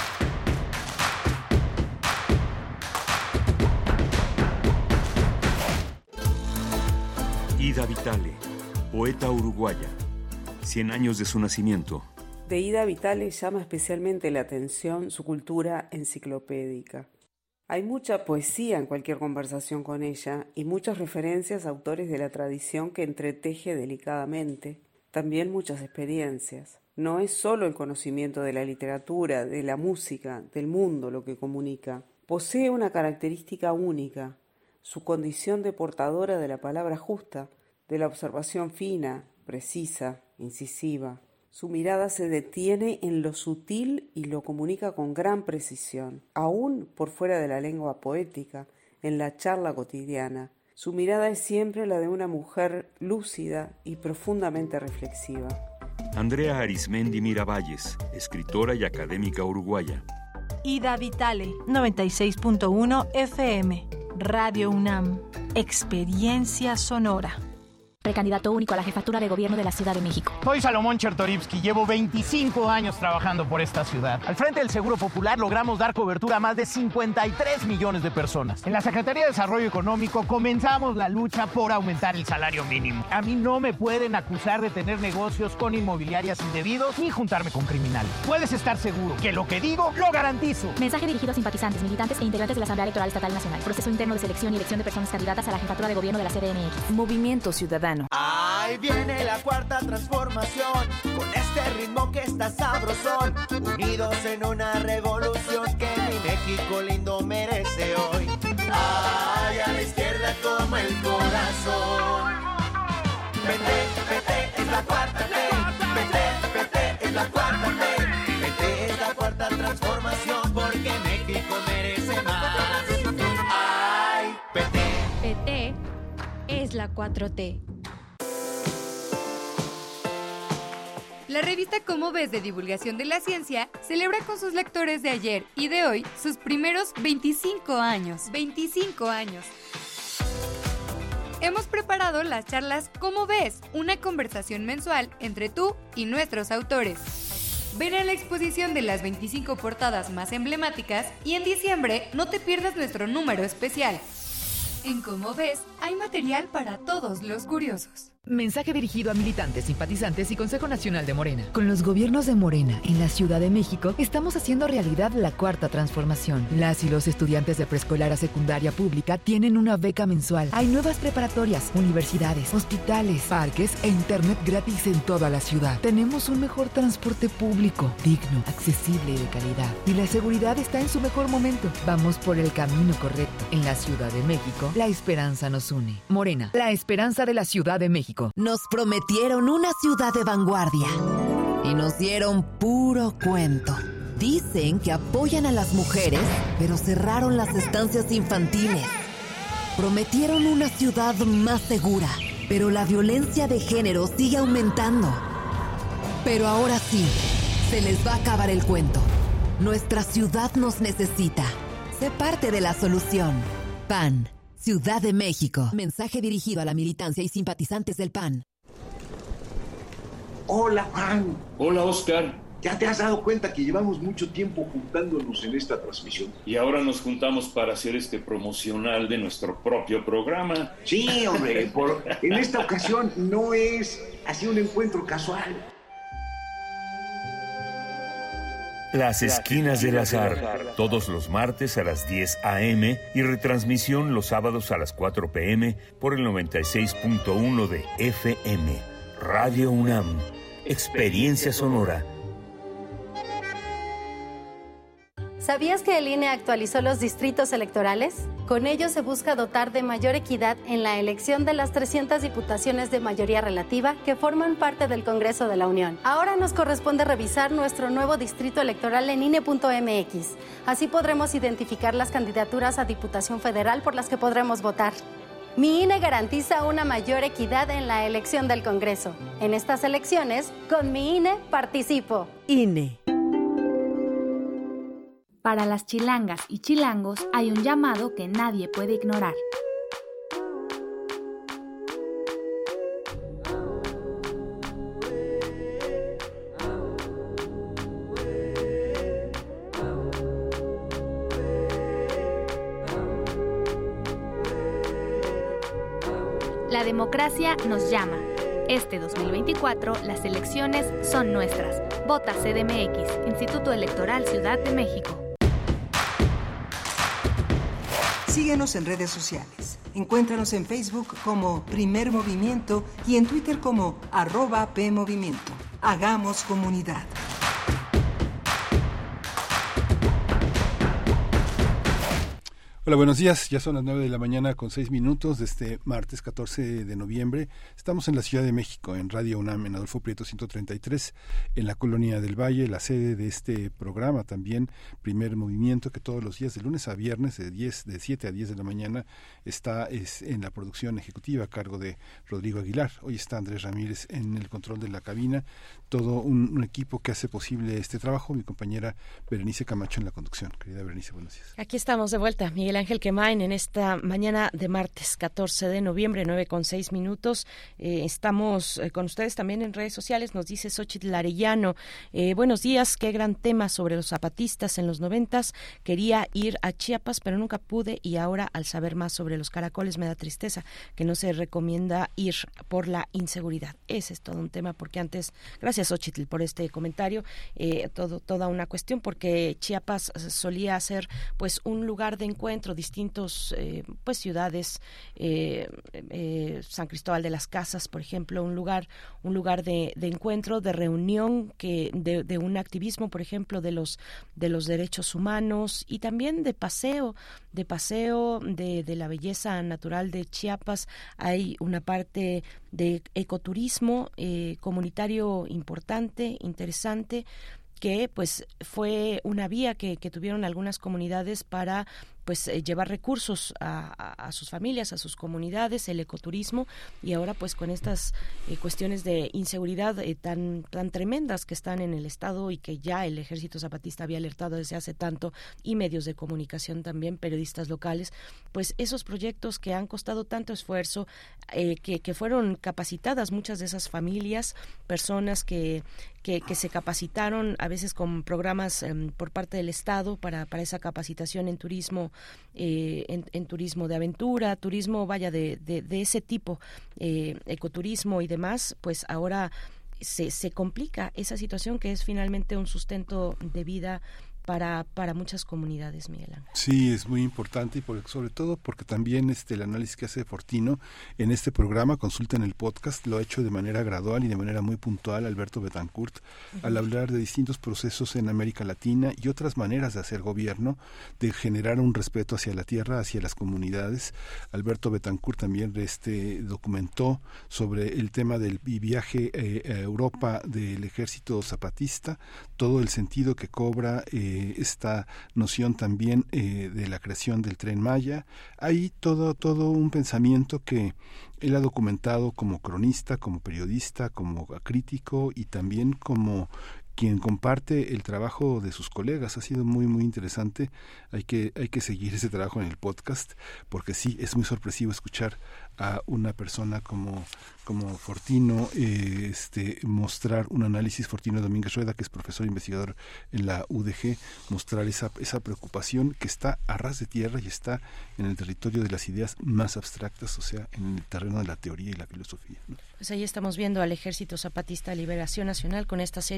Ida Vitale, poeta uruguaya. Cien años de su nacimiento. De Ida Vitale llama especialmente la atención su cultura enciclopédica. Hay mucha poesía en cualquier conversación con ella y muchas referencias a autores de la tradición que entreteje delicadamente. También muchas experiencias. No es solo el conocimiento de la literatura, de la música, del mundo lo que comunica. Posee una característica única, su condición de portadora de la palabra justa, de la observación fina, precisa, incisiva. Su mirada se detiene en lo sutil y lo comunica con gran precisión, aún por fuera de la lengua poética, en la charla cotidiana. Su mirada es siempre la de una mujer lúcida y profundamente reflexiva. Andrea Arismendi Miravalles, escritora y académica uruguaya. Ida Vitale, noventa y seis punto uno F M, Radio UNAM, Experiencia Sonora. Precandidato único a la jefatura de gobierno de la Ciudad de México. Soy Salomón Chertorivsky, llevo veinticinco años trabajando por esta ciudad. Al frente del Seguro Popular logramos dar cobertura a más de cincuenta y tres millones de personas. En la Secretaría de Desarrollo Económico comenzamos la lucha por aumentar el salario mínimo. A mí no me pueden acusar de tener negocios con inmobiliarias indebidos ni juntarme con criminales. Puedes estar seguro que lo que digo lo garantizo. Mensaje dirigido a simpatizantes, militantes e integrantes de la Asamblea Electoral Estatal Nacional. Proceso interno de selección y elección de personas candidatas a la jefatura de gobierno de la C D M X. Movimiento Ciudadano. Ahí viene la cuarta transformación, con este ritmo que está sabrosón, unidos en una revolución que mi México lindo merece hoy. Ay, a la izquierda como el corazón. P T, P T es la cuarta T, P T, P T es la cuarta T, P T es la cuarta transformación porque México merece más. Ay, P T. P T es la cuatro T. La revista Cómo Ves de Divulgación de la Ciencia celebra con sus lectores de ayer y de hoy sus primeros veinticinco años. veinticinco años. Hemos preparado las charlas Cómo Ves, una conversación mensual entre tú y nuestros autores. Ven a la exposición de las veinticinco portadas más emblemáticas y en diciembre no te pierdas nuestro número especial. En Cómo Ves hay material para todos los curiosos. Mensaje dirigido a militantes, simpatizantes y Consejo Nacional de Morena. Con los gobiernos de Morena en la Ciudad de México, estamos haciendo realidad la cuarta transformación. Las y los estudiantes de preescolar a secundaria pública tienen una beca mensual. Hay nuevas preparatorias, universidades, hospitales, parques e internet gratis en toda la ciudad. Tenemos un mejor transporte público, digno, accesible y de calidad. Y la seguridad está en su mejor momento. Vamos por el camino correcto. En la Ciudad de México, la esperanza nos une. Morena, la esperanza de la Ciudad de México. Nos prometieron una ciudad de vanguardia y nos dieron puro cuento. Dicen que apoyan a las mujeres, pero cerraron las estancias infantiles. Prometieron una ciudad más segura, pero la violencia de género sigue aumentando. Pero ahora sí, se les va a acabar el cuento. Nuestra ciudad nos necesita. Sé parte de la solución. P A N. Ciudad de México. Mensaje dirigido a la militancia y simpatizantes del P A N. Hola, Juan. Hola, Oscar. ¿Ya te has dado cuenta que llevamos mucho tiempo juntándonos en esta transmisión? Y ahora nos juntamos para hacer este promocional de nuestro propio programa. Sí, hombre. Por, en esta ocasión no es así un encuentro casual. Las Esquinas del Azar, todos los martes a las diez a eme y retransmisión los sábados a las cuatro pe eme por el noventa y seis punto uno de efe eme. Radio UNAM, experiencia sonora. ¿Sabías que el I N E actualizó los distritos electorales? Con ello se busca dotar de mayor equidad en la elección de las trescientas diputaciones de mayoría relativa que forman parte del Congreso de la Unión. Ahora nos corresponde revisar nuestro nuevo distrito electoral en I N E punto eme equis. Así podremos identificar las candidaturas a Diputación Federal por las que podremos votar. Mi I N E garantiza una mayor equidad en la elección del Congreso. En estas elecciones, con mi I N E participo. I N E. Para las chilangas y chilangos hay un llamado que nadie puede ignorar. La democracia nos llama. Este dos mil veinticuatro, las elecciones son nuestras. Vota C D M X, Instituto Electoral Ciudad de México. Síguenos en redes sociales. Encuéntranos en Facebook como Primer Movimiento y en Twitter como arroba PMovimiento. Hagamos comunidad. Hola, buenos días. Ya son las nueve de la mañana con seis minutos de este martes catorce de noviembre. Estamos en la Ciudad de México, en Radio UNAM, en Adolfo Prieto ciento treinta y tres, en la Colonia del Valle, la sede de este programa también, Primer Movimiento, que todos los días, de lunes a viernes, de diez, de siete a diez de la mañana, está es, en la producción ejecutiva a cargo de Rodrigo Aguilar. Hoy está Andrés Ramírez en el control de la cabina, todo un, un equipo que hace posible este trabajo. Mi compañera Berenice Camacho en la conducción. Querida Berenice, buenos días. Aquí estamos de vuelta, Miguel Ángel Quemain, en esta mañana de martes catorce de noviembre, nueve con seis minutos. Eh, estamos eh, con ustedes también en redes sociales. Nos dice Xochitl Arellano, eh, buenos días, qué gran tema sobre los zapatistas en los noventas. Quería ir a Chiapas, pero nunca pude, y ahora al saber más sobre los caracoles me da tristeza que no se recomienda ir por la inseguridad. Ese es todo un tema, porque antes, gracias Xochitl por este comentario, eh, todo, toda una cuestión, porque Chiapas solía ser pues un lugar de encuentro, distintos eh, pues ciudades, eh, eh, San Cristóbal de las Casas, por ejemplo, un lugar un lugar de, de encuentro, de reunión, que de, de un activismo, por ejemplo, de los de los derechos humanos, y también de paseo, de paseo de, de la belleza natural de Chiapas. Hay una parte de ecoturismo eh, comunitario importante, interesante, que pues fue una vía que, que tuvieron algunas comunidades para pues eh, llevar recursos a, a, a sus familias, a sus comunidades, el ecoturismo, y ahora pues con estas eh, cuestiones de inseguridad eh, tan tan tremendas que están en el estado, y que ya el Ejército Zapatista había alertado desde hace tanto, y medios de comunicación también, periodistas locales, pues esos proyectos que han costado tanto esfuerzo, eh, que, que fueron capacitadas muchas de esas familias, personas que Que, que se capacitaron a veces con programas eh, por parte del Estado para, para esa capacitación en turismo, eh, en, en turismo de aventura, turismo vaya de, de, de ese tipo, eh, ecoturismo y demás, pues ahora se, se complica esa situación, que es finalmente un sustento de vida para para muchas comunidades, Miguel Ángel. Sí, es muy importante, y por, sobre todo porque también este el análisis que hace Fortino en este programa, consulten el podcast, lo ha hecho de manera gradual y de manera muy puntual Alberto Betancourt, uh-huh. al hablar de distintos procesos en América Latina y otras maneras de hacer gobierno, de generar un respeto hacia la tierra, hacia las comunidades. Alberto Betancourt también este documentó sobre el tema del viaje eh, a Europa del Ejército Zapatista, todo el sentido que cobra eh, esta noción también eh, de la creación del Tren Maya. Hay todo todo un pensamiento que él ha documentado como cronista, como periodista, como crítico, y también como quien comparte el trabajo de sus colegas. Ha sido muy muy interesante. Hay que hay que seguir ese trabajo en el podcast, porque sí, es muy sorpresivo escuchar a una persona como como Fortino eh, este mostrar un análisis. Fortino Domínguez Rueda, que es profesor e investigador en la U D G, mostrar esa esa preocupación que está a ras de tierra y está en el territorio de las ideas más abstractas, o sea, en el terreno de la teoría y la filosofía, ¿no? Pues ahí estamos viendo al Ejército Zapatista de Liberación Nacional con esta serie de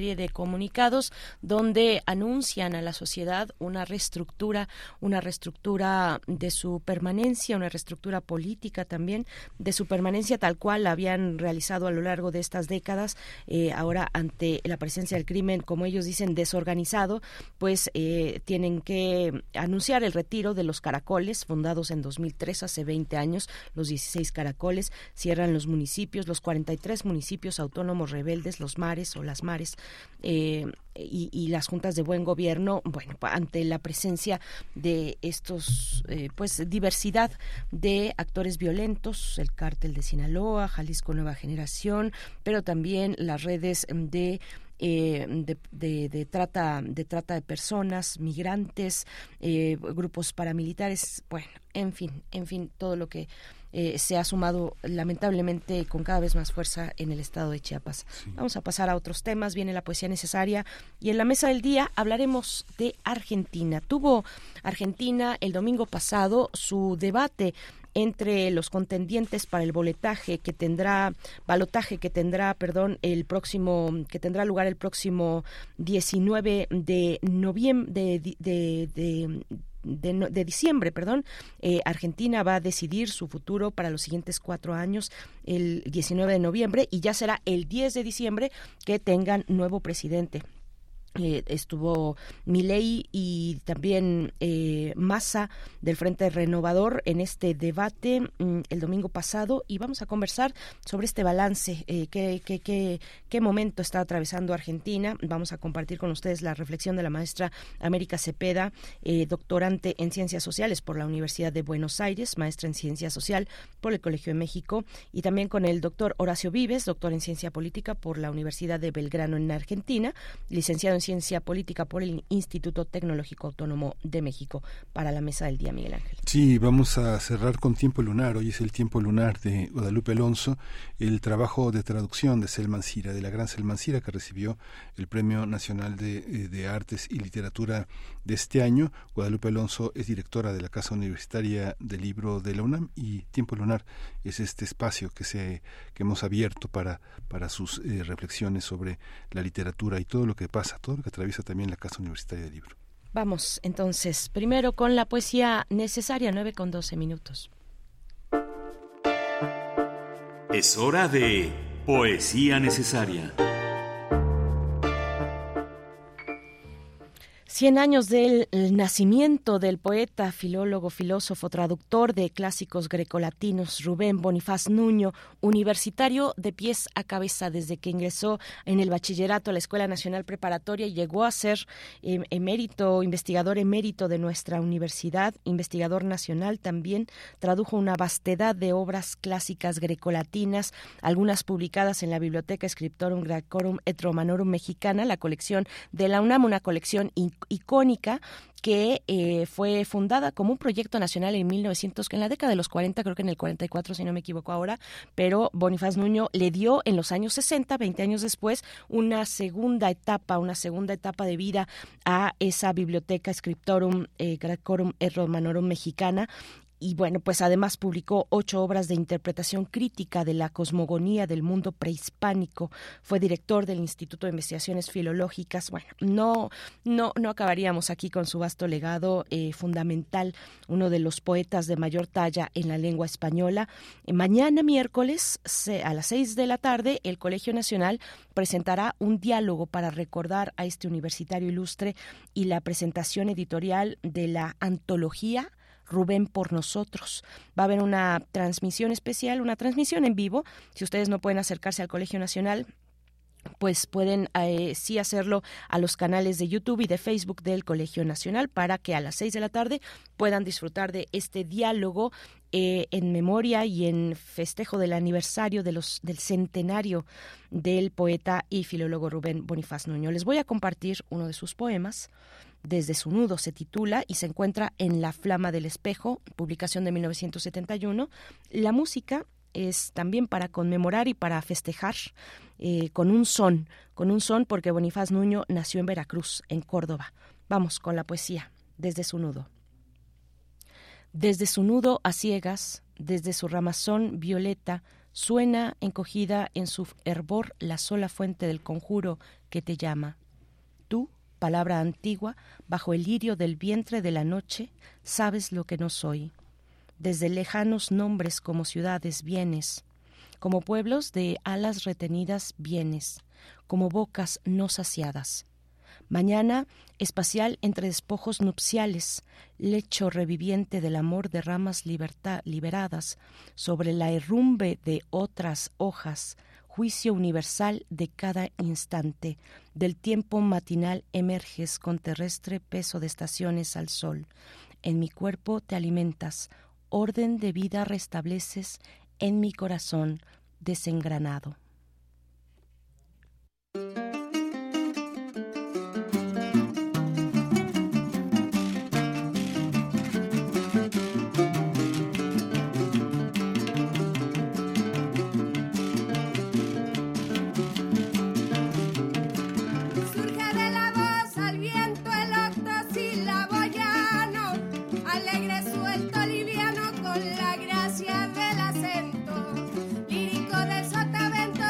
comunicados donde anuncian a la sociedad una reestructura, una reestructura de su permanencia, una reestructura política también, de su permanencia tal cual la habían realizado a lo largo de estas décadas. Eh, ahora, ante la presencia del crimen, como ellos dicen, desorganizado, pues eh, tienen que anunciar el retiro de los caracoles, fundados en dos mil tres, hace veinte años, los dieciséis caracoles, cierran los municipios, los cuarenta y tres municipios autónomos rebeldes, los mares o las mares, eh, y, y las juntas de buen gobierno, bueno, ante la presencia de estos, eh, pues, diversidad de actores violentos, el cártel de Sinaloa, Jalisco Nueva Generación, pero también las redes de Eh, de, de, de trata de trata de personas, migrantes, eh, grupos paramilitares, bueno, en fin, en fin, todo lo que eh, se ha sumado lamentablemente con cada vez más fuerza en el estado de Chiapas. Sí. Vamos a pasar a otros temas, viene la poesía necesaria y en la mesa del día hablaremos de Argentina. Tuvo Argentina el domingo pasado su debate entre los contendientes para el boletaje que tendrá, balotaje que tendrá, perdón, el próximo, que tendrá lugar el próximo diecinueve de noviembre, de, de, de, de, de, de diciembre, perdón. Eh, Argentina va a decidir su futuro para los siguientes cuatro años el diecinueve de noviembre y ya será el diez de diciembre que tengan nuevo presidente. Eh, estuvo Milei y también eh, Massa del Frente Renovador en este debate mm, el domingo pasado y vamos a conversar sobre este balance, eh, qué, qué, qué, qué momento está atravesando Argentina. Vamos a compartir con ustedes la reflexión de la maestra América Cepeda, eh, doctorante en Ciencias Sociales por la Universidad de Buenos Aires, maestra en Ciencia Social por el Colegio de México, y también con el doctor Horacio Vives, doctor en Ciencia Política por la Universidad de Belgrano en Argentina, licenciado en Ciencia Política por el Instituto Tecnológico Autónomo de México. Para la mesa del día, Miguel Ángel. Sí, vamos a cerrar con Tiempo Lunar. Hoy es el Tiempo Lunar de Guadalupe Alonso, el trabajo de traducción de Selman Sira, de la gran Selman Sira, que recibió el Premio Nacional de, de Artes y Literatura de este año. Guadalupe Alonso es directora de la Casa Universitaria del Libro de la UNAM y Tiempo Lunar es este espacio que se que hemos abierto para, para sus eh, reflexiones sobre la literatura y todo lo que pasa, todo lo que atraviesa también la Casa Universitaria del Libro. Vamos entonces, primero con la poesía necesaria, nueve con doce minutos. Es hora de poesía necesaria. Cien años del nacimiento del poeta, filólogo, filósofo, traductor de clásicos grecolatinos Rubén Bonifaz Nuño, universitario de pies a cabeza desde que ingresó en el bachillerato a la Escuela Nacional Preparatoria y llegó a ser eh, emérito, investigador emérito de nuestra universidad, investigador nacional también, tradujo una vastedad de obras clásicas grecolatinas, algunas publicadas en la Biblioteca Scriptorum Graecorum et Romanorum Mexicana, la colección de la UNAM, una colección icónica que eh, fue fundada como un proyecto nacional en mil novecientos, en la década de los cuarenta, creo que en el cuarenta y cuatro, si no me equivoco ahora, pero Bonifaz Nuño le dio en los años sesenta, veinte años después, una segunda etapa, una segunda etapa de vida a esa Biblioteca Scriptorum eh, Graecorum et Romanorum Mexicana. Y bueno, pues además publicó ocho obras de interpretación crítica de la cosmogonía del mundo prehispánico. Fue director del Instituto de Investigaciones Filológicas. Bueno, no, no, no acabaríamos aquí con su vasto legado eh, fundamental, uno de los poetas de mayor talla en la lengua española. Eh, mañana miércoles se, a las seis de la tarde, el Colegio Nacional presentará un diálogo para recordar a este universitario ilustre y la presentación editorial de la antología Rubén por nosotros. Va a haber una transmisión especial, una transmisión en vivo. Si ustedes no pueden acercarse al Colegio Nacional, pues pueden eh, sí hacerlo a los canales de YouTube y de Facebook del Colegio Nacional para que a las seis de la tarde puedan disfrutar de este diálogo eh, en memoria y en festejo del aniversario de los del centenario del poeta y filólogo Rubén Bonifaz Nuño. Les voy a compartir uno de sus poemas. Desde su nudo se titula y se encuentra en La Flama del Espejo, publicación de mil novecientos setenta y uno. La música es también para conmemorar y para festejar eh, con un son, con un son porque Bonifaz Nuño nació en Veracruz, en Córdoba. Vamos con la poesía, desde su nudo. Desde su nudo a ciegas, desde su ramazón violeta, suena encogida en su hervor la sola fuente del conjuro que te llama. Tú, palabra antigua, bajo el lirio del vientre de la noche, sabes lo que no soy. Desde lejanos nombres como ciudades vienes, como pueblos de alas retenidas vienes, como bocas no saciadas. Mañana espacial entre despojos nupciales, lecho reviviente del amor de ramas libertad, liberadas, sobre la herrumbe de otras hojas, juicio universal de cada instante, del tiempo matinal emerges con terrestre peso de estaciones al sol. En mi cuerpo te alimentas, orden de vida restableces en mi corazón desengranado. Lírico del sotavento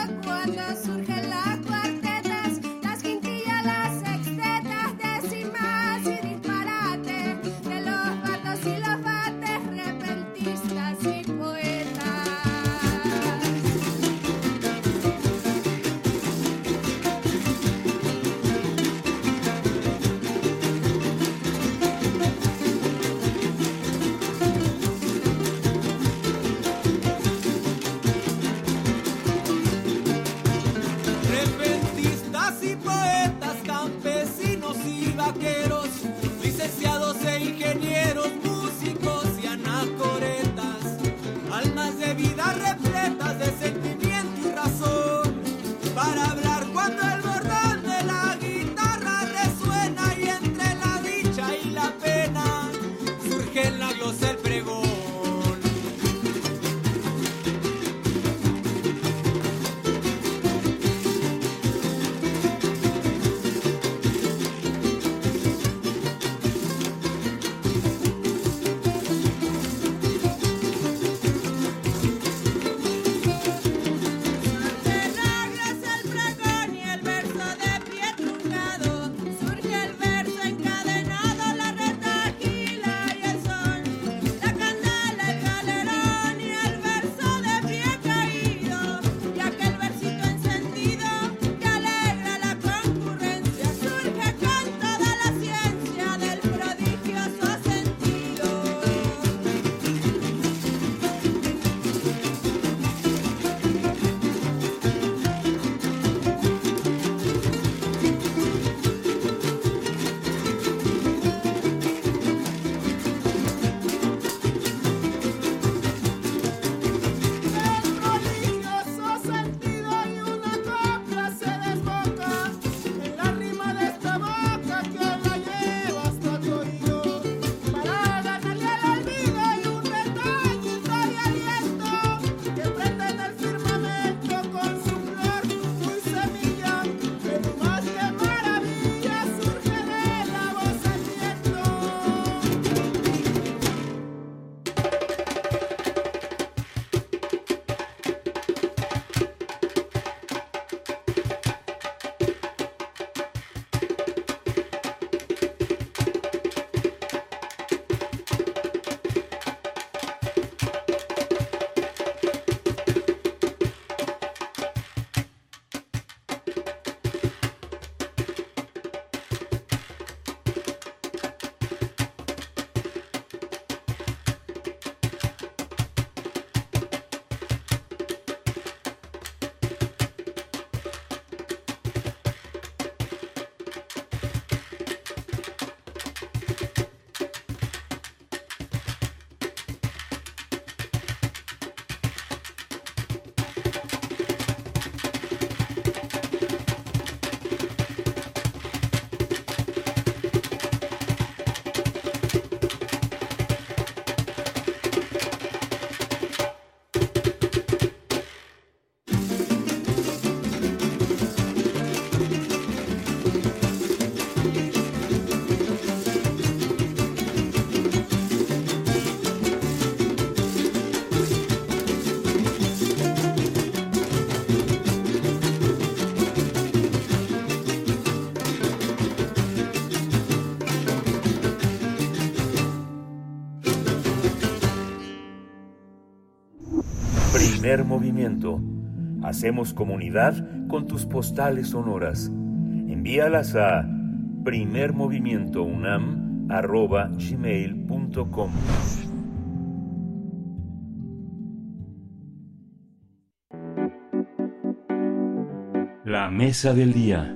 Primer movimiento. Hacemos comunidad con tus postales sonoras. Envíalas a primermovimientounam arroba gmail punto com. La mesa del día.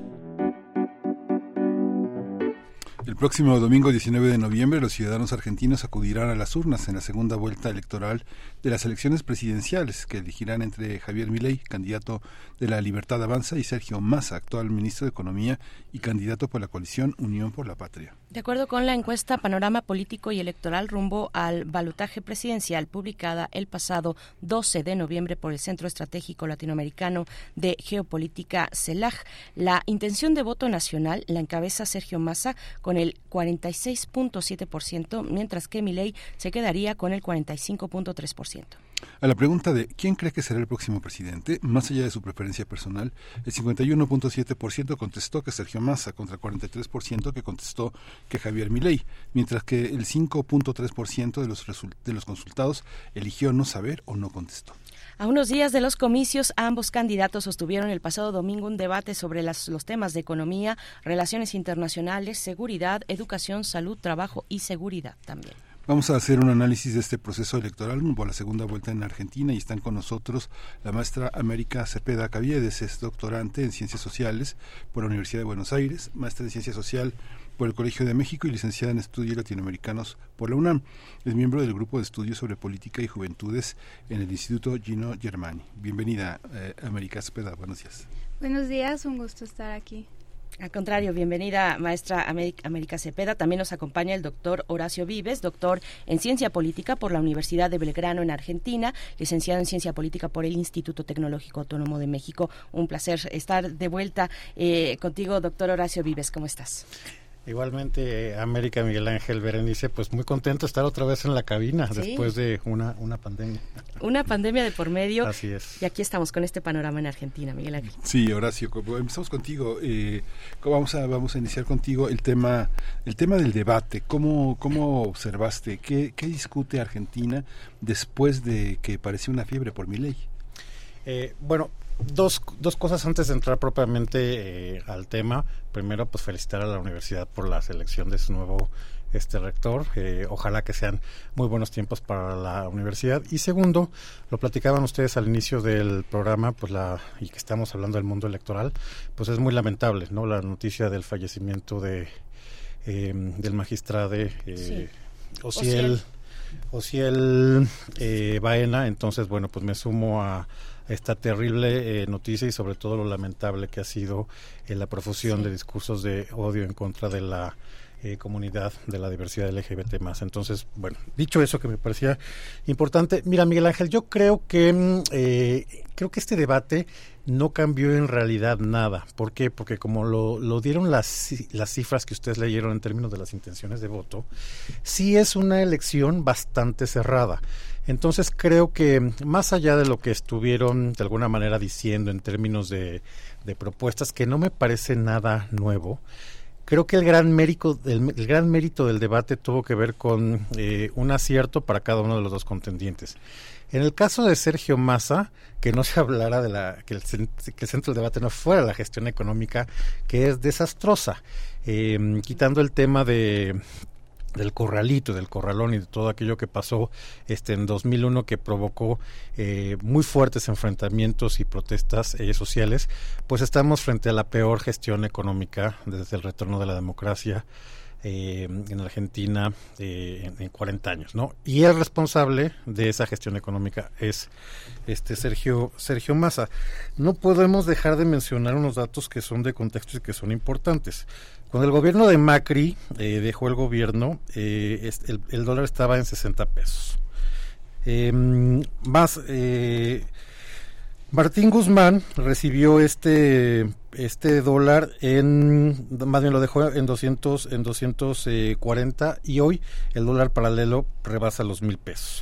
El próximo domingo diecinueve de noviembre los ciudadanos argentinos acudirán a las urnas en la segunda vuelta electoral de las elecciones presidenciales que elegirán entre Javier Milei, candidato de la Libertad Avanza, y Sergio Massa, actual ministro de Economía y candidato por la coalición Unión por la Patria. De acuerdo con la encuesta Panorama Político y Electoral rumbo al balotaje presidencial publicada el pasado doce de noviembre por el Centro Estratégico Latinoamericano de Geopolítica CELAG, la intención de voto nacional la encabeza Sergio Massa con el cuarenta y seis punto siete por ciento, mientras que Milei se quedaría con el cuarenta y cinco punto tres por ciento. A la pregunta de ¿quién cree que será el próximo presidente?, más allá de su preferencia personal, el cincuenta y uno punto siete por ciento contestó que Sergio Massa, contra el cuarenta y tres por ciento que contestó que Javier Milei, mientras que el cinco punto tres por ciento de los, de los consultados eligió no saber o no contestó. A unos días de los comicios, ambos candidatos sostuvieron el pasado domingo un debate sobre las, los temas de economía, relaciones internacionales, seguridad, educación, salud, trabajo y seguridad también. Vamos a hacer un análisis de este proceso electoral rumbo a la segunda vuelta en Argentina y están con nosotros la maestra América Cepeda Caviedes, es doctorante en Ciencias Sociales por la Universidad de Buenos Aires, maestra en Ciencia Social por el Colegio de México y licenciada en Estudios Latinoamericanos por la UNAM. Es miembro del Grupo de Estudios sobre Política y Juventudes en el Instituto Gino Germani. Bienvenida, eh, América Cepeda, buenos días. Buenos días, un gusto estar aquí. Al contrario, bienvenida, maestra América Cepeda. También nos acompaña el doctor Horacio Vives, doctor en Ciencia Política por la Universidad de Belgrano en Argentina, licenciado en Ciencia Política por el Instituto Tecnológico Autónomo de México. Un placer estar de vuelta eh, contigo, doctor Horacio Vives. ¿Cómo estás? Igualmente, América, Miguel Ángel, Berenice, pues muy contento de estar otra vez en la cabina, ¿sí?, después de una, una pandemia. Una pandemia de por medio. Así es. Y aquí estamos con este panorama en Argentina, Miguel Ángel. Sí, Horacio, empezamos contigo. Eh, vamos a vamos a iniciar contigo el tema el tema del debate. ¿Cómo cómo observaste? ¿Qué, qué discute Argentina después de que parecía una fiebre por Milei? Eh, bueno, Dos, dos cosas antes de entrar propiamente eh, al tema. Primero, pues felicitar a la universidad por la selección de su nuevo este rector. Eh, ojalá que sean muy buenos tiempos para la universidad. Y segundo, lo platicaban ustedes al inicio del programa, pues la y que estamos hablando del mundo electoral, pues es muy lamentable, ¿no? La noticia del fallecimiento de eh, del magistrado eh, sí. Ociel, Ociel eh, Baena. Entonces, bueno, pues me sumo a esta terrible eh, noticia y sobre todo lo lamentable que ha sido eh, la profusión sí. de discursos de odio en contra de la eh, comunidad de la diversidad L G B T más. Entonces, bueno, dicho eso que me parecía importante, mira, Miguel Ángel, yo creo que eh, creo que este debate no cambió en realidad nada. ¿Por qué? Porque como lo, lo dieron las, las cifras que ustedes leyeron en términos de las intenciones de voto, sí es una elección bastante cerrada. Entonces creo que más allá de lo que estuvieron de alguna manera diciendo en términos de, de propuestas, que no me parece nada nuevo, creo que el gran mérito, el, el gran mérito del debate tuvo que ver con eh, un acierto para cada uno de los dos contendientes. En el caso de Sergio Massa, que no se hablara de la que el, que el centro del debate no fuera la gestión económica, que es desastrosa, eh, quitando el tema de del corralito, del corralón y de todo aquello que pasó este en dos mil uno que provocó eh, muy fuertes enfrentamientos y protestas eh, sociales, pues estamos frente a la peor gestión económica desde el retorno de la democracia eh, en Argentina eh, en, en cuarenta años, ¿no? Y el responsable de esa gestión económica es este Sergio Sergio Massa. No podemos dejar de mencionar unos datos que son de contexto y que son importantes. Cuando el gobierno de Macri eh, dejó el gobierno, eh, el, el dólar estaba en sesenta pesos. Eh, más, eh, Martín Guzmán recibió este este dólar en, más bien lo dejó en doscientos, en doscientos cuarenta y hoy el dólar paralelo rebasa los mil pesos.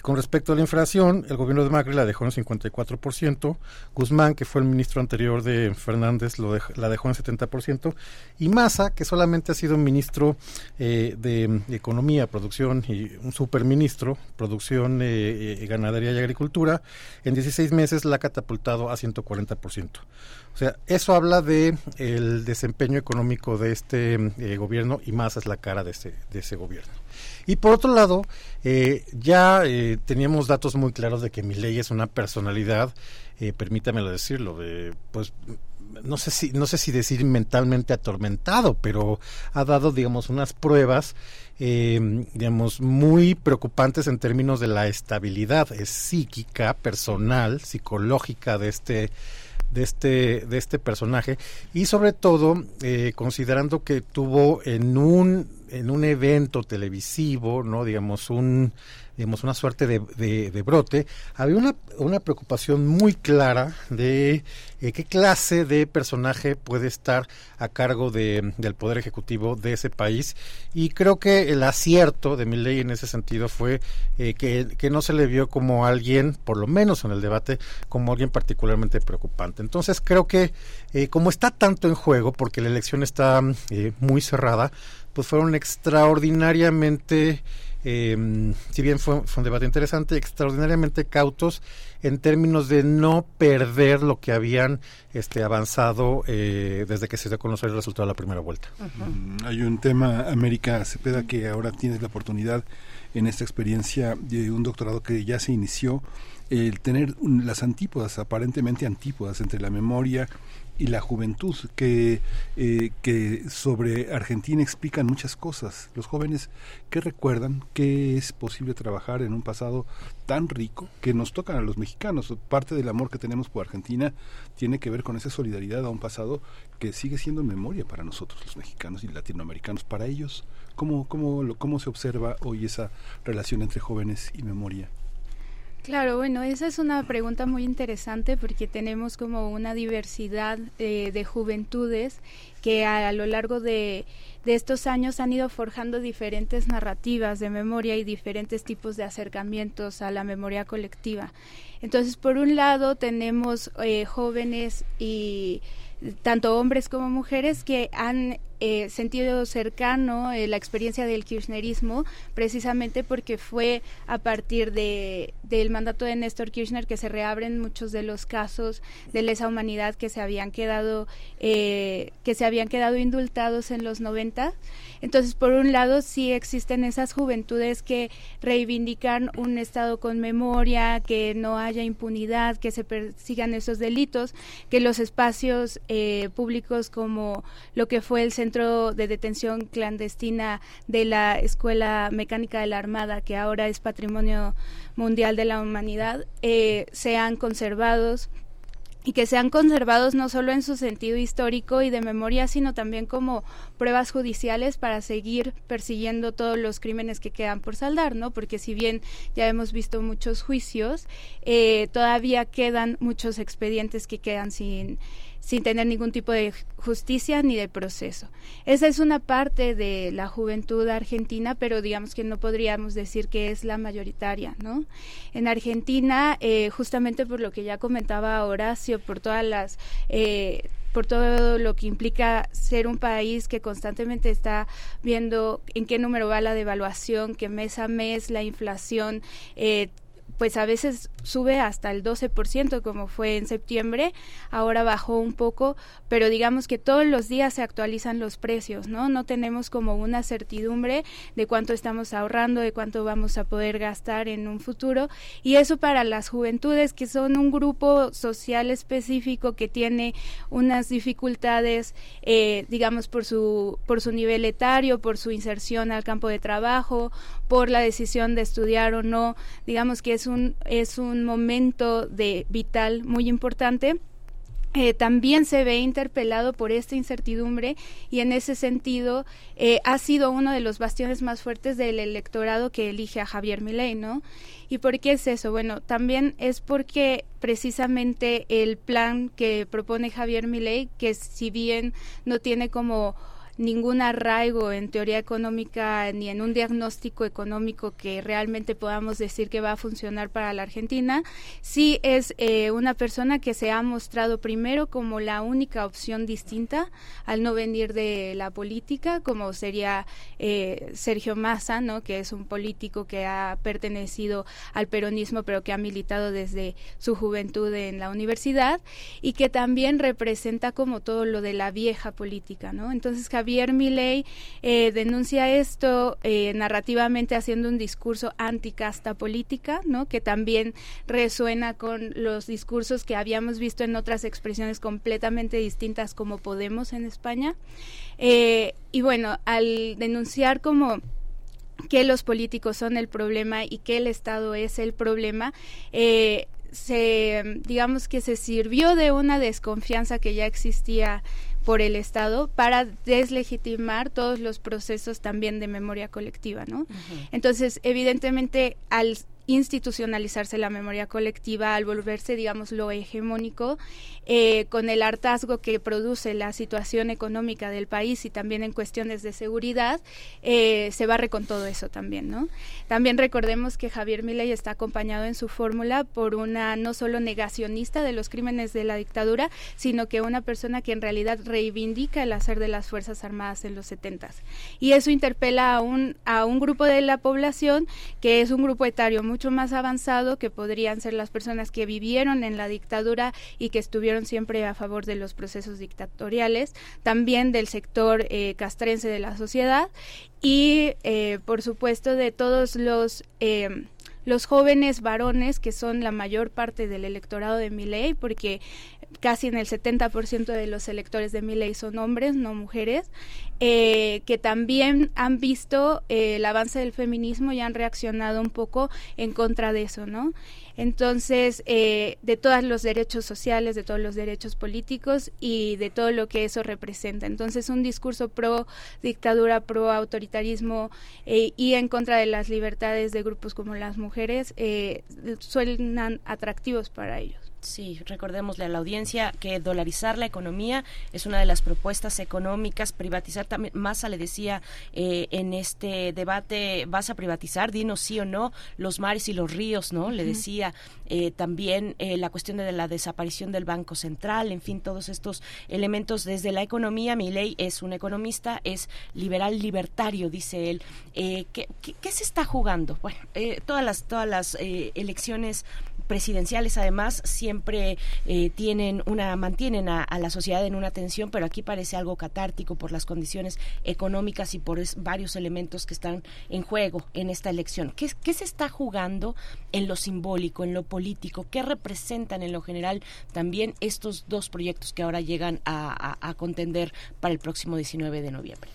Con respecto a la inflación, el gobierno de Macri la dejó en cincuenta y cuatro por ciento, Guzmán, que fue el ministro anterior de Fernández, lo dej- la dejó en setenta por ciento, y Massa, que solamente ha sido ministro eh, de Economía, Producción y un superministro, Producción, eh, eh, Ganadería y Agricultura, en dieciséis meses la ha catapultado a ciento cuarenta por ciento. O sea, eso habla de el desempeño económico de este eh, gobierno, y Massa es la cara de ese, de ese gobierno. Y por otro lado, eh, ya eh, teníamos datos muy claros de que Milei es una personalidad, eh, permítamelo decirlo, de, pues no sé si no sé si decir mentalmente atormentado, pero ha dado, digamos, unas pruebas, eh, digamos, muy preocupantes en términos de la estabilidad eh, psíquica, personal, psicológica de este de este de este personaje, y sobre todo eh, considerando que tuvo en un en un evento televisivo, no digamos un digamos una suerte de, de, de brote, había una una preocupación muy clara de eh, qué clase de personaje puede estar a cargo de del poder ejecutivo de ese país, y creo que el acierto de Milei en ese sentido fue eh, que, que no se le vio como alguien, por lo menos en el debate, como alguien particularmente preocupante. Entonces creo que eh, como está tanto en juego, porque la elección está eh, muy cerrada, pues fueron extraordinariamente, eh, si bien fue, fue un debate interesante, extraordinariamente cautos en términos de no perder lo que habían este, avanzado eh, desde que se dio a conocer el resultado de la primera vuelta. Uh-huh. Hay un tema, América Cepeda, que ahora tienes la oportunidad en esta experiencia de un doctorado que ya se inició, el tener un, las antípodas, aparentemente antípodas, entre la memoria y la juventud, que eh, que sobre Argentina explican muchas cosas. Los jóvenes, ¿qué recuerdan? ¿Qué es posible trabajar en un pasado tan rico que nos tocan a los mexicanos? Parte del amor que tenemos por Argentina tiene que ver con esa solidaridad a un pasado que sigue siendo memoria para nosotros, los mexicanos y latinoamericanos. Para ellos, ¿cómo, cómo, cómo se observa hoy esa relación entre jóvenes y memoria? Claro, bueno, esa es una pregunta muy interesante porque tenemos como una diversidad eh, de juventudes que a, a lo largo de, de estos años han ido forjando diferentes narrativas de memoria y diferentes tipos de acercamientos a la memoria colectiva. Entonces, por un lado, tenemos eh, jóvenes y tanto hombres como mujeres que han eh, sentido cercano eh, la experiencia del kirchnerismo, precisamente porque fue a partir de del mandato de Néstor Kirchner que se reabren muchos de los casos de lesa humanidad que se habían quedado eh, que se habían quedado indultados en los noventa. Entonces, por un lado, sí existen esas juventudes que reivindican un Estado con memoria, que no haya impunidad, que se persigan esos delitos, que los espacios eh, públicos como lo que fue el centro de detención clandestina de la Escuela Mecánica de la Armada, que ahora es Patrimonio Mundial de la Humanidad, eh, sean conservados, y que sean conservados no solo en su sentido histórico y de memoria, sino también como pruebas judiciales para seguir persiguiendo todos los crímenes que quedan por saldar, ¿no? Porque si bien ya hemos visto muchos juicios, eh, todavía quedan muchos expedientes que quedan sin sin tener ningún tipo de justicia ni de proceso. Esa es una parte de la juventud argentina, pero digamos que no podríamos decir que es la mayoritaria, ¿no? En Argentina, eh, justamente por lo que ya comentaba Horacio, por todas las... Eh, por todo lo que implica ser un país que constantemente está viendo en qué número va la devaluación, que mes a mes la inflación eh, pues a veces sube hasta el doce por ciento como fue en septiembre, ahora bajó un poco, pero digamos que todos los días se actualizan los precios, ¿no? No tenemos como una certidumbre de cuánto estamos ahorrando, de cuánto vamos a poder gastar en un futuro, y eso para las juventudes, que son un grupo social específico que tiene unas dificultades, eh, digamos, por su, por su nivel etario, por su inserción al campo de trabajo, por la decisión de estudiar o no, digamos que es un es un momento de vital muy importante. Eh, también se ve interpelado por esta incertidumbre y en ese sentido eh, ha sido uno de los bastiones más fuertes del electorado que elige a Javier Milei, ¿no? ¿Y por qué es eso? Bueno, también es porque precisamente el plan que propone Javier Milei, que si bien no tiene como ningún arraigo en teoría económica ni en un diagnóstico económico que realmente podamos decir que va a funcionar para la Argentina. Sí es eh, una persona que se ha mostrado primero como la única opción distinta al no venir de la política, como sería eh, Sergio Massa, ¿no? Que es un político que ha pertenecido al peronismo pero que ha militado desde su juventud en la universidad y que también representa como todo lo de la vieja política, ¿no? Entonces Javier Milei eh, denuncia esto eh, narrativamente haciendo un discurso anticasta política, ¿no? Que también resuena con los discursos que habíamos visto en otras expresiones completamente distintas como Podemos en España. Eh, y bueno, al denunciar como que los políticos son el problema y que el Estado es el problema, eh, se, digamos que se sirvió de una desconfianza que ya existía por el Estado para deslegitimar todos los procesos también de memoria colectiva, ¿no? Uh-huh. Entonces, evidentemente, al institucionalizarse la memoria colectiva, al volverse, digamos, lo hegemónico, eh, con el hartazgo que produce la situación económica del país y también en cuestiones de seguridad, eh, se barre con todo eso también, ¿no? También recordemos que Javier Milei está acompañado en su fórmula por una no solo negacionista de los crímenes de la dictadura, sino que una persona que en realidad reivindica el hacer de las Fuerzas Armadas en los setentas. Y eso interpela a un, a un grupo de la población que es un grupo etario muy mucho más avanzado, que podrían ser las personas que vivieron en la dictadura y que estuvieron siempre a favor de los procesos dictatoriales, también del sector eh, castrense de la sociedad y, eh, por supuesto, de todos los... Eh, los jóvenes varones, que son la mayor parte del electorado de Milei, porque casi en el setenta por ciento de los electores de Milei son hombres, no mujeres, eh, que también han visto eh, el avance del feminismo y han reaccionado un poco en contra de eso, ¿no? Entonces, eh, de todos los derechos sociales, de todos los derechos políticos y de todo lo que eso representa. Entonces, un discurso pro dictadura, pro autoritarismo eh, y en contra de las libertades de grupos como las mujeres eh, suenan atractivos para ellos. Sí, recordémosle a la audiencia que dolarizar la economía es una de las propuestas económicas, privatizar también. Massa le decía eh, en este debate, ¿vas a privatizar? Dinos sí o no, los mares y los ríos, ¿no? Uh-huh. Le decía eh, también eh, la cuestión de la desaparición del Banco Central, en fin, todos estos elementos desde la economía. Milei es un economista, es liberal libertario, dice él. Eh, ¿qué, qué, ¿Qué se está jugando? Bueno, eh, todas las, todas las eh, elecciones presidenciales además siempre eh, tienen una mantienen a, a la sociedad en una tensión, pero aquí parece algo catártico por las condiciones económicas y por es, varios elementos que están en juego en esta elección. ¿Qué, qué se está jugando en lo simbólico, en lo político? ¿Qué representan en lo general también estos dos proyectos que ahora llegan a, a, a contender para el próximo diecinueve de noviembre?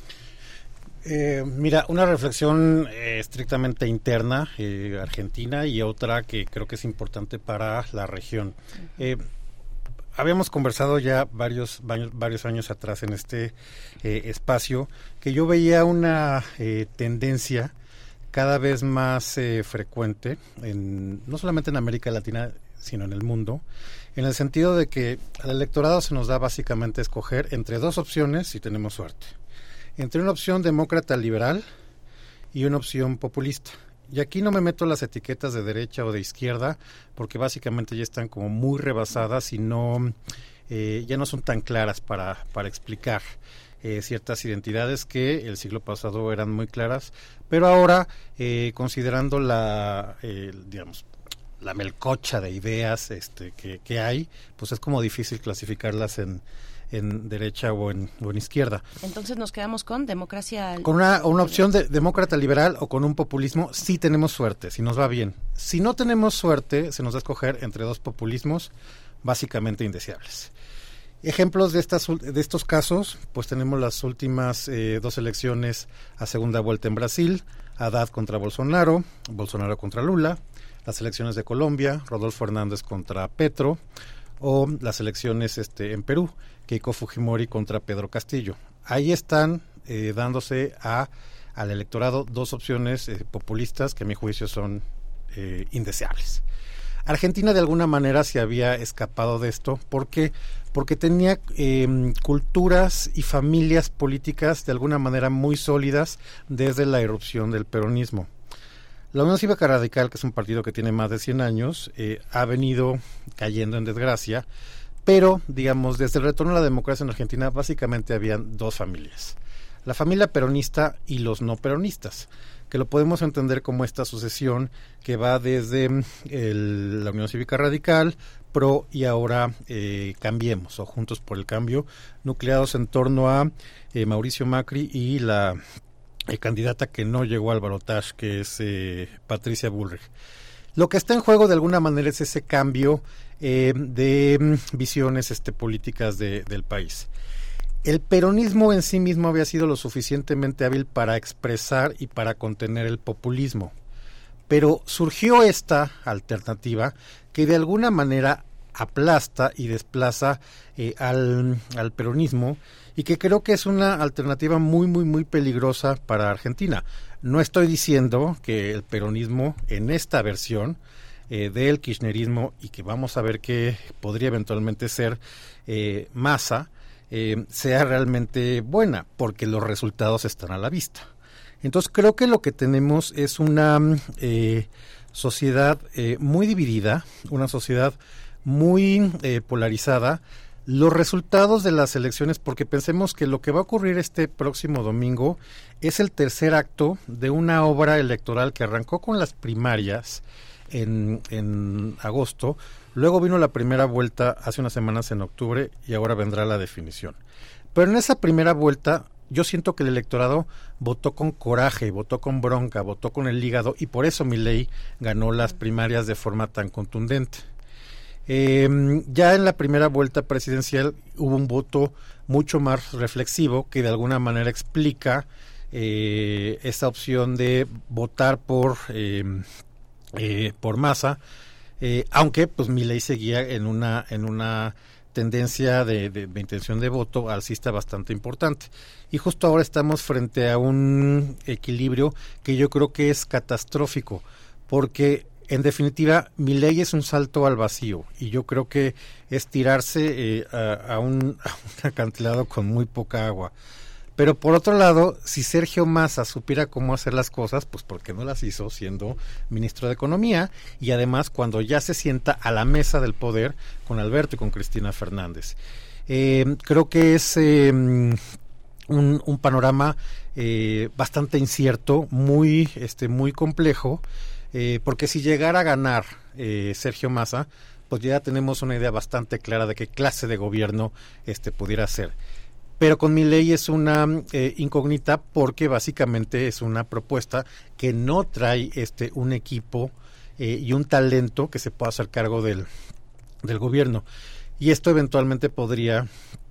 Eh, mira, una reflexión eh, estrictamente interna, eh, argentina, y otra que creo que es importante para la región. Eh, habíamos conversado ya varios, varios, varios años atrás en este eh, espacio que yo veía una eh, tendencia cada vez más eh, frecuente, en, no solamente en América Latina, sino en el mundo, en el sentido de que al electorado se nos da básicamente escoger entre dos opciones si tenemos suerte. Entre una opción demócrata liberal y una opción populista. Y aquí no me meto las etiquetas de derecha o de izquierda, porque básicamente ya están como muy rebasadas y no eh, ya no son tan claras para, para explicar eh, ciertas identidades que el siglo pasado eran muy claras, pero ahora, eh, considerando la, eh, digamos, la melcocha de ideas este, que, que hay, pues es como difícil clasificarlas en en derecha o en, o en izquierda. Entonces nos quedamos con democracia... Con una, una opción de demócrata liberal o con un populismo, sí tenemos suerte, si nos va bien. Si no tenemos suerte, se nos da a escoger entre dos populismos básicamente indeseables. Ejemplos de estas de estos casos, pues tenemos las últimas eh, dos elecciones a segunda vuelta en Brasil, Haddad contra Bolsonaro, Bolsonaro contra Lula, las elecciones de Colombia, Rodolfo Hernández contra Petro, o las elecciones este, en Perú, Keiko Fujimori contra Pedro Castillo. Ahí están eh, dándose a al electorado dos opciones eh, populistas que a mi juicio son eh, indeseables. Argentina de alguna manera se había escapado de esto. ¿Por qué? Porque tenía eh, culturas y familias políticas de alguna manera muy sólidas desde la irrupción del peronismo. La Unión Cívica Radical, que es un partido que tiene más de cien años, eh, ha venido cayendo en desgracia, pero, digamos, desde el retorno a la democracia en Argentina, básicamente habían dos familias. La familia peronista y los no peronistas, que lo podemos entender como esta sucesión que va desde el, la Unión Cívica Radical, PRO y ahora eh, Cambiemos, o Juntos por el Cambio, nucleados en torno a eh, Mauricio Macri y la eh, candidata que no llegó al balotaje, que es eh, Patricia Bullrich. Lo que está en juego de alguna manera es ese cambio eh, de visiones este, políticas de, del país. El peronismo en sí mismo había sido lo suficientemente hábil para expresar y para contener el populismo, pero surgió esta alternativa que de alguna manera aplasta y desplaza eh, al, al peronismo, y que creo que es una alternativa muy, muy, muy peligrosa para Argentina. No estoy diciendo que el peronismo en esta versión eh, del kirchnerismo, y que vamos a ver que podría eventualmente ser eh, Massa, eh, sea realmente buena, porque los resultados están a la vista. Entonces creo que lo que tenemos es una eh, sociedad eh, muy dividida, una sociedad muy eh, polarizada. Los resultados de las elecciones, porque pensemos que lo que va a ocurrir este próximo domingo es el tercer acto de una obra electoral que arrancó con las primarias en, en agosto, luego vino la primera vuelta hace unas semanas en octubre y ahora vendrá la definición. Pero en esa primera vuelta yo siento que el electorado votó con coraje, votó con bronca, votó con el hígado, y por eso Milei ganó las primarias de forma tan contundente. Eh, ya en la primera vuelta presidencial hubo un voto mucho más reflexivo que de alguna manera explica eh, esa opción de votar por eh, eh, por Massa, eh, aunque pues Milei seguía en una en una tendencia de, de, de intención de voto alcista bastante importante, y justo ahora estamos frente a un equilibrio que yo creo que es catastrófico, porque en definitiva, Milei es un salto al vacío, y yo creo que es tirarse eh, a, a, un, a un acantilado con muy poca agua. Pero por otro lado, si Sergio Massa supiera cómo hacer las cosas, pues ¿por qué no las hizo siendo ministro de Economía? Y además cuando ya se sienta a la mesa del poder con Alberto y con Cristina Fernández. Eh, creo que es eh, un, un panorama eh, bastante incierto, muy, este, muy complejo. Eh, porque si llegara a ganar eh, Sergio Massa, pues ya tenemos una idea bastante clara de qué clase de gobierno este pudiera ser. Pero con Milei es una eh, incógnita, porque básicamente es una propuesta que no trae este un equipo eh, y un talento que se pueda hacer cargo del, del gobierno. Y esto eventualmente podría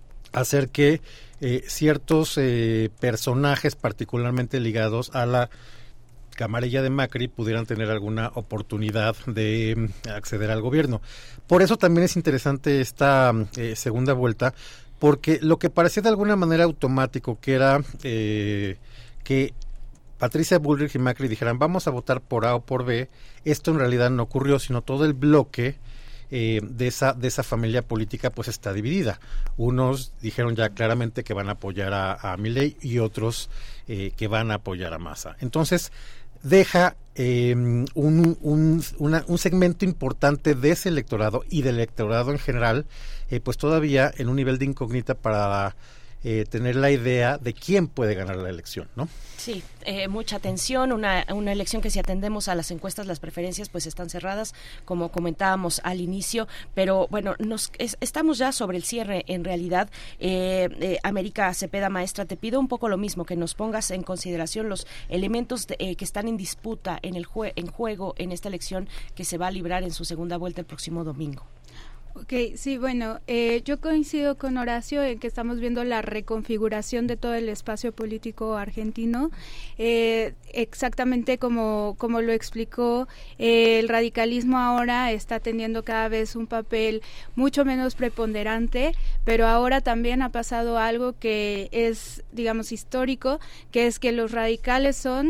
hacer que eh, ciertos eh, personajes particularmente ligados a la camarilla de Macri pudieran tener alguna oportunidad de acceder al gobierno. Por eso también es interesante esta eh, segunda vuelta, porque lo que parecía de alguna manera automático, que era eh, que Patricia Bullrich y Macri dijeran vamos a votar por A o por B, esto en realidad no ocurrió, sino todo el bloque eh, de esa de esa familia política pues está dividida. Unos dijeron ya claramente que van a apoyar a, a Milei, y otros eh, que van a apoyar a Massa. Entonces deja eh, un, un, una, un segmento importante de ese electorado y del electorado en general, eh, pues todavía en un nivel de incógnita para eh, tener la idea de quién puede ganar la elección, ¿no? Sí, eh, mucha tensión, una, una elección que si atendemos a las encuestas, las preferencias pues están cerradas, como comentábamos al inicio, pero bueno, nos es, estamos ya sobre el cierre en realidad. Eh, eh, América Cepeda, maestra, te pido un poco lo mismo, que nos pongas en consideración los elementos de, eh, que están en disputa, en, el jue- en juego en esta elección que se va a librar en su segunda vuelta el próximo domingo. Ok, sí, bueno, eh, yo coincido con Horacio en que estamos viendo la reconfiguración de todo el espacio político argentino, eh, exactamente como, como lo explicó, eh, el radicalismo ahora está teniendo cada vez un papel mucho menos preponderante, pero ahora también ha pasado algo que es, digamos, histórico, que es que los radicales son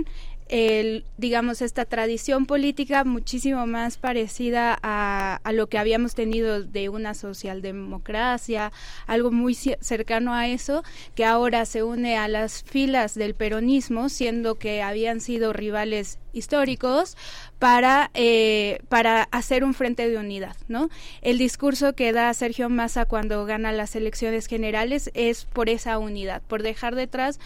el, digamos, esta tradición política muchísimo más parecida a, a lo que habíamos tenido de una socialdemocracia, algo muy cercano a eso, que ahora se une a las filas del peronismo, siendo que habían sido rivales históricos, para eh, para hacer un frente de unidad, ¿no? El discurso que da Sergio Massa cuando gana las elecciones generales es por esa unidad, por dejar detrás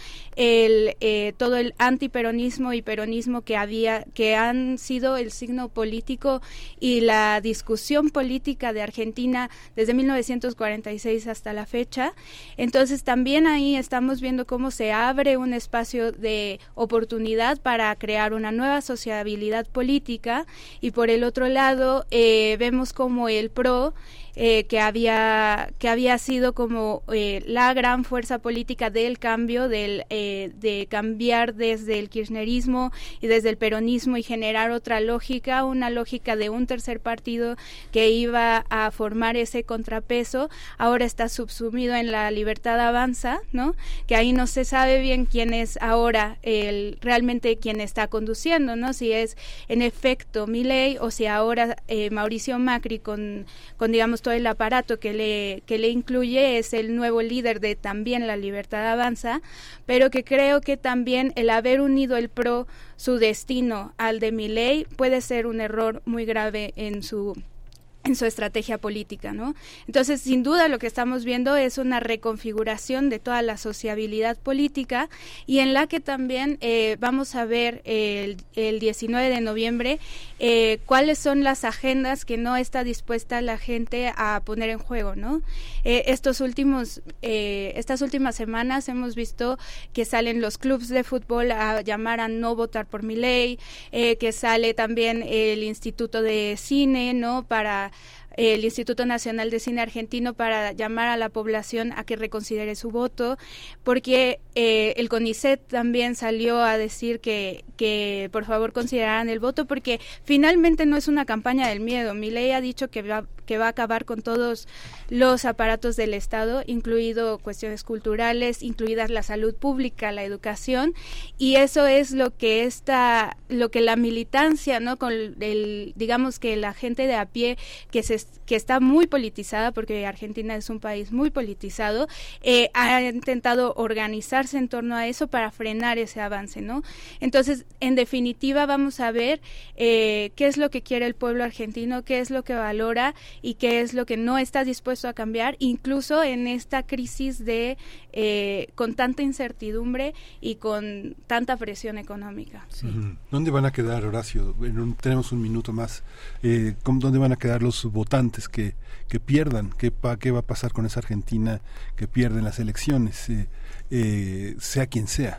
el eh, todo el antiperonismo y peronismo que había, que han sido el signo político y la discusión política de Argentina desde mil novecientos cuarenta y seis hasta la fecha. Entonces también ahí estamos viendo cómo se abre un espacio de oportunidad para crear una nueva sociabilidad política, y por el otro lado eh, vemos como el P R O Eh, que había que había sido como eh, la gran fuerza política del cambio, del eh, de cambiar desde el kirchnerismo y desde el peronismo y generar otra lógica, una lógica de un tercer partido que iba a formar ese contrapeso. Ahora está subsumido en la Libertad Avanza, ¿no? Que ahí no se sabe bien quién es ahora el realmente quien está conduciendo, ¿no? Si es en efecto Milei o si ahora eh, Mauricio Macri con con digamos todo el aparato que le que le incluye es el nuevo líder de también la Libertad Avanza, pero que creo que también el haber unido el P R O su destino al de Milei puede ser un error muy grave en su en su estrategia política, ¿no? Entonces, sin duda, lo que estamos viendo es una reconfiguración de toda la sociabilidad política y en la que también eh, vamos a ver el, el diecinueve de noviembre eh, cuáles son las agendas que no está dispuesta la gente a poner en juego, ¿no? Eh, estos últimos, eh, estas últimas semanas hemos visto que salen los clubes de fútbol a llamar a no votar por Milei, eh, que sale también el Instituto de Cine, ¿no? Para el Instituto Nacional de Cine Argentino para llamar a la población a que reconsidere su voto, porque eh, el CONICET también salió a decir que, que por favor consideraran el voto, porque finalmente no es una campaña del miedo. Milei ha dicho que va, que va a acabar con todos los aparatos del Estado, incluido cuestiones culturales, incluidas la salud pública, la educación, y eso es lo que esta, lo que la militancia, ¿no? Con el, digamos que la gente de a pie que se que está muy politizada, porque Argentina es un país muy politizado, eh, ha intentado organizarse en torno a eso para frenar ese avance, ¿no? Entonces, en definitiva, vamos a ver eh, qué es lo que quiere el pueblo argentino, qué es lo que valora y qué es lo que no está dispuesto a cambiar, incluso en esta crisis de eh, con tanta incertidumbre y con tanta presión económica. Sí. ¿Dónde van a quedar, Horacio? Bueno, tenemos un minuto más. Eh, ¿Dónde van a quedar los votantes que, que pierdan? ¿Qué, pa, ¿Qué va a pasar con esa Argentina que pierde en las elecciones, eh, eh, sea quien sea?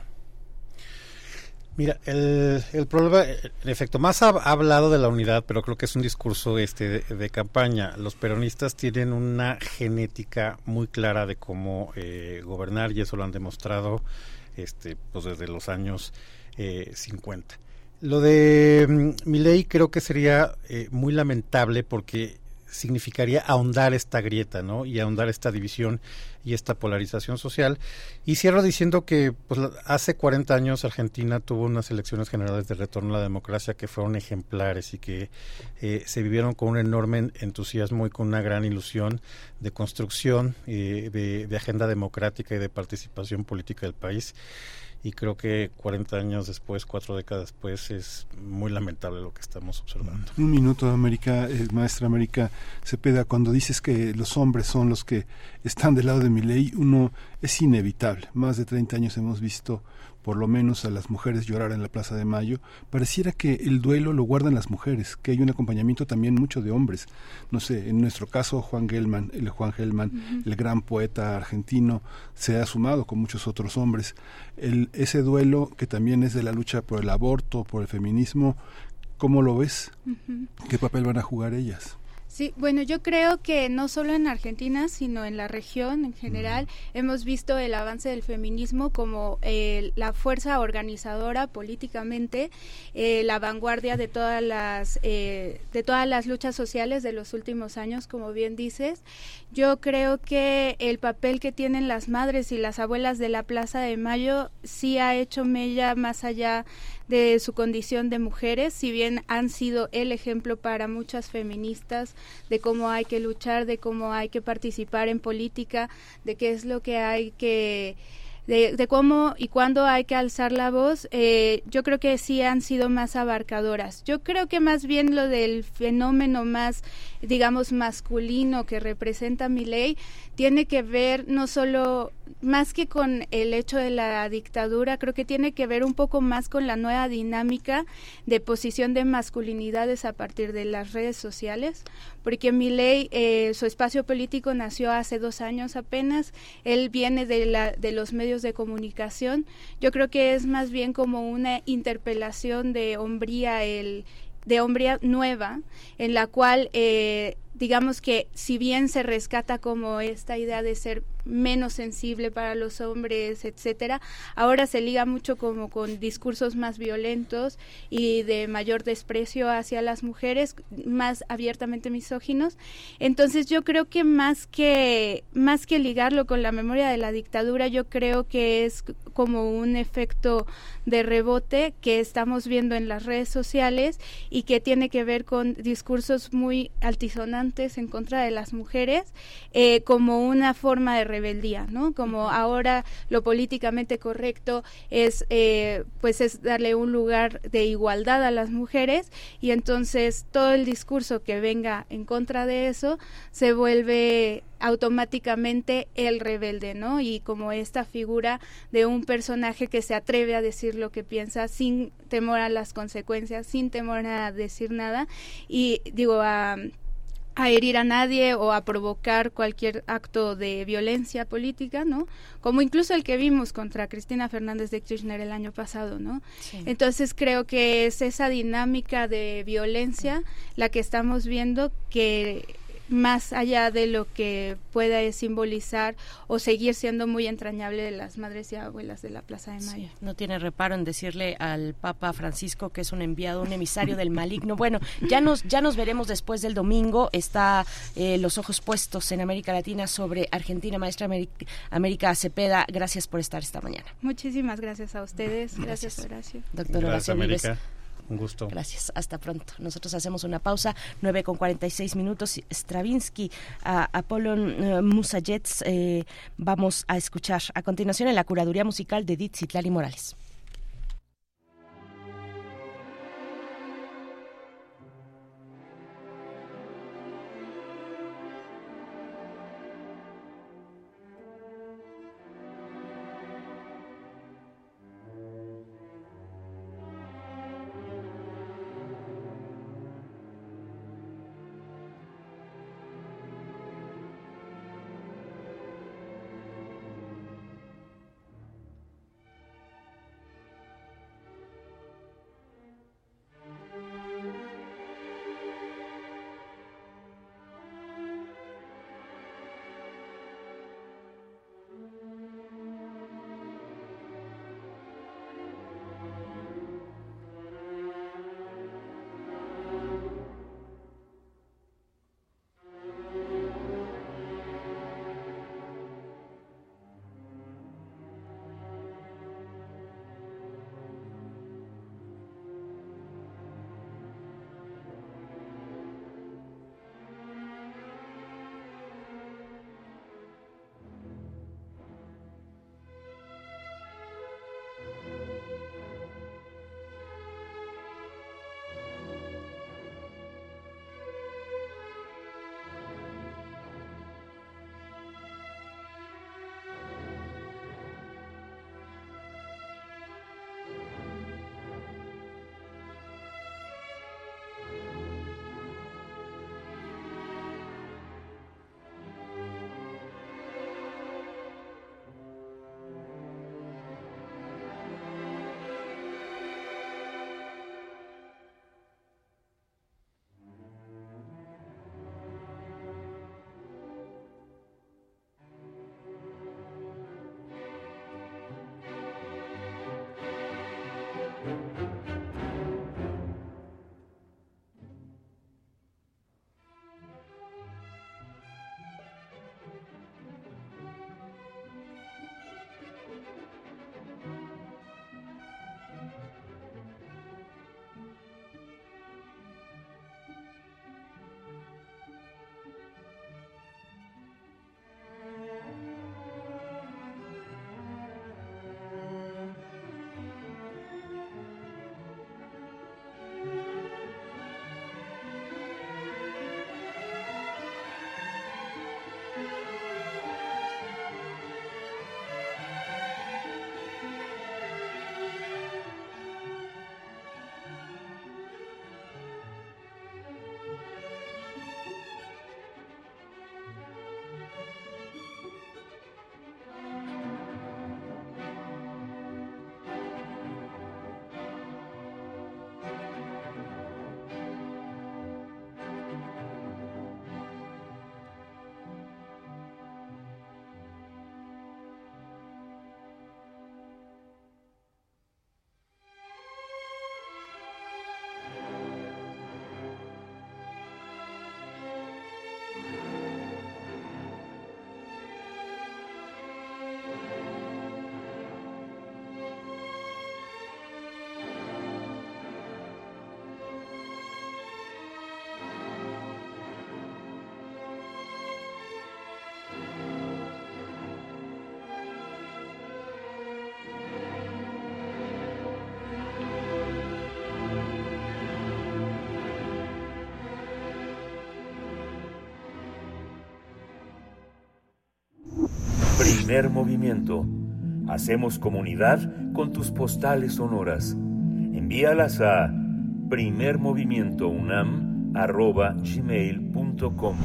Mira, el, el problema, en efecto, Massa ha hablado de la unidad, pero creo que es un discurso este de, de campaña. Los peronistas tienen una genética muy clara de cómo eh, gobernar, y eso lo han demostrado este, pues desde los años eh, cincuenta. Lo de um, Milei creo que sería eh, muy lamentable porque significaría ahondar esta grieta, ¿no? Y ahondar esta división y esta polarización social. Y cierro diciendo que pues hace cuarenta años Argentina tuvo unas elecciones generales de retorno a la democracia que fueron ejemplares y que eh, se vivieron con un enorme entusiasmo y con una gran ilusión de construcción eh, de, de agenda democrática y de participación política del país. Y creo que cuarenta años después, cuatro décadas después, es muy lamentable lo que estamos observando. Un minuto, América, eh, maestra América Cepeda, cuando dices que los hombres son los que están del lado de Milei, uno es inevitable. Más de treinta años hemos visto por lo menos a las mujeres llorar en la Plaza de Mayo. Pareciera que el duelo lo guardan las mujeres, que hay un acompañamiento también mucho de hombres. No sé, en nuestro caso Juan Gelman, el Juan Gelman, uh-huh. el gran poeta argentino, se ha sumado con muchos otros hombres. El, ese duelo que también es de la lucha por el aborto, por el feminismo, ¿cómo lo ves? Uh-huh. ¿Qué papel van a jugar ellas? Sí, bueno, yo creo que no solo en Argentina, sino en la región en general, mm. hemos visto el avance del feminismo como eh, la fuerza organizadora políticamente, eh, la vanguardia de todas las eh, de todas las luchas sociales de los últimos años, como bien dices. Yo creo que el papel que tienen las madres y las abuelas de la Plaza de Mayo sí ha hecho mella más allá de su condición de mujeres, si bien han sido el ejemplo para muchas feministas de cómo hay que luchar, de cómo hay que participar en política, de qué es lo que hay que... De, de cómo y cuándo hay que alzar la voz, eh, yo creo que sí han sido más abarcadoras. Yo creo que más bien lo del fenómeno más, digamos, masculino que representa Milei tiene que ver no solo, más que con el hecho de la dictadura, creo que tiene que ver un poco más con la nueva dinámica de posición de masculinidades a partir de las redes sociales, porque Milei, eh, su espacio político nació hace dos años apenas, él viene de, la, de los medios de comunicación. Yo creo que es más bien como una interpelación de hombría, el, de hombría nueva, en la cual eh, digamos que si bien se rescata como esta idea de ser menos sensible para los hombres, etcétera, ahora se liga mucho como con discursos más violentos y de mayor desprecio hacia las mujeres, más abiertamente misóginos. Entonces yo creo que más que más que ligarlo con la memoria de la dictadura, yo creo que es como un efecto de rebote que estamos viendo en las redes sociales y que tiene que ver con discursos muy altisonantes en contra de las mujeres, eh, como una forma de rebeldía, ¿no? Como ahora lo políticamente correcto es, eh, pues es darle un lugar de igualdad a las mujeres, y entonces todo el discurso que venga en contra de eso se vuelve automáticamente el rebelde, ¿no? Y como esta figura de un personaje que se atreve a decir lo que piensa sin temor a las consecuencias, sin temor a decir nada, y digo, a a herir a nadie o a provocar cualquier acto de violencia política, ¿no? Como incluso el que vimos contra Cristina Fernández de Kirchner el año pasado, ¿no? Sí. Entonces creo que es esa dinámica de violencia la que estamos viendo, que más allá de lo que pueda simbolizar o seguir siendo muy entrañable de las madres y abuelas de la Plaza de Mayo. Sí, no tiene reparo en decirle al Papa Francisco que es un enviado, un emisario del maligno. Bueno, ya nos ya nos veremos después del domingo. Está eh, los ojos puestos en América Latina sobre Argentina. Maestra América, América Cepeda, gracias por estar esta mañana. Muchísimas gracias a ustedes. Gracias, gracias Horacio. Doctor Horacio Vives. Un gusto. Gracias, hasta pronto. Nosotros hacemos una pausa, nueve con cuarenta y seis minutos. Stravinsky, uh, Apollon uh, Musayets, eh, vamos a escuchar a continuación en la curaduría musical de Edith Citlali Morales. Primer movimiento. Hacemos comunidad con tus postales sonoras. Envíalas a primermovimientounam arroba gmail punto com.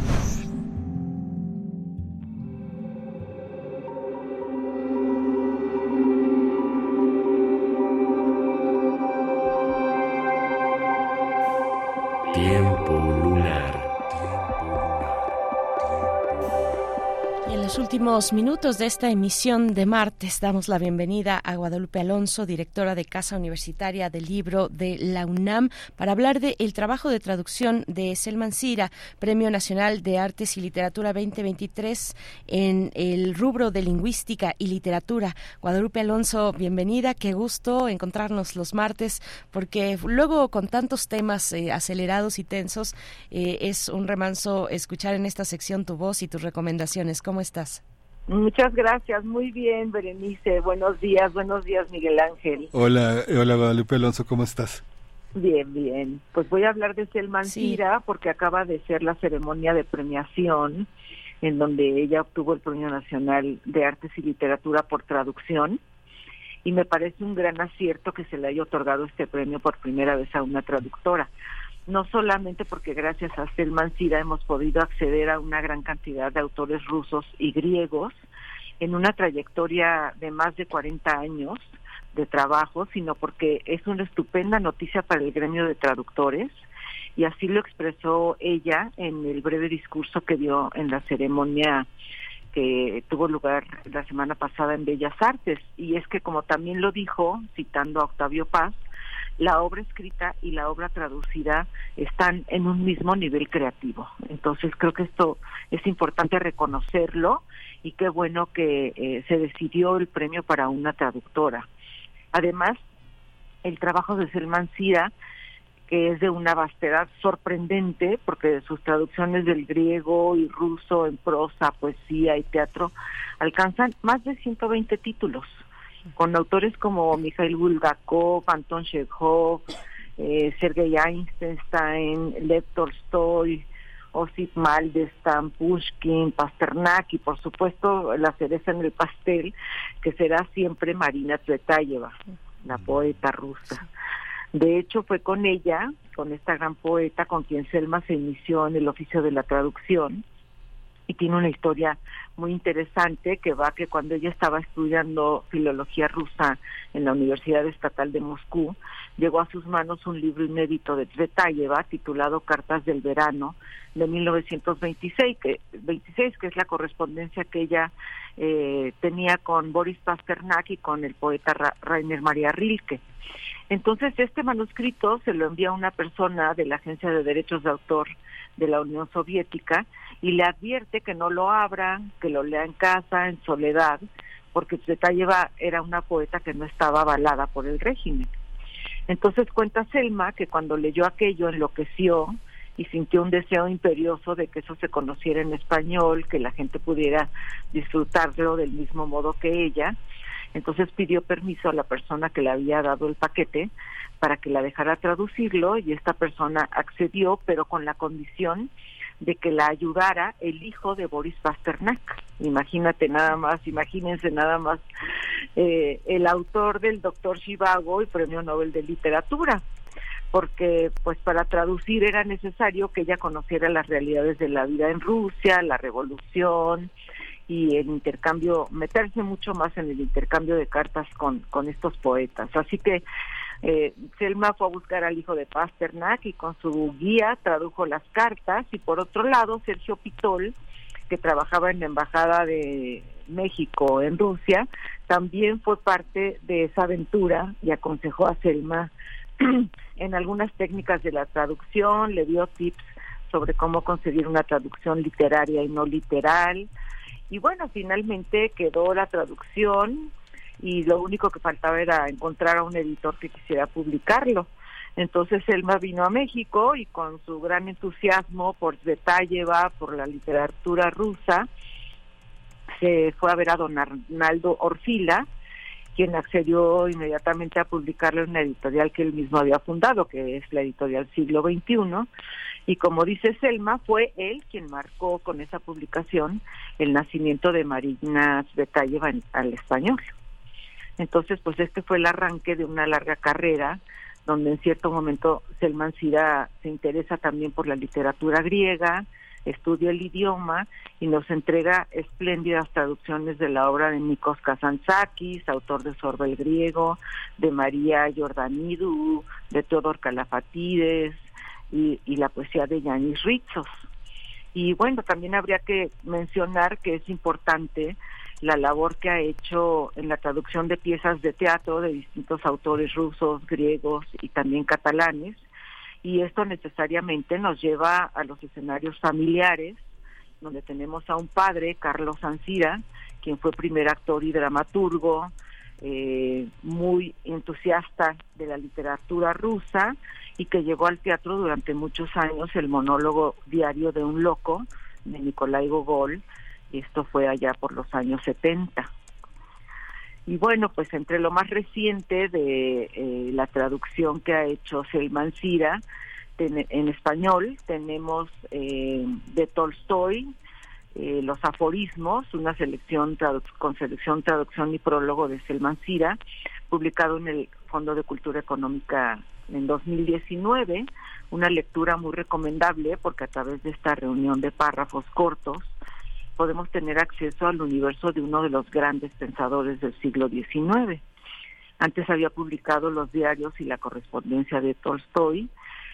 Tiempo lunar. En los últimos minutos de esta emisión de martes damos la bienvenida a Guadalupe Alonso, directora de Casa Universitaria del Libro de la UNAM, para hablar del trabajo de traducción de Selman Sira, Premio Nacional de Artes y Literatura veinte veintitrés en el rubro de Lingüística y Literatura. Guadalupe Alonso, bienvenida, qué gusto encontrarnos los martes, porque luego con tantos temas eh, acelerados y tensos, eh, es un remanso escuchar en esta sección tu voz y tus recomendaciones. ¿Cómo estás? Muchas gracias, muy bien, Berenice. Buenos días, buenos días, Miguel Ángel. Hola, hola Guadalupe Alonso, ¿cómo estás? Bien, bien. Pues voy a hablar de Selman Sira, sí, porque acaba de ser la ceremonia de premiación en donde ella obtuvo el Premio Nacional de Artes y Literatura por traducción, y me parece un gran acierto que se le haya otorgado este premio por primera vez a una traductora. No solamente porque gracias a Selman Sira hemos podido acceder a una gran cantidad de autores rusos y griegos en una trayectoria de más de cuarenta años de trabajo, sino porque es una estupenda noticia para el gremio de traductores, y así lo expresó ella en el breve discurso que dio en la ceremonia que tuvo lugar la semana pasada en Bellas Artes. Y es que, como también lo dijo, citando a Octavio Paz, la obra escrita y la obra traducida están en un mismo nivel creativo. Entonces creo que esto es importante reconocerlo, y qué bueno que eh, se decidió el premio para una traductora. Además, el trabajo de Selman Sira, que es de una vastedad sorprendente, porque sus traducciones del griego y ruso en prosa, poesía y teatro alcanzan más de ciento veinte títulos, con autores como Mikhail Bulgakov, Anton Chekhov, eh, Sergei Eisenstein, Lev Tolstoy, Osip Mandelstam, Pushkin, Pasternak, y por supuesto la cereza en el pastel, que será siempre Marina Tsvetaeva, la poeta rusa. De hecho, fue con ella, con esta gran poeta, con quien Selma se inició en el oficio de la traducción, y tiene una historia muy interesante que va que cuando ella estaba estudiando filología rusa en la Universidad Estatal de Moscú, llegó a sus manos un libro inédito de Tsvetaeva titulado Cartas del Verano, de mil novecientos veintiséis, que, veintiséis, que es la correspondencia que ella eh, tenía con Boris Pasternak y con el poeta Ra- Rainer Maria Rilke. Entonces, este manuscrito se lo envía a una persona de la Agencia de Derechos de Autor de la Unión Soviética y le advierte que no lo abra, que lo lea en casa, en soledad, porque Tsvetaeva era una poeta que no estaba avalada por el régimen. Entonces cuenta Selma que cuando leyó aquello enloqueció y sintió un deseo imperioso de que eso se conociera en español, que la gente pudiera disfrutarlo del mismo modo que ella. Entonces pidió permiso a la persona que le había dado el paquete para que la dejara traducirlo, y esta persona accedió, pero con la condición de que la ayudara el hijo de Boris Pasternak. Imagínate nada más, imagínense nada más, eh, el autor del Doctor Zhivago y Premio Nobel de Literatura, porque pues para traducir era necesario que ella conociera las realidades de la vida en Rusia, la revolución, y el intercambio, meterse mucho más en el intercambio de cartas con, con estos poetas. Así que eh, Selma fue a buscar al hijo de Pasternak y con su guía tradujo las cartas, y por otro lado Sergio Pitol, que trabajaba en la Embajada de México en Rusia, también fue parte de esa aventura y aconsejó a Selma en algunas técnicas de la traducción, le dio tips sobre cómo conseguir una traducción literaria y no literal. Y bueno, finalmente quedó la traducción y lo único que faltaba era encontrar a un editor que quisiera publicarlo. Entonces Selma vino a México y con su gran entusiasmo por Tsvetaeva, por la literatura rusa, se fue a ver a don Arnaldo Orfila, quien accedió inmediatamente a publicarlo en una editorial que él mismo había fundado, que es la editorial Siglo veintiuno, y como dice Selma, fue él quien marcó con esa publicación el nacimiento de Marina Tsvetaeva al español. Entonces, pues este fue el arranque de una larga carrera, donde en cierto momento Selman Sira se interesa también por la literatura griega, estudia el idioma y nos entrega espléndidas traducciones de la obra de Nikos Kazantzakis, autor de Sorba el griego, de María Giordanidou, de Teodor Kalafatides y, y la poesía de Yanis Ritsos. Y bueno, también habría que mencionar que es importante la labor que ha hecho en la traducción de piezas de teatro de distintos autores rusos, griegos y también catalanes, y esto necesariamente nos lleva a los escenarios familiares, donde tenemos a un padre, Carlos Ansira, quien fue primer actor y dramaturgo, eh, muy entusiasta de la literatura rusa, y que llevó al teatro durante muchos años el monólogo Diario de un loco, de Nikolai Gogol. Esto fue allá por los años setenta. Y bueno, pues entre lo más reciente de eh, la traducción que ha hecho Selman Sira ten, en español, tenemos eh, de Tolstoy, eh, Los aforismos, una selección tradu- con selección, traducción y prólogo de Selman Sira, publicado en el Fondo de Cultura Económica en dos mil diecinueve, una lectura muy recomendable porque a través de esta reunión de párrafos cortos podemos tener acceso al universo de uno de los grandes pensadores del siglo diecinueve. Antes había publicado los diarios y la correspondencia de Tolstoy,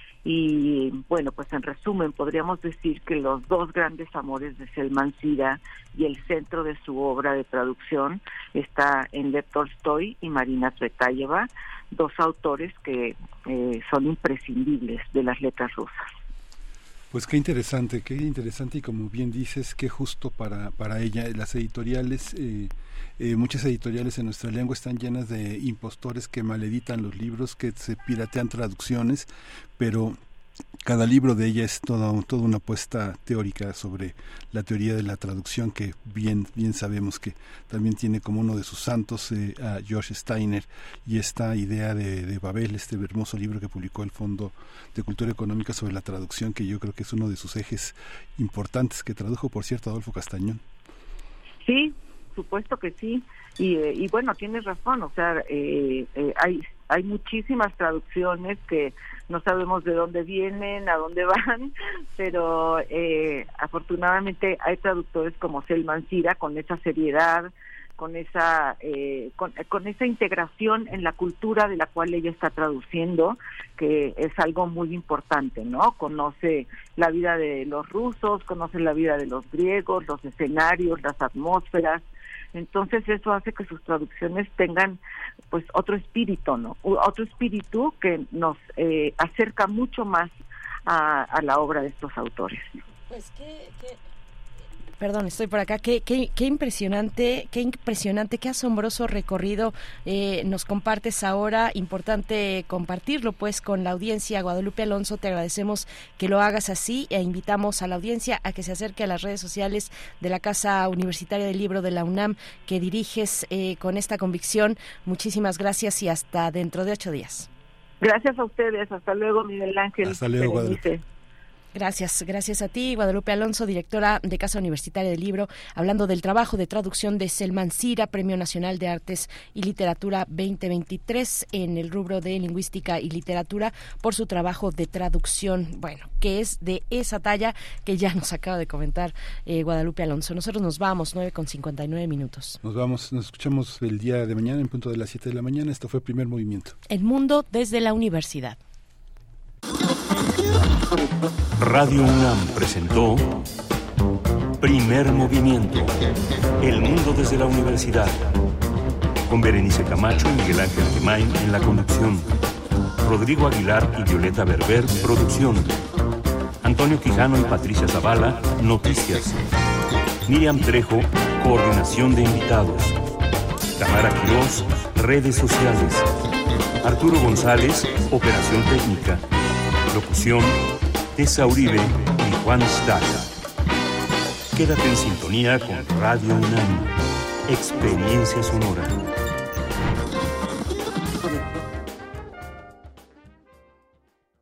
y bueno, pues en resumen podríamos decir que los dos grandes amores de Selman Sira y el centro de su obra de traducción está en Lev Tolstoy y Marina Tsvetaeva, dos autores que eh, son imprescindibles de las letras rusas. Pues qué interesante, qué interesante y como bien dices, qué justo para, para ella. Las editoriales, eh, eh, muchas editoriales en nuestra lengua están llenas de impostores que maleditan los libros, que se piratean traducciones, pero cada libro de ella es toda, toda una apuesta teórica sobre la teoría de la traducción, que bien bien sabemos que también tiene como uno de sus santos eh, a George Steiner, y esta idea de, de Babel, este hermoso libro que publicó el Fondo de Cultura Económica sobre la traducción, que yo creo que es uno de sus ejes importantes, que tradujo, por cierto, Adolfo Castañón. Sí, supuesto que sí, y, eh, y bueno, tienes razón, o sea, eh, eh, hay hay muchísimas traducciones que no sabemos de dónde vienen, a dónde van, pero eh, afortunadamente hay traductores como Selman Sira con esa seriedad, con esa eh, con, con esa integración en la cultura de la cual ella está traduciendo, que es algo muy importante, ¿no? Conoce la vida de los rusos, conoce la vida de los griegos, los escenarios, las atmósferas. Entonces eso hace que sus traducciones tengan pues otro espíritu, ¿no? Otro espíritu que nos eh, acerca mucho más a, a la obra de estos autores. Pues qué, qué... Perdón, estoy por acá. Qué, qué, qué impresionante, qué impresionante, qué asombroso recorrido eh, nos compartes ahora. Importante compartirlo, pues, con la audiencia. Guadalupe Alonso, te agradecemos que lo hagas así e invitamos a la audiencia a que se acerque a las redes sociales de la Casa Universitaria del Libro de la UNAM, que diriges eh, con esta convicción. Muchísimas gracias y hasta dentro de ocho días. Gracias a ustedes. Hasta luego, Miguel Ángel. Hasta luego, Guadalupe. Gracias, gracias a ti, Guadalupe Alonso, directora de Casa Universitaria del Libro, hablando del trabajo de traducción de Selman Sira, Premio Nacional de Artes y Literatura veinte veintitrés en el rubro de Lingüística y Literatura, por su trabajo de traducción, bueno, que es de esa talla que ya nos acaba de comentar eh, Guadalupe Alonso. Nosotros nos vamos, nueve con cincuenta y nueve minutos. Nos vamos, nos escuchamos el día de mañana en punto de las siete de la mañana. Esto fue Primer Movimiento. El mundo desde la universidad. Radio UNAM presentó Primer Movimiento, El mundo desde la universidad, con Berenice Camacho y Miguel Ángel Gemain en la conducción, Rodrigo Aguilar y Violeta Berber, producción, Antonio Quijano y Patricia Zavala, noticias, Miriam Trejo, coordinación de invitados, Tamara Quirós, redes sociales, Arturo González, operación técnica, locución, Tessa Uribe y Juan Staca. Quédate en sintonía con Radio UNAM. Experiencia sonora.